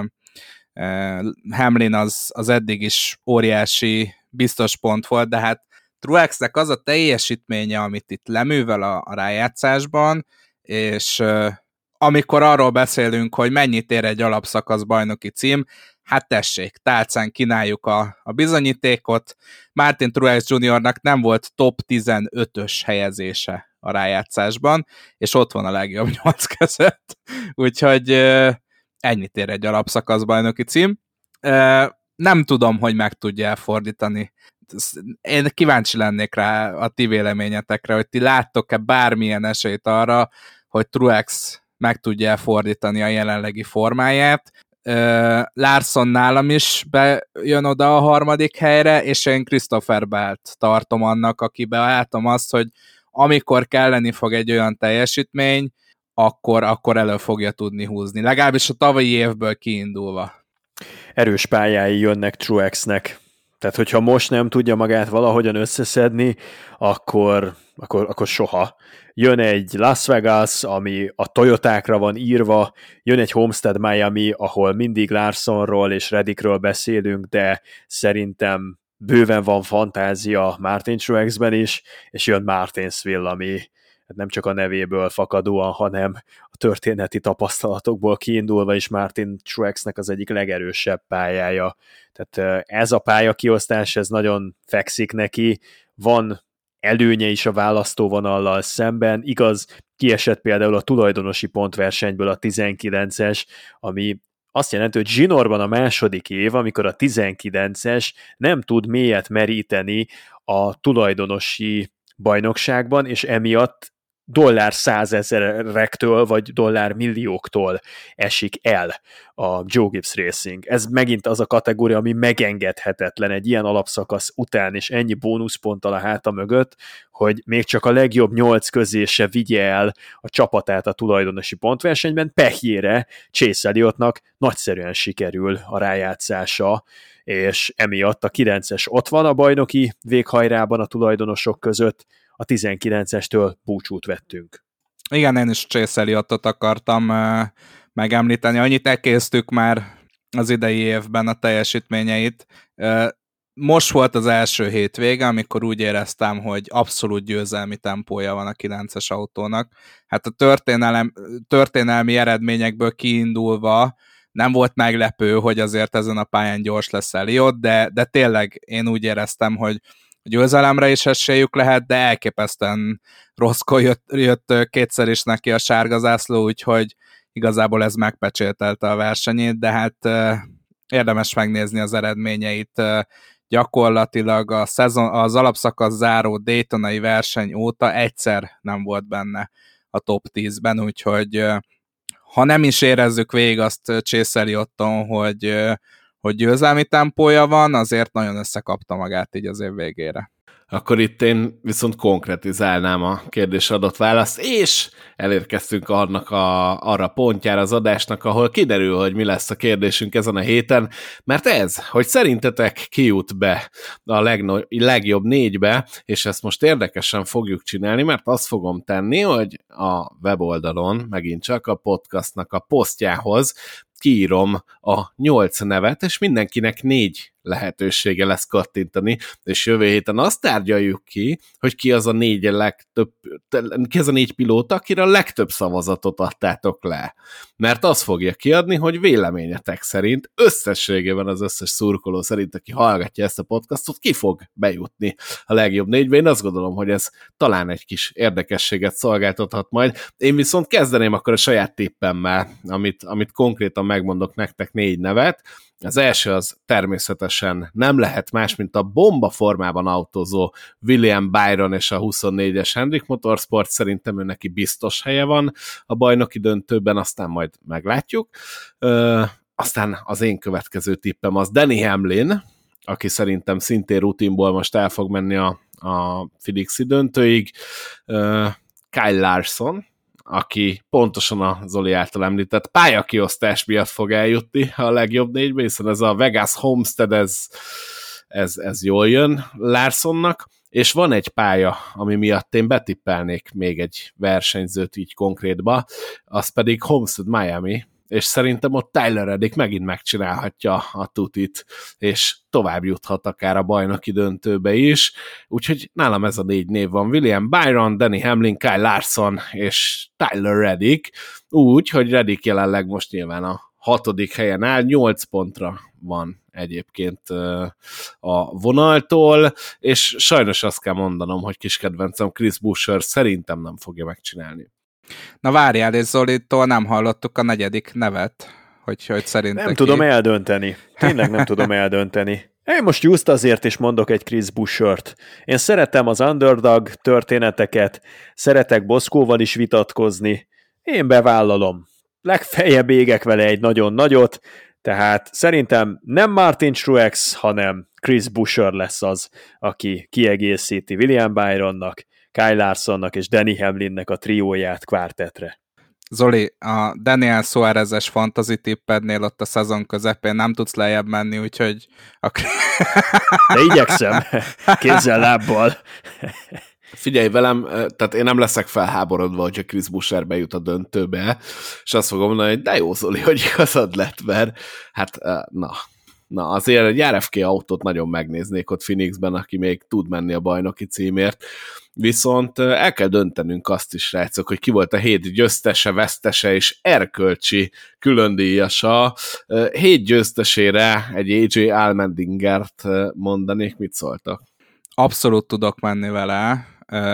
[SPEAKER 3] Hamlin az, az eddig is óriási biztos pont volt, de hát Truexnek az a teljesítménye, amit itt leművel a, a rájátszásban, és amikor arról beszélünk, hogy mennyit ér egy alapszakasz bajnoki cím, hát tessék, tálcán kínáljuk a, a bizonyítékot. Martin Truex juniornak nem volt top tizenötös helyezése a rájátszásban, és ott van a legjobb nyolc között. Úgyhogy ennyit ér egy alapszakasz bajnoki cím. Nem tudom, hogy meg tudja elfordítani. Én kíváncsi lennék rá a ti véleményetekre, hogy ti láttok-e bármilyen esélyt arra, hogy Truex meg tudja elfordítani a jelenlegi formáját. Larson nálam is bejön oda a harmadik helyre, és én Christopher Bellt tartom annak, akiben látom azt, hogy amikor kelleni fog egy olyan teljesítmény, akkor, akkor elő fogja tudni húzni. Legalábbis a tavalyi évből kiindulva.
[SPEAKER 2] Erős pályái jönnek Truexnek. Tehát, hogyha most nem tudja magát valahogyan összeszedni, akkor, akkor, akkor soha. Jön egy Las Vegas, ami a Toyotákra van írva, jön egy Homestead Miami, ahol mindig Larsonról és Reddickről beszélünk, de szerintem bőven van fantázia Martin Truexben is, és jön Martinsville, ami nem csak a nevéből fakadóan, hanem a történeti tapasztalatokból kiindulva is Martin Truexnek az egyik legerősebb pályája. Tehát ez a pályakiosztás, ez nagyon fekszik neki, van előnye is a választóvonallal szemben, igaz, kiesett például a tulajdonosi pontversenyből a tizenkilences, ami azt jelenti, hogy zsinórban a második év, amikor a tizenkilences nem tud mélyet meríteni a tulajdonosi bajnokságban, és emiatt dollár százezerektől, vagy dollár millióktól esik el a Joe Gibbs Racing. Ez megint az a kategória, ami megengedhetetlen egy ilyen alapszakasz után, és ennyi bónuszponttal a háta mögött, hogy még csak a legjobb nyolc közé se vigye el a csapatát a tulajdonosi pontversenyben, pehjére Chase Elliottnak nagyszerűen sikerül a rájátszása, és emiatt a kilences ott van a bajnoki véghajrában a tulajdonosok között, a tizenkilencestől búcsút vettünk.
[SPEAKER 3] Igen, én is Chase Elliotot akartam uh, megemlíteni. Annyit elkésztük már az idei évben a teljesítményeit. Uh, most volt az első hétvége, amikor úgy éreztem, hogy abszolút győzelmi tempója van a kilences autónak. Hát a történelem, történelmi eredményekből kiindulva nem volt meglepő, hogy azért ezen a pályán gyors lesz Elliott, de, de tényleg én úgy éreztem, hogy győzelemre is esélyük lehet, de elképesztően rosszkor jött, jött kétszer is neki a sárga zászló, úgyhogy igazából ez megpecsételte a versenyét, de hát uh, érdemes megnézni az eredményeit. Uh, gyakorlatilag a szezon, az alapszakasz záró Daytonai verseny óta egyszer nem volt benne a top tízben, úgyhogy uh, ha nem is érezzük végig azt Chase Ellioton, hogy uh, hogy győzelmi tempója van, azért nagyon összekapta magát így az év végére.
[SPEAKER 1] Akkor itt én viszont konkretizálnám a kérdés adott választ, és elérkeztünk annak a, arra pontjára az adásnak, ahol kiderül, hogy mi lesz a kérdésünk ezen a héten, mert ez, hogy szerintetek ki jut be a legno- legjobb négybe, és ezt most érdekesen fogjuk csinálni, mert azt fogom tenni, hogy a weboldalon, megint csak a podcastnak a posztjához kiírom a nyolc nevet, és mindenkinek négy lehetősége lesz kattintani, és jövő héten azt tárgyaljuk ki, hogy ki az a négy legtöbb, ki az a négy pilóta, akire a legtöbb szavazatot adtátok le. Mert azt fogja kiadni, hogy véleményetek szerint összességében az összes szurkoló szerint, aki hallgatja ezt a podcastot, ki fog bejutni a legjobb négybe. Én azt gondolom, hogy ez talán egy kis érdekességet szolgáltathat majd. Én viszont kezdeném akkor a saját tippemmel, amit, amit konkrétan megmondok nektek négy nevet. Az első az természetesen nem lehet más, mint a bomba formában autózó William Byron és a huszonnégyes Hendrick Motorsport. Szerintem ő neki biztos helye van a bajnoki döntőben, aztán majd meglátjuk. Ö, aztán az én következő tippem az Denny Hamlin, aki szerintem szintén rutinból most el fog menni a, a Fidixi döntőig. Ö, Kyle Larson, aki pontosan a Zoli által említett pályakiosztás miatt fog eljutni a legjobb négybe, hiszen ez a Vegas Homestead, ez, ez, ez jól jön Larsonnak, és van egy pálya, ami miatt én betippelnék még egy versenyzőt így konkrétba, az pedig Homestead Miami, és szerintem ott Tyler Reddick megint megcsinálhatja a tutit, és tovább juthat akár a bajnoki döntőbe is, úgyhogy nálam ez a négy név van: William Byron, Denny Hamlin, Kyle Larson és Tyler Reddick, úgy, hogy Reddick jelenleg most nyilván a hatodik helyen áll, nyolc pontra van egyébként a vonaltól, és sajnos azt kell mondanom, hogy kis kedvencem Chris Buescher szerintem nem fogja megcsinálni.
[SPEAKER 3] Na várjál, és Zolitól nem hallottuk a negyedik nevet, hogy, hogy szerintem
[SPEAKER 2] Nem
[SPEAKER 3] ki...
[SPEAKER 2] tudom eldönteni. Tényleg nem tudom eldönteni. Én most just azért is mondok egy Chris Bueschert. Én szeretem az underdog történeteket, szeretek Boszkóval is vitatkozni. Én bevállalom. Legfeljebb égek vele egy nagyon nagyot, tehát szerintem nem Martin Truex, hanem Chris Buescher lesz az, aki kiegészíti William Byronnak, Kyle Larsonnak és Denny Hamlinnek a trióját kvártetre.
[SPEAKER 3] Zoli, a Daniel Suárez-es fantasy tippednél ott a szezon közepén nem tudsz lejjebb menni, úgyhogy... A...
[SPEAKER 2] De igyekszem, kézzel, lábbal.
[SPEAKER 1] Figyelj velem, tehát én nem leszek felháborodva, hogyha Chris Buescher bejut a döntőbe, és azt fogom mondani, hogy de jó, Zoli, hogy igazad lett, mert hát na... Na, azért egy er ef ká autót nagyon megnéznék ott Phoenixben, aki még tud menni a bajnoki címért. Viszont el kell döntenünk azt is, rácok, hogy ki volt a hét győztese, vesztese és erkölcsi különdíjasa. Hét győztesére egy á jé Allmendingert mondanék, mit szóltak?
[SPEAKER 3] Abszolút tudok menni vele.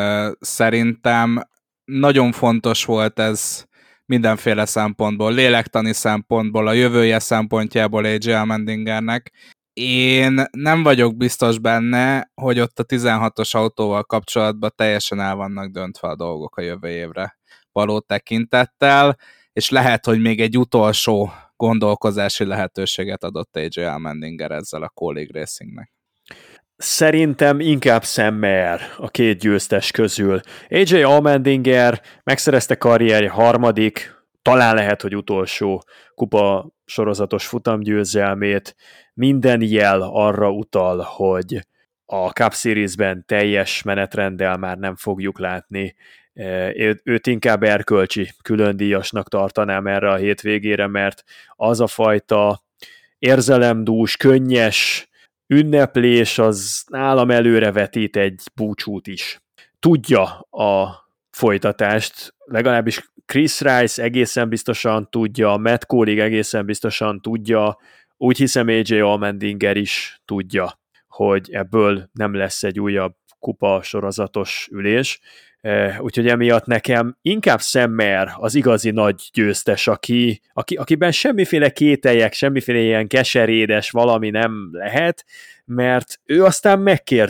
[SPEAKER 3] Szerintem nagyon fontos volt ez mindenféle szempontból, lélektani szempontból, a jövője szempontjából á jé Allmendingernek. Én nem vagyok biztos benne, hogy ott a tizenhatos autóval kapcsolatban teljesen el vannak döntve a dolgok a jövő évre való tekintettel, és lehet, hogy még egy utolsó gondolkozási lehetőséget adott á jé Allmendinger ezzel a Colleague Racingnek.
[SPEAKER 2] Szerintem inkább Sam Mayer a két győztes közül. á jé Allmendinger megszerezte karrierje harmadik, talán lehet, hogy utolsó kupa sorozatos futamgyőzelmét. Minden jel arra utal, hogy a Cup Series-ben teljes menetrenddel már nem fogjuk látni. Őt inkább erkölcsi különdíjasnak tartanám erre a hétvégére, mert az a fajta érzelemdús, könnyes ünneplés az nálam előrevetít egy búcsút is. Tudja a folytatást, legalábbis Chris Rice egészen biztosan tudja, Matt Colleague egészen biztosan tudja, úgy hiszem á jé Allmendinger is tudja, hogy ebből nem lesz egy újabb kupa sorozatos ülés, úgyhogy emiatt nekem inkább Sam Mayer az igazi nagy győztes, aki, aki, akiben semmiféle kételyek, semmiféle ilyen keserédes valami nem lehet, mert ő aztán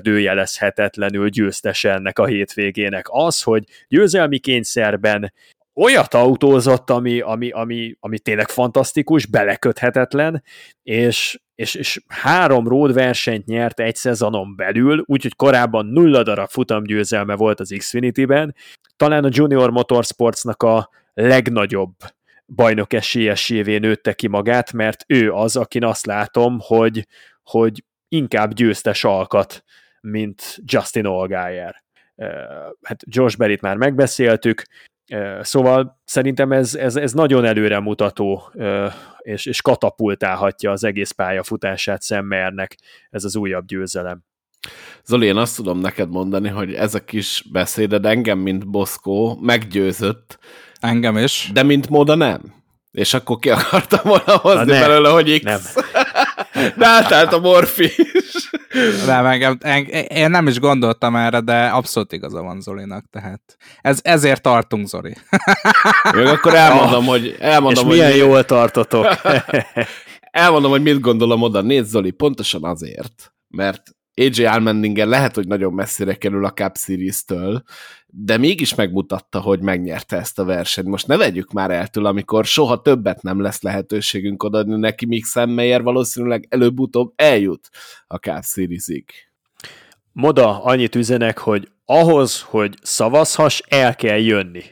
[SPEAKER 2] megkérdőjelezhetetlenül győztes ennek a hétvégének. Az, hogy győzelmi kényszerben olyat autózott, ami, ami, ami, ami tényleg fantasztikus, beleköthetetlen, és, és, és három road versenyt nyert egy szezonon belül, úgyhogy korábban nulla darab futamgyőzelme volt az Xfinity-ben. Talán a Junior Motorsportsnak a legnagyobb bajnok esélyesévé nőtte ki magát, mert ő az, akin azt látom, hogy, hogy inkább győztes alkat, mint Justin Allgaier. Hát Josh Berryt már megbeszéltük, szóval szerintem ez, ez, ez nagyon előremutató, és, és katapultálhatja az egész pályafutását Sam Mayer-nek ez az újabb győzelem.
[SPEAKER 1] Zoli, én azt tudom neked mondani, hogy ez a kis beszéded engem, mint Boszkó, meggyőzött.
[SPEAKER 3] Engem is.
[SPEAKER 1] De mint móda nem. És akkor ki akartam volna hozni belőle, hogy X.
[SPEAKER 2] Nem.
[SPEAKER 1] De átállt a Morfi is.
[SPEAKER 3] Nem, engem, engem, én nem is gondoltam erre, de abszolút igaza van Zolinak, tehát ez, ezért tartunk, Zoli.
[SPEAKER 1] Még akkor elmondom, hogy... Elmondom,
[SPEAKER 2] és
[SPEAKER 1] hogy
[SPEAKER 2] milyen jól tartotok.
[SPEAKER 1] Elmondom, hogy mit gondolom oda. Nézd, Zoli, pontosan azért, mert á jé Allmendinger lehet, hogy nagyon messzire kerül a Cup Series-től, de mégis megmutatta, hogy megnyerte ezt a versenyt. Most ne vegyük már el tőle, amikor soha többet nem lesz lehetőségünk odaadni neki, míg Sam Mayer valószínűleg előbb-utóbb eljut a Cup Series-ig.
[SPEAKER 2] Moda, annyit üzenek, hogy ahhoz, hogy szavazhass, el kell jönni.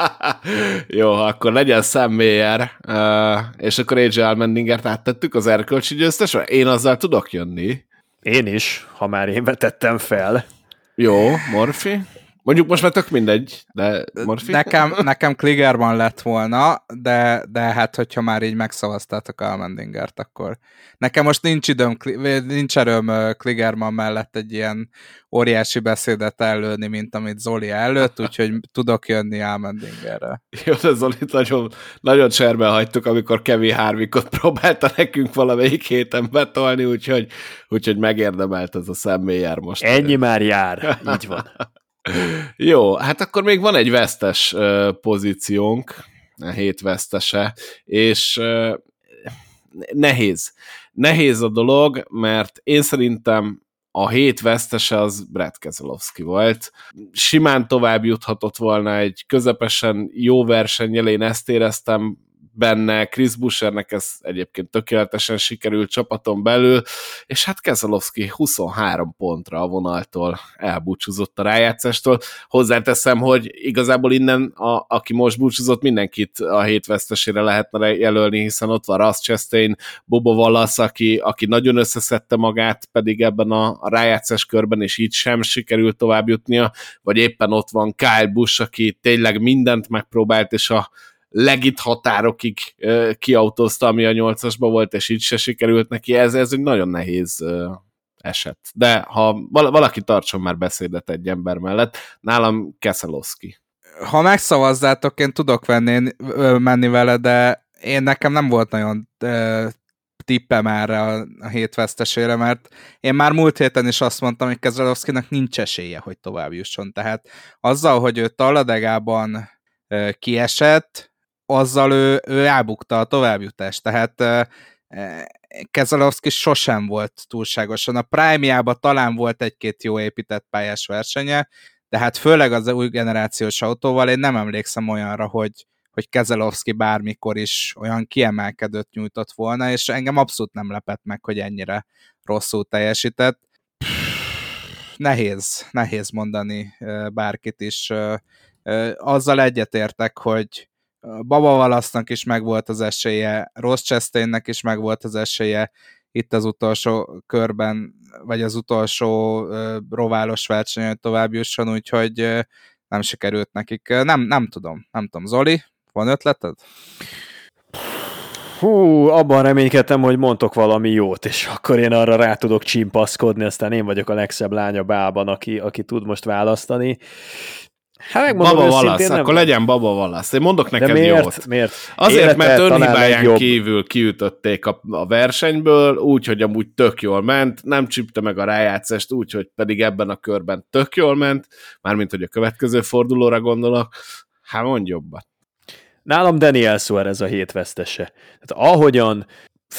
[SPEAKER 1] Jó, akkor legyen Sam Mayer, és akkor á jé Allmendingert áttettük az erkölcsi győztesre. Én azzal tudok jönni.
[SPEAKER 2] Én is, ha már én vetettem fel.
[SPEAKER 1] Jó, Morfi. Mondjuk most már tök mindegy, de Morfi?
[SPEAKER 3] Nekem, nekem Kligerman lett volna, de, de hát, hogyha már így megszavaztátok Allmendingert, akkor nekem most nincs időm, nincs erőm Kligerman mellett egy ilyen óriási beszédet előni, mint amit Zoli előtt, úgyhogy tudok jönni Allmendingerre.
[SPEAKER 1] Jó, de Zolit nagyon, nagyon cserben hagytuk, amikor Kevin Harvickot próbálta nekünk valamelyik héten betolni, úgyhogy, úgyhogy megérdemelt ez a Sam Mayer most.
[SPEAKER 2] Ennyi már jár, így van.
[SPEAKER 1] Jó, hát akkor még van egy vesztes uh, pozíciónk, a hét vesztese, és uh, nehéz. Nehéz a dolog, mert én szerintem a hét vesztese az Brad Keselowski volt. Simán tovább juthatott volna egy közepesen jó versennyel, én ezt éreztem benne, Chris Bueschernek ez egyébként tökéletesen sikerült csapaton belül, és hát Keselowski huszonhárom pontra a vonaltól elbúcsúzott a rájátszástól. Hozzáteszem, hogy igazából innen, a, aki most búcsúzott, mindenkit a hét vesztesére lehetne jelölni, hiszen ott van Ross Chastain, Bobo Wallace, aki, aki nagyon összeszedte magát, pedig ebben a, a rájátszás körben, és így sem sikerült tovább jutnia, vagy éppen ott van Kyle Busch, aki tényleg mindent megpróbált, és a legit határokig uh, kiautózta, ami a nyolcasban volt, és így se sikerült neki. Ez, ez egy nagyon nehéz uh, eset. De ha val- valaki tartson már beszédet egy ember mellett, nálam Keselowski.
[SPEAKER 3] Ha megszavazzátok, én tudok venni, menni vele, de én nekem nem volt nagyon uh, tippem erre a, a hét vesztesére, mert én már múlt héten is azt mondtam, hogy Keselowskinak nincs esélye, hogy tovább jusson. Tehát azzal, hogy ő Talladegában uh, kiesett, azzal ő, ő elbukta a továbbjutást, tehát uh, Keselowski sosem volt túlságosan. A Prime-jában talán volt egy-két jó épített pályás versenye, de hát főleg az új generációs autóval én nem emlékszem olyanra, hogy, hogy Keselowski bármikor is olyan kiemelkedőt nyújtott volna, és engem abszolút nem lepett meg, hogy ennyire rosszul teljesített. Nehéz, nehéz mondani uh, bárkit is. Uh, uh, azzal egyetértek, hogy Baba Wallace-nak is megvolt az esélye, Ross Chastainnek is megvolt az esélye itt az utolsó körben, vagy az utolsó uh, roválos versenyen, hogy tovább jusson, úgyhogy uh, nem sikerült nekik. Uh, nem, nem tudom, nem tudom. Zoli, van ötleted?
[SPEAKER 2] Hú, abban reménykedtem, hogy mondtok valami jót, és akkor én arra rá tudok csimpaszkodni, aztán én vagyok a legszebb lány a bában, aki, aki tud most választani. Hát
[SPEAKER 1] Baba Wallace, nem... akkor legyen Baba Wallace. Én mondok neked
[SPEAKER 2] miért?
[SPEAKER 1] jót.
[SPEAKER 2] Miért?
[SPEAKER 1] Azért,
[SPEAKER 2] Élete
[SPEAKER 1] mert önhibáján
[SPEAKER 2] legjobb.
[SPEAKER 1] kívül kiütötték a, a versenyből, úgy, hogy amúgy tök jól ment, nem csípte meg a rájátszást, úgy, hogy pedig ebben a körben tök jól ment, mármint, hogy a következő fordulóra gondolok. Hát mondj jobbat.
[SPEAKER 2] Nálam Daniel Suarez a hét vesztese. Tehát ahogyan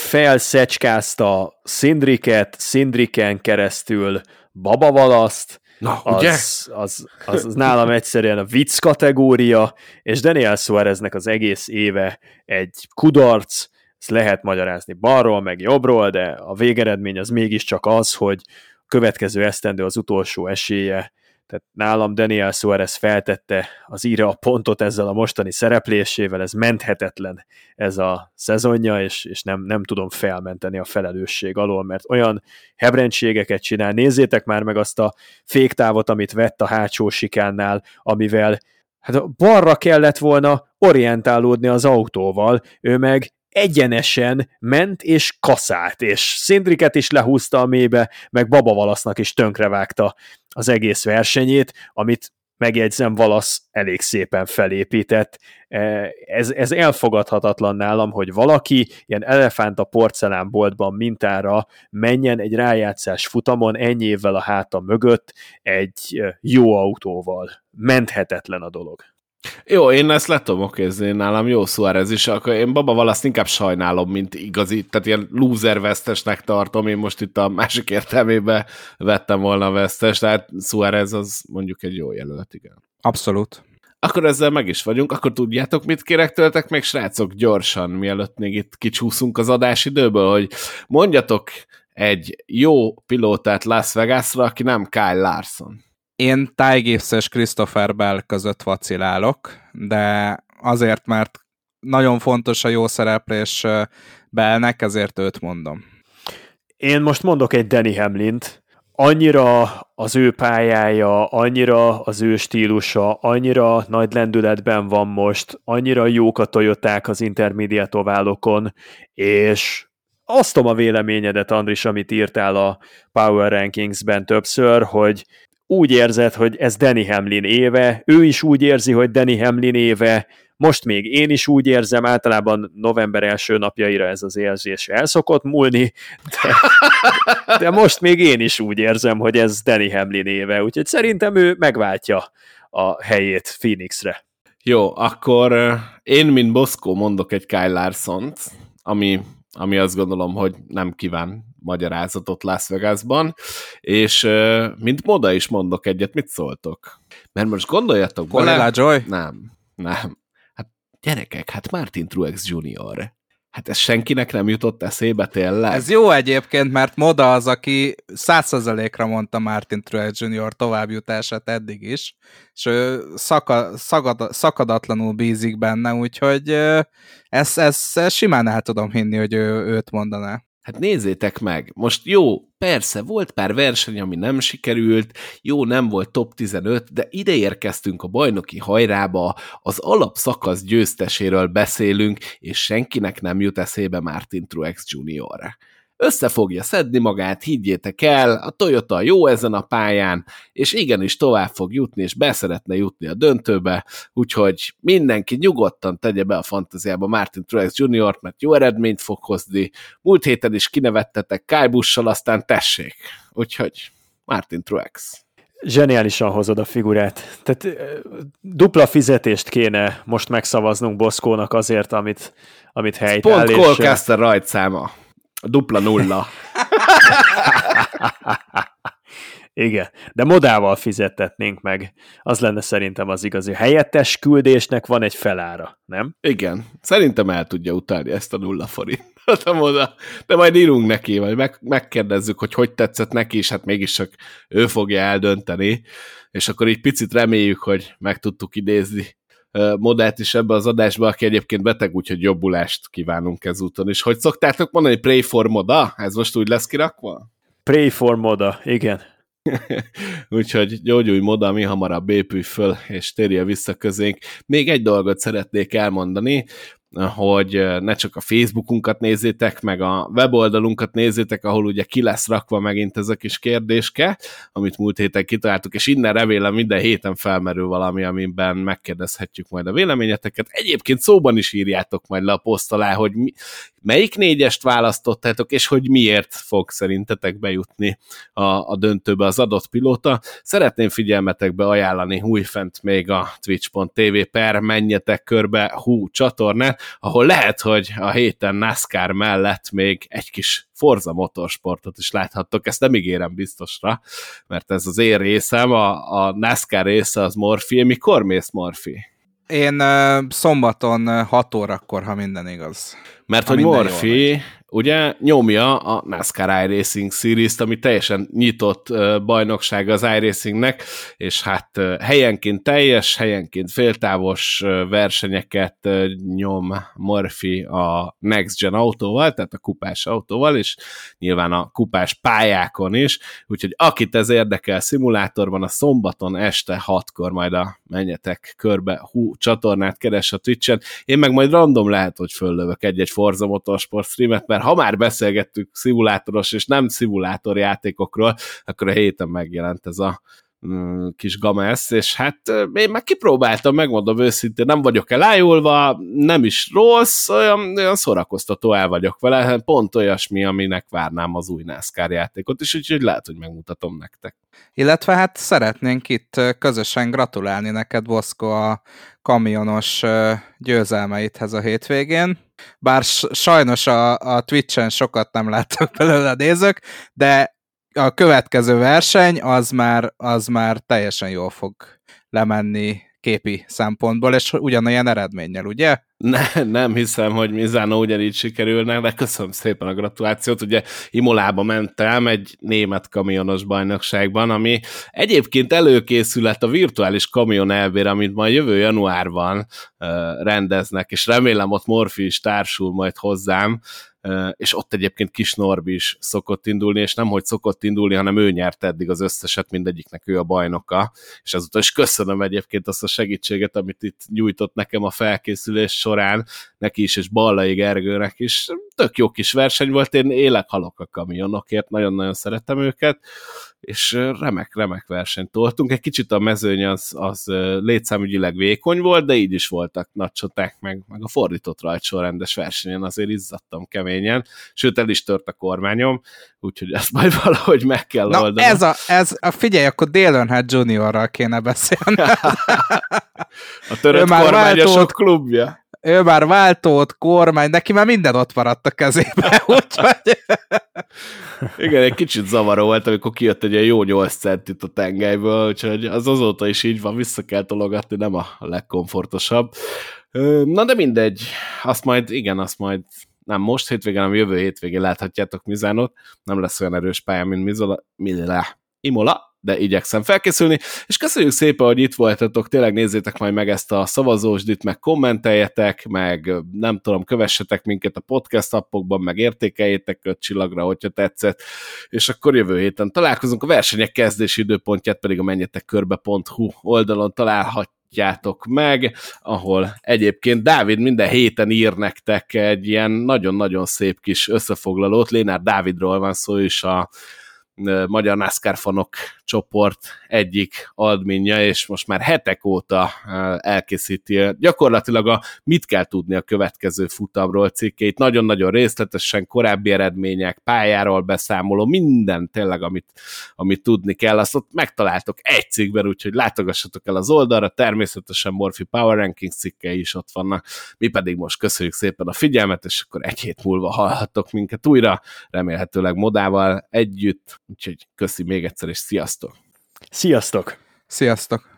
[SPEAKER 2] felszecskázta Cindriket, Cindriken keresztül Baba Wallace-t,
[SPEAKER 1] Na, ugye?
[SPEAKER 2] Az, az, az, az nálam egyszerűen a vicc kategória, és Daniel Suáreznek az egész éve egy kudarc, ezt lehet magyarázni balról, meg jobbról, de a végeredmény az mégiscsak az, hogy a következő esztendő az utolsó esélye. Tehát nálam Daniel Suárez feltette az íre a pontot ezzel a mostani szereplésével, ez menthetetlen ez a szezonja, és, és nem, nem tudom felmenteni a felelősség alól, mert olyan hebrentségeket csinál. Nézzétek már meg azt a féktávot, amit vett a hátsó sikánnál, amivel hát balra kellett volna orientálódni az autóval, ő meg egyenesen ment és kaszált, és Szindriket is lehúzta a mélybe, meg Baba Valasznak is tönkrevágta az egész versenyét, amit megjegyzem, Valasz elég szépen felépített. Ez, ez elfogadhatatlan nálam, hogy valaki ilyen elefánt a porcelánboltban mintára menjen egy rájátszás futamon ennyi évvel a háta mögött egy jó autóval. Menthetetlen a dolog.
[SPEAKER 1] Jó, én ezt le tudom okézni, nálam jó Suárez is, akkor én Baba Valaszt inkább sajnálom, mint igazi, tehát ilyen loser vesztesnek tartom, én most itt a másik értelmében vettem volna a vesztest, tehát Suárez az mondjuk egy jó jelölt, igen.
[SPEAKER 3] Abszolút.
[SPEAKER 1] Akkor ezzel meg is vagyunk, akkor tudjátok, mit kérek tőletek még, srácok, gyorsan, mielőtt még itt kicsúszunk az adásidőből, hogy mondjatok egy jó pilótát Las Vegasra, aki nem Kyle Larson.
[SPEAKER 3] Én Ty Gibbs és Christopher Bell között vacilálok, de azért, mert nagyon fontos a jó szereplés Bellnek, ezért őt mondom.
[SPEAKER 2] Én most mondok egy Denny Hamlint. Annyira az ő pályája, annyira az ő stílusa, annyira nagy lendületben van most, annyira jók a Toyoták az intermediate oválokon, és osztom a véleményedet, Andris, amit írtál a Power Rankingsben többször, hogy úgy érzed, hogy ez Denny Hamlin éve, ő is úgy érzi, hogy Denny Hamlin éve, most még én is úgy érzem, általában november első napjaira ez az érzés el szokott múlni, de, de most még én is úgy érzem, hogy ez Denny Hamlin éve, úgyhogy szerintem ő megváltja a helyét Phoenixre.
[SPEAKER 1] Jó, akkor én, mint Boszkó, mondok egy Kyle Larsont, ami, ami azt gondolom, hogy nem kíván magyarázatot Las Vegasban, és mint Moda is mondok egyet, mit szóltok? Mert most gondoljatok
[SPEAKER 3] bele... Joy?
[SPEAKER 1] Nem, nem. Hát gyerekek, hát Martin Truex junior Hát ez senkinek nem jutott eszébe tényleg?
[SPEAKER 3] Ez jó egyébként, mert Moda az, aki száz százalékra mondta Martin Truex junior továbbjutását eddig is, és ő szaka, szagad, szakadatlanul bízik benne, úgyhogy ezt, ezt simán el tudom hinni, hogy ő, őt mondaná.
[SPEAKER 1] Hát nézzétek meg, most jó, persze, volt pár verseny, ami nem sikerült, jó, nem volt top tizenöt, de ide érkeztünk a bajnoki hajrába, az alapszakasz győzteséről beszélünk, és senkinek nem jut eszébe Martin Truex junior Össze fogja szedni magát, higgyétek el, a Toyota jó ezen a pályán, és igenis tovább fog jutni, és be szeretne jutni a döntőbe, úgyhogy mindenki nyugodtan tegye be a fantáziába Martin Truex junior mert jó eredményt fog hozni. Múlt héten is kinevettetek Kyle Busch-sal, aztán tessék. Úgyhogy Martin Truex.
[SPEAKER 2] Zseniálisan hozod a figurát. Tehát dupla fizetést kéne most megszavaznunk Boszkónak azért, amit, amit helytáll.
[SPEAKER 1] Pont Cole Caster rajtszáma. A dupla nulla.
[SPEAKER 2] Igen, de Modával fizettetnénk meg. Az lenne szerintem az igazi. Helyettes küldésnek van egy felára, nem?
[SPEAKER 1] Igen. Szerintem el tudja utalni ezt a nulla forintot a Moda. De majd írunk neki, vagy meg, megkérdezzük, hogy hogy tetszett neki, és hát mégis csak ő fogja eldönteni. És akkor így picit reméljük, hogy meg tudtuk idézni Modát is ebbe az adásba, aki egyébként beteg, úgyhogy jobbulást kívánunk ezúton is. Hogy szoktátok mondani, pray for Moda? Ez most úgy lesz kirakva?
[SPEAKER 2] Pray for Moda, igen.
[SPEAKER 1] Úgyhogy gyógyulj Moda, mi hamarabb épülj föl, és térje vissza közénk. Még egy dolgot szeretnék elmondani, hogy ne csak a Facebookunkat nézzétek, meg a weboldalunkat nézzétek, ahol ugye ki lesz rakva megint ez a kis kérdéske, amit múlt héten kitaláltuk, és innen remélem minden héten felmerül valami, amiben megkérdezhetjük majd a véleményeteket. Egyébként szóban is írjátok majd le a poszt alá, hogy mi, melyik négyest választottátok, és hogy miért fog szerintetek bejutni a, a döntőbe az adott pilóta. Szeretném figyelmetekbe ajánlani újfent még a twitch pont tv per menjetek körbe hú csatornát, ahol lehet, hogy a héten NASCAR mellett még egy kis Forza Motorsportot is láthattok, ezt nem ígérem biztosra, mert ez az én részem, a, a NASCAR része az Morfi. Mikor mész, Morfi?
[SPEAKER 3] Én uh, szombaton hat órakor, ha minden igaz.
[SPEAKER 1] Mert
[SPEAKER 3] ha
[SPEAKER 1] hogy Morfi ugye nyomja a NASCAR iRacing Series-t, ami teljesen nyitott uh, bajnokság az iRacingnek, és hát uh, helyenként teljes, helyenként féltávos uh, versenyeket uh, nyom Morfi a Next Gen autóval, tehát a kupás autóval, és nyilván a kupás pályákon is, úgyhogy akit ez érdekel szimulátorban, a szombaton este hatkor majd a menjetek körbe hú csatornát keres a Twitchen, én meg majd random lehet, hogy föllövök egy-egy Forza Motorsport streamet, mert ha már beszélgettük szimulátoros és nem szimulátor játékokról, akkor a héten megjelent ez a mm, kis gamesz, és hát én meg kipróbáltam, megmondom őszintén, nem vagyok elájulva, nem is rossz, olyan, olyan szórakoztató el vagyok vele, pont olyasmi, aminek várnám az új NASCAR játékot, és úgyhogy lehet, hogy megmutatom nektek.
[SPEAKER 3] Illetve hát szeretnénk itt közösen gratulálni neked, Boszko, a kamionos győzelmeidhez a hétvégén. Bár sajnos a, a Twitchen sokat nem láttak belőle a nézők, de a következő verseny az már, az már teljesen jól fog lemenni képi szempontból, és ugyanolyan eredménnyel, ugye?
[SPEAKER 1] Ne, nem hiszem, hogy Mizano ugyanígy sikerülne, de köszönöm szépen a gratulációt. Ugye Imolába mentem egy német kamionos bajnokságban, ami egyébként előkészület a virtuális kamion elvére, amit majd jövő januárban uh, rendeznek, és remélem ott Morfi is társul majd hozzám, Uh, és ott egyébként Kis Norbi is szokott indulni, és nem hogy szokott indulni, hanem ő nyert eddig az összeset, mindegyiknek ő a bajnoka, és azóta is köszönöm egyébként azt a segítséget, amit itt nyújtott nekem a felkészülés során, neki is, és Ballai Gergőnek is. Tök jó kis verseny volt, én élek-halok a kamionokért, nagyon-nagyon szeretem őket, és remek-remek versenyt toltunk. Egy kicsit a mezőny az, az létszámügyileg vékony volt, de így is voltak nagy csaták, meg, meg a fordított rajtsorrendes versenyen azért izzadtam keményen, sőt el is tört a kormányom, úgyhogy ezt majd valahogy meg kell
[SPEAKER 3] Na,
[SPEAKER 1] oldani.
[SPEAKER 3] ez a, ez a, figyelj, akkor Dale Earnhardt juniorral kéne beszélni.
[SPEAKER 1] A törött kormányosok váltót, klubja.
[SPEAKER 3] Ő már váltót, kormány, neki már minden ott maradt a kezébe, úgyhogy...
[SPEAKER 1] Igen, egy kicsit zavaró volt, amikor kijött egy ilyen jó nyolc centit a tengelyből, úgyhogy az azóta is így van, vissza kell tologatni, nem a legkomfortosabb. Na de mindegy, azt majd, igen, azt majd nem most hétvégén, hanem jövő hétvégén láthatjátok Mizánot, nem lesz olyan erős pálya, mint Mizola, Mila, Imola, de igyekszem felkészülni, és köszönjük szépen, hogy itt voltatok, tényleg nézzétek majd meg ezt a szavazósdit, meg kommenteljetek, meg nem tudom, kövessetek minket a podcast appokban, meg értékeljétek öt csillagra, hogyha tetszett, és akkor jövő héten találkozunk, a versenyek kezdési időpontját pedig a menjetekkörbe pont hu oldalon találhatjátok meg, ahol egyébként Dávid minden héten ír nektek egy ilyen nagyon-nagyon szép kis összefoglalót, Lénár Dávidról van szó, is a Magyar NASCAR fanok csoport egyik adminja, és most már hetek óta elkészíti gyakorlatilag a mit kell tudni a következő futamról cikkeit, nagyon-nagyon részletesen, korábbi eredmények, pályáról beszámoló, minden tényleg, amit, amit tudni kell, azt ott megtaláltok egy cikkben, úgyhogy látogassatok el az oldalra, természetesen Morphy Power Rankings cikkei is ott vannak, mi pedig most köszönjük szépen a figyelmet, és akkor egy hét múlva hallhattok minket újra, remélhetőleg Modával együtt, úgyhogy köszi még egyszer, és sziasztok!
[SPEAKER 2] Sziasztok!
[SPEAKER 3] Sziasztok!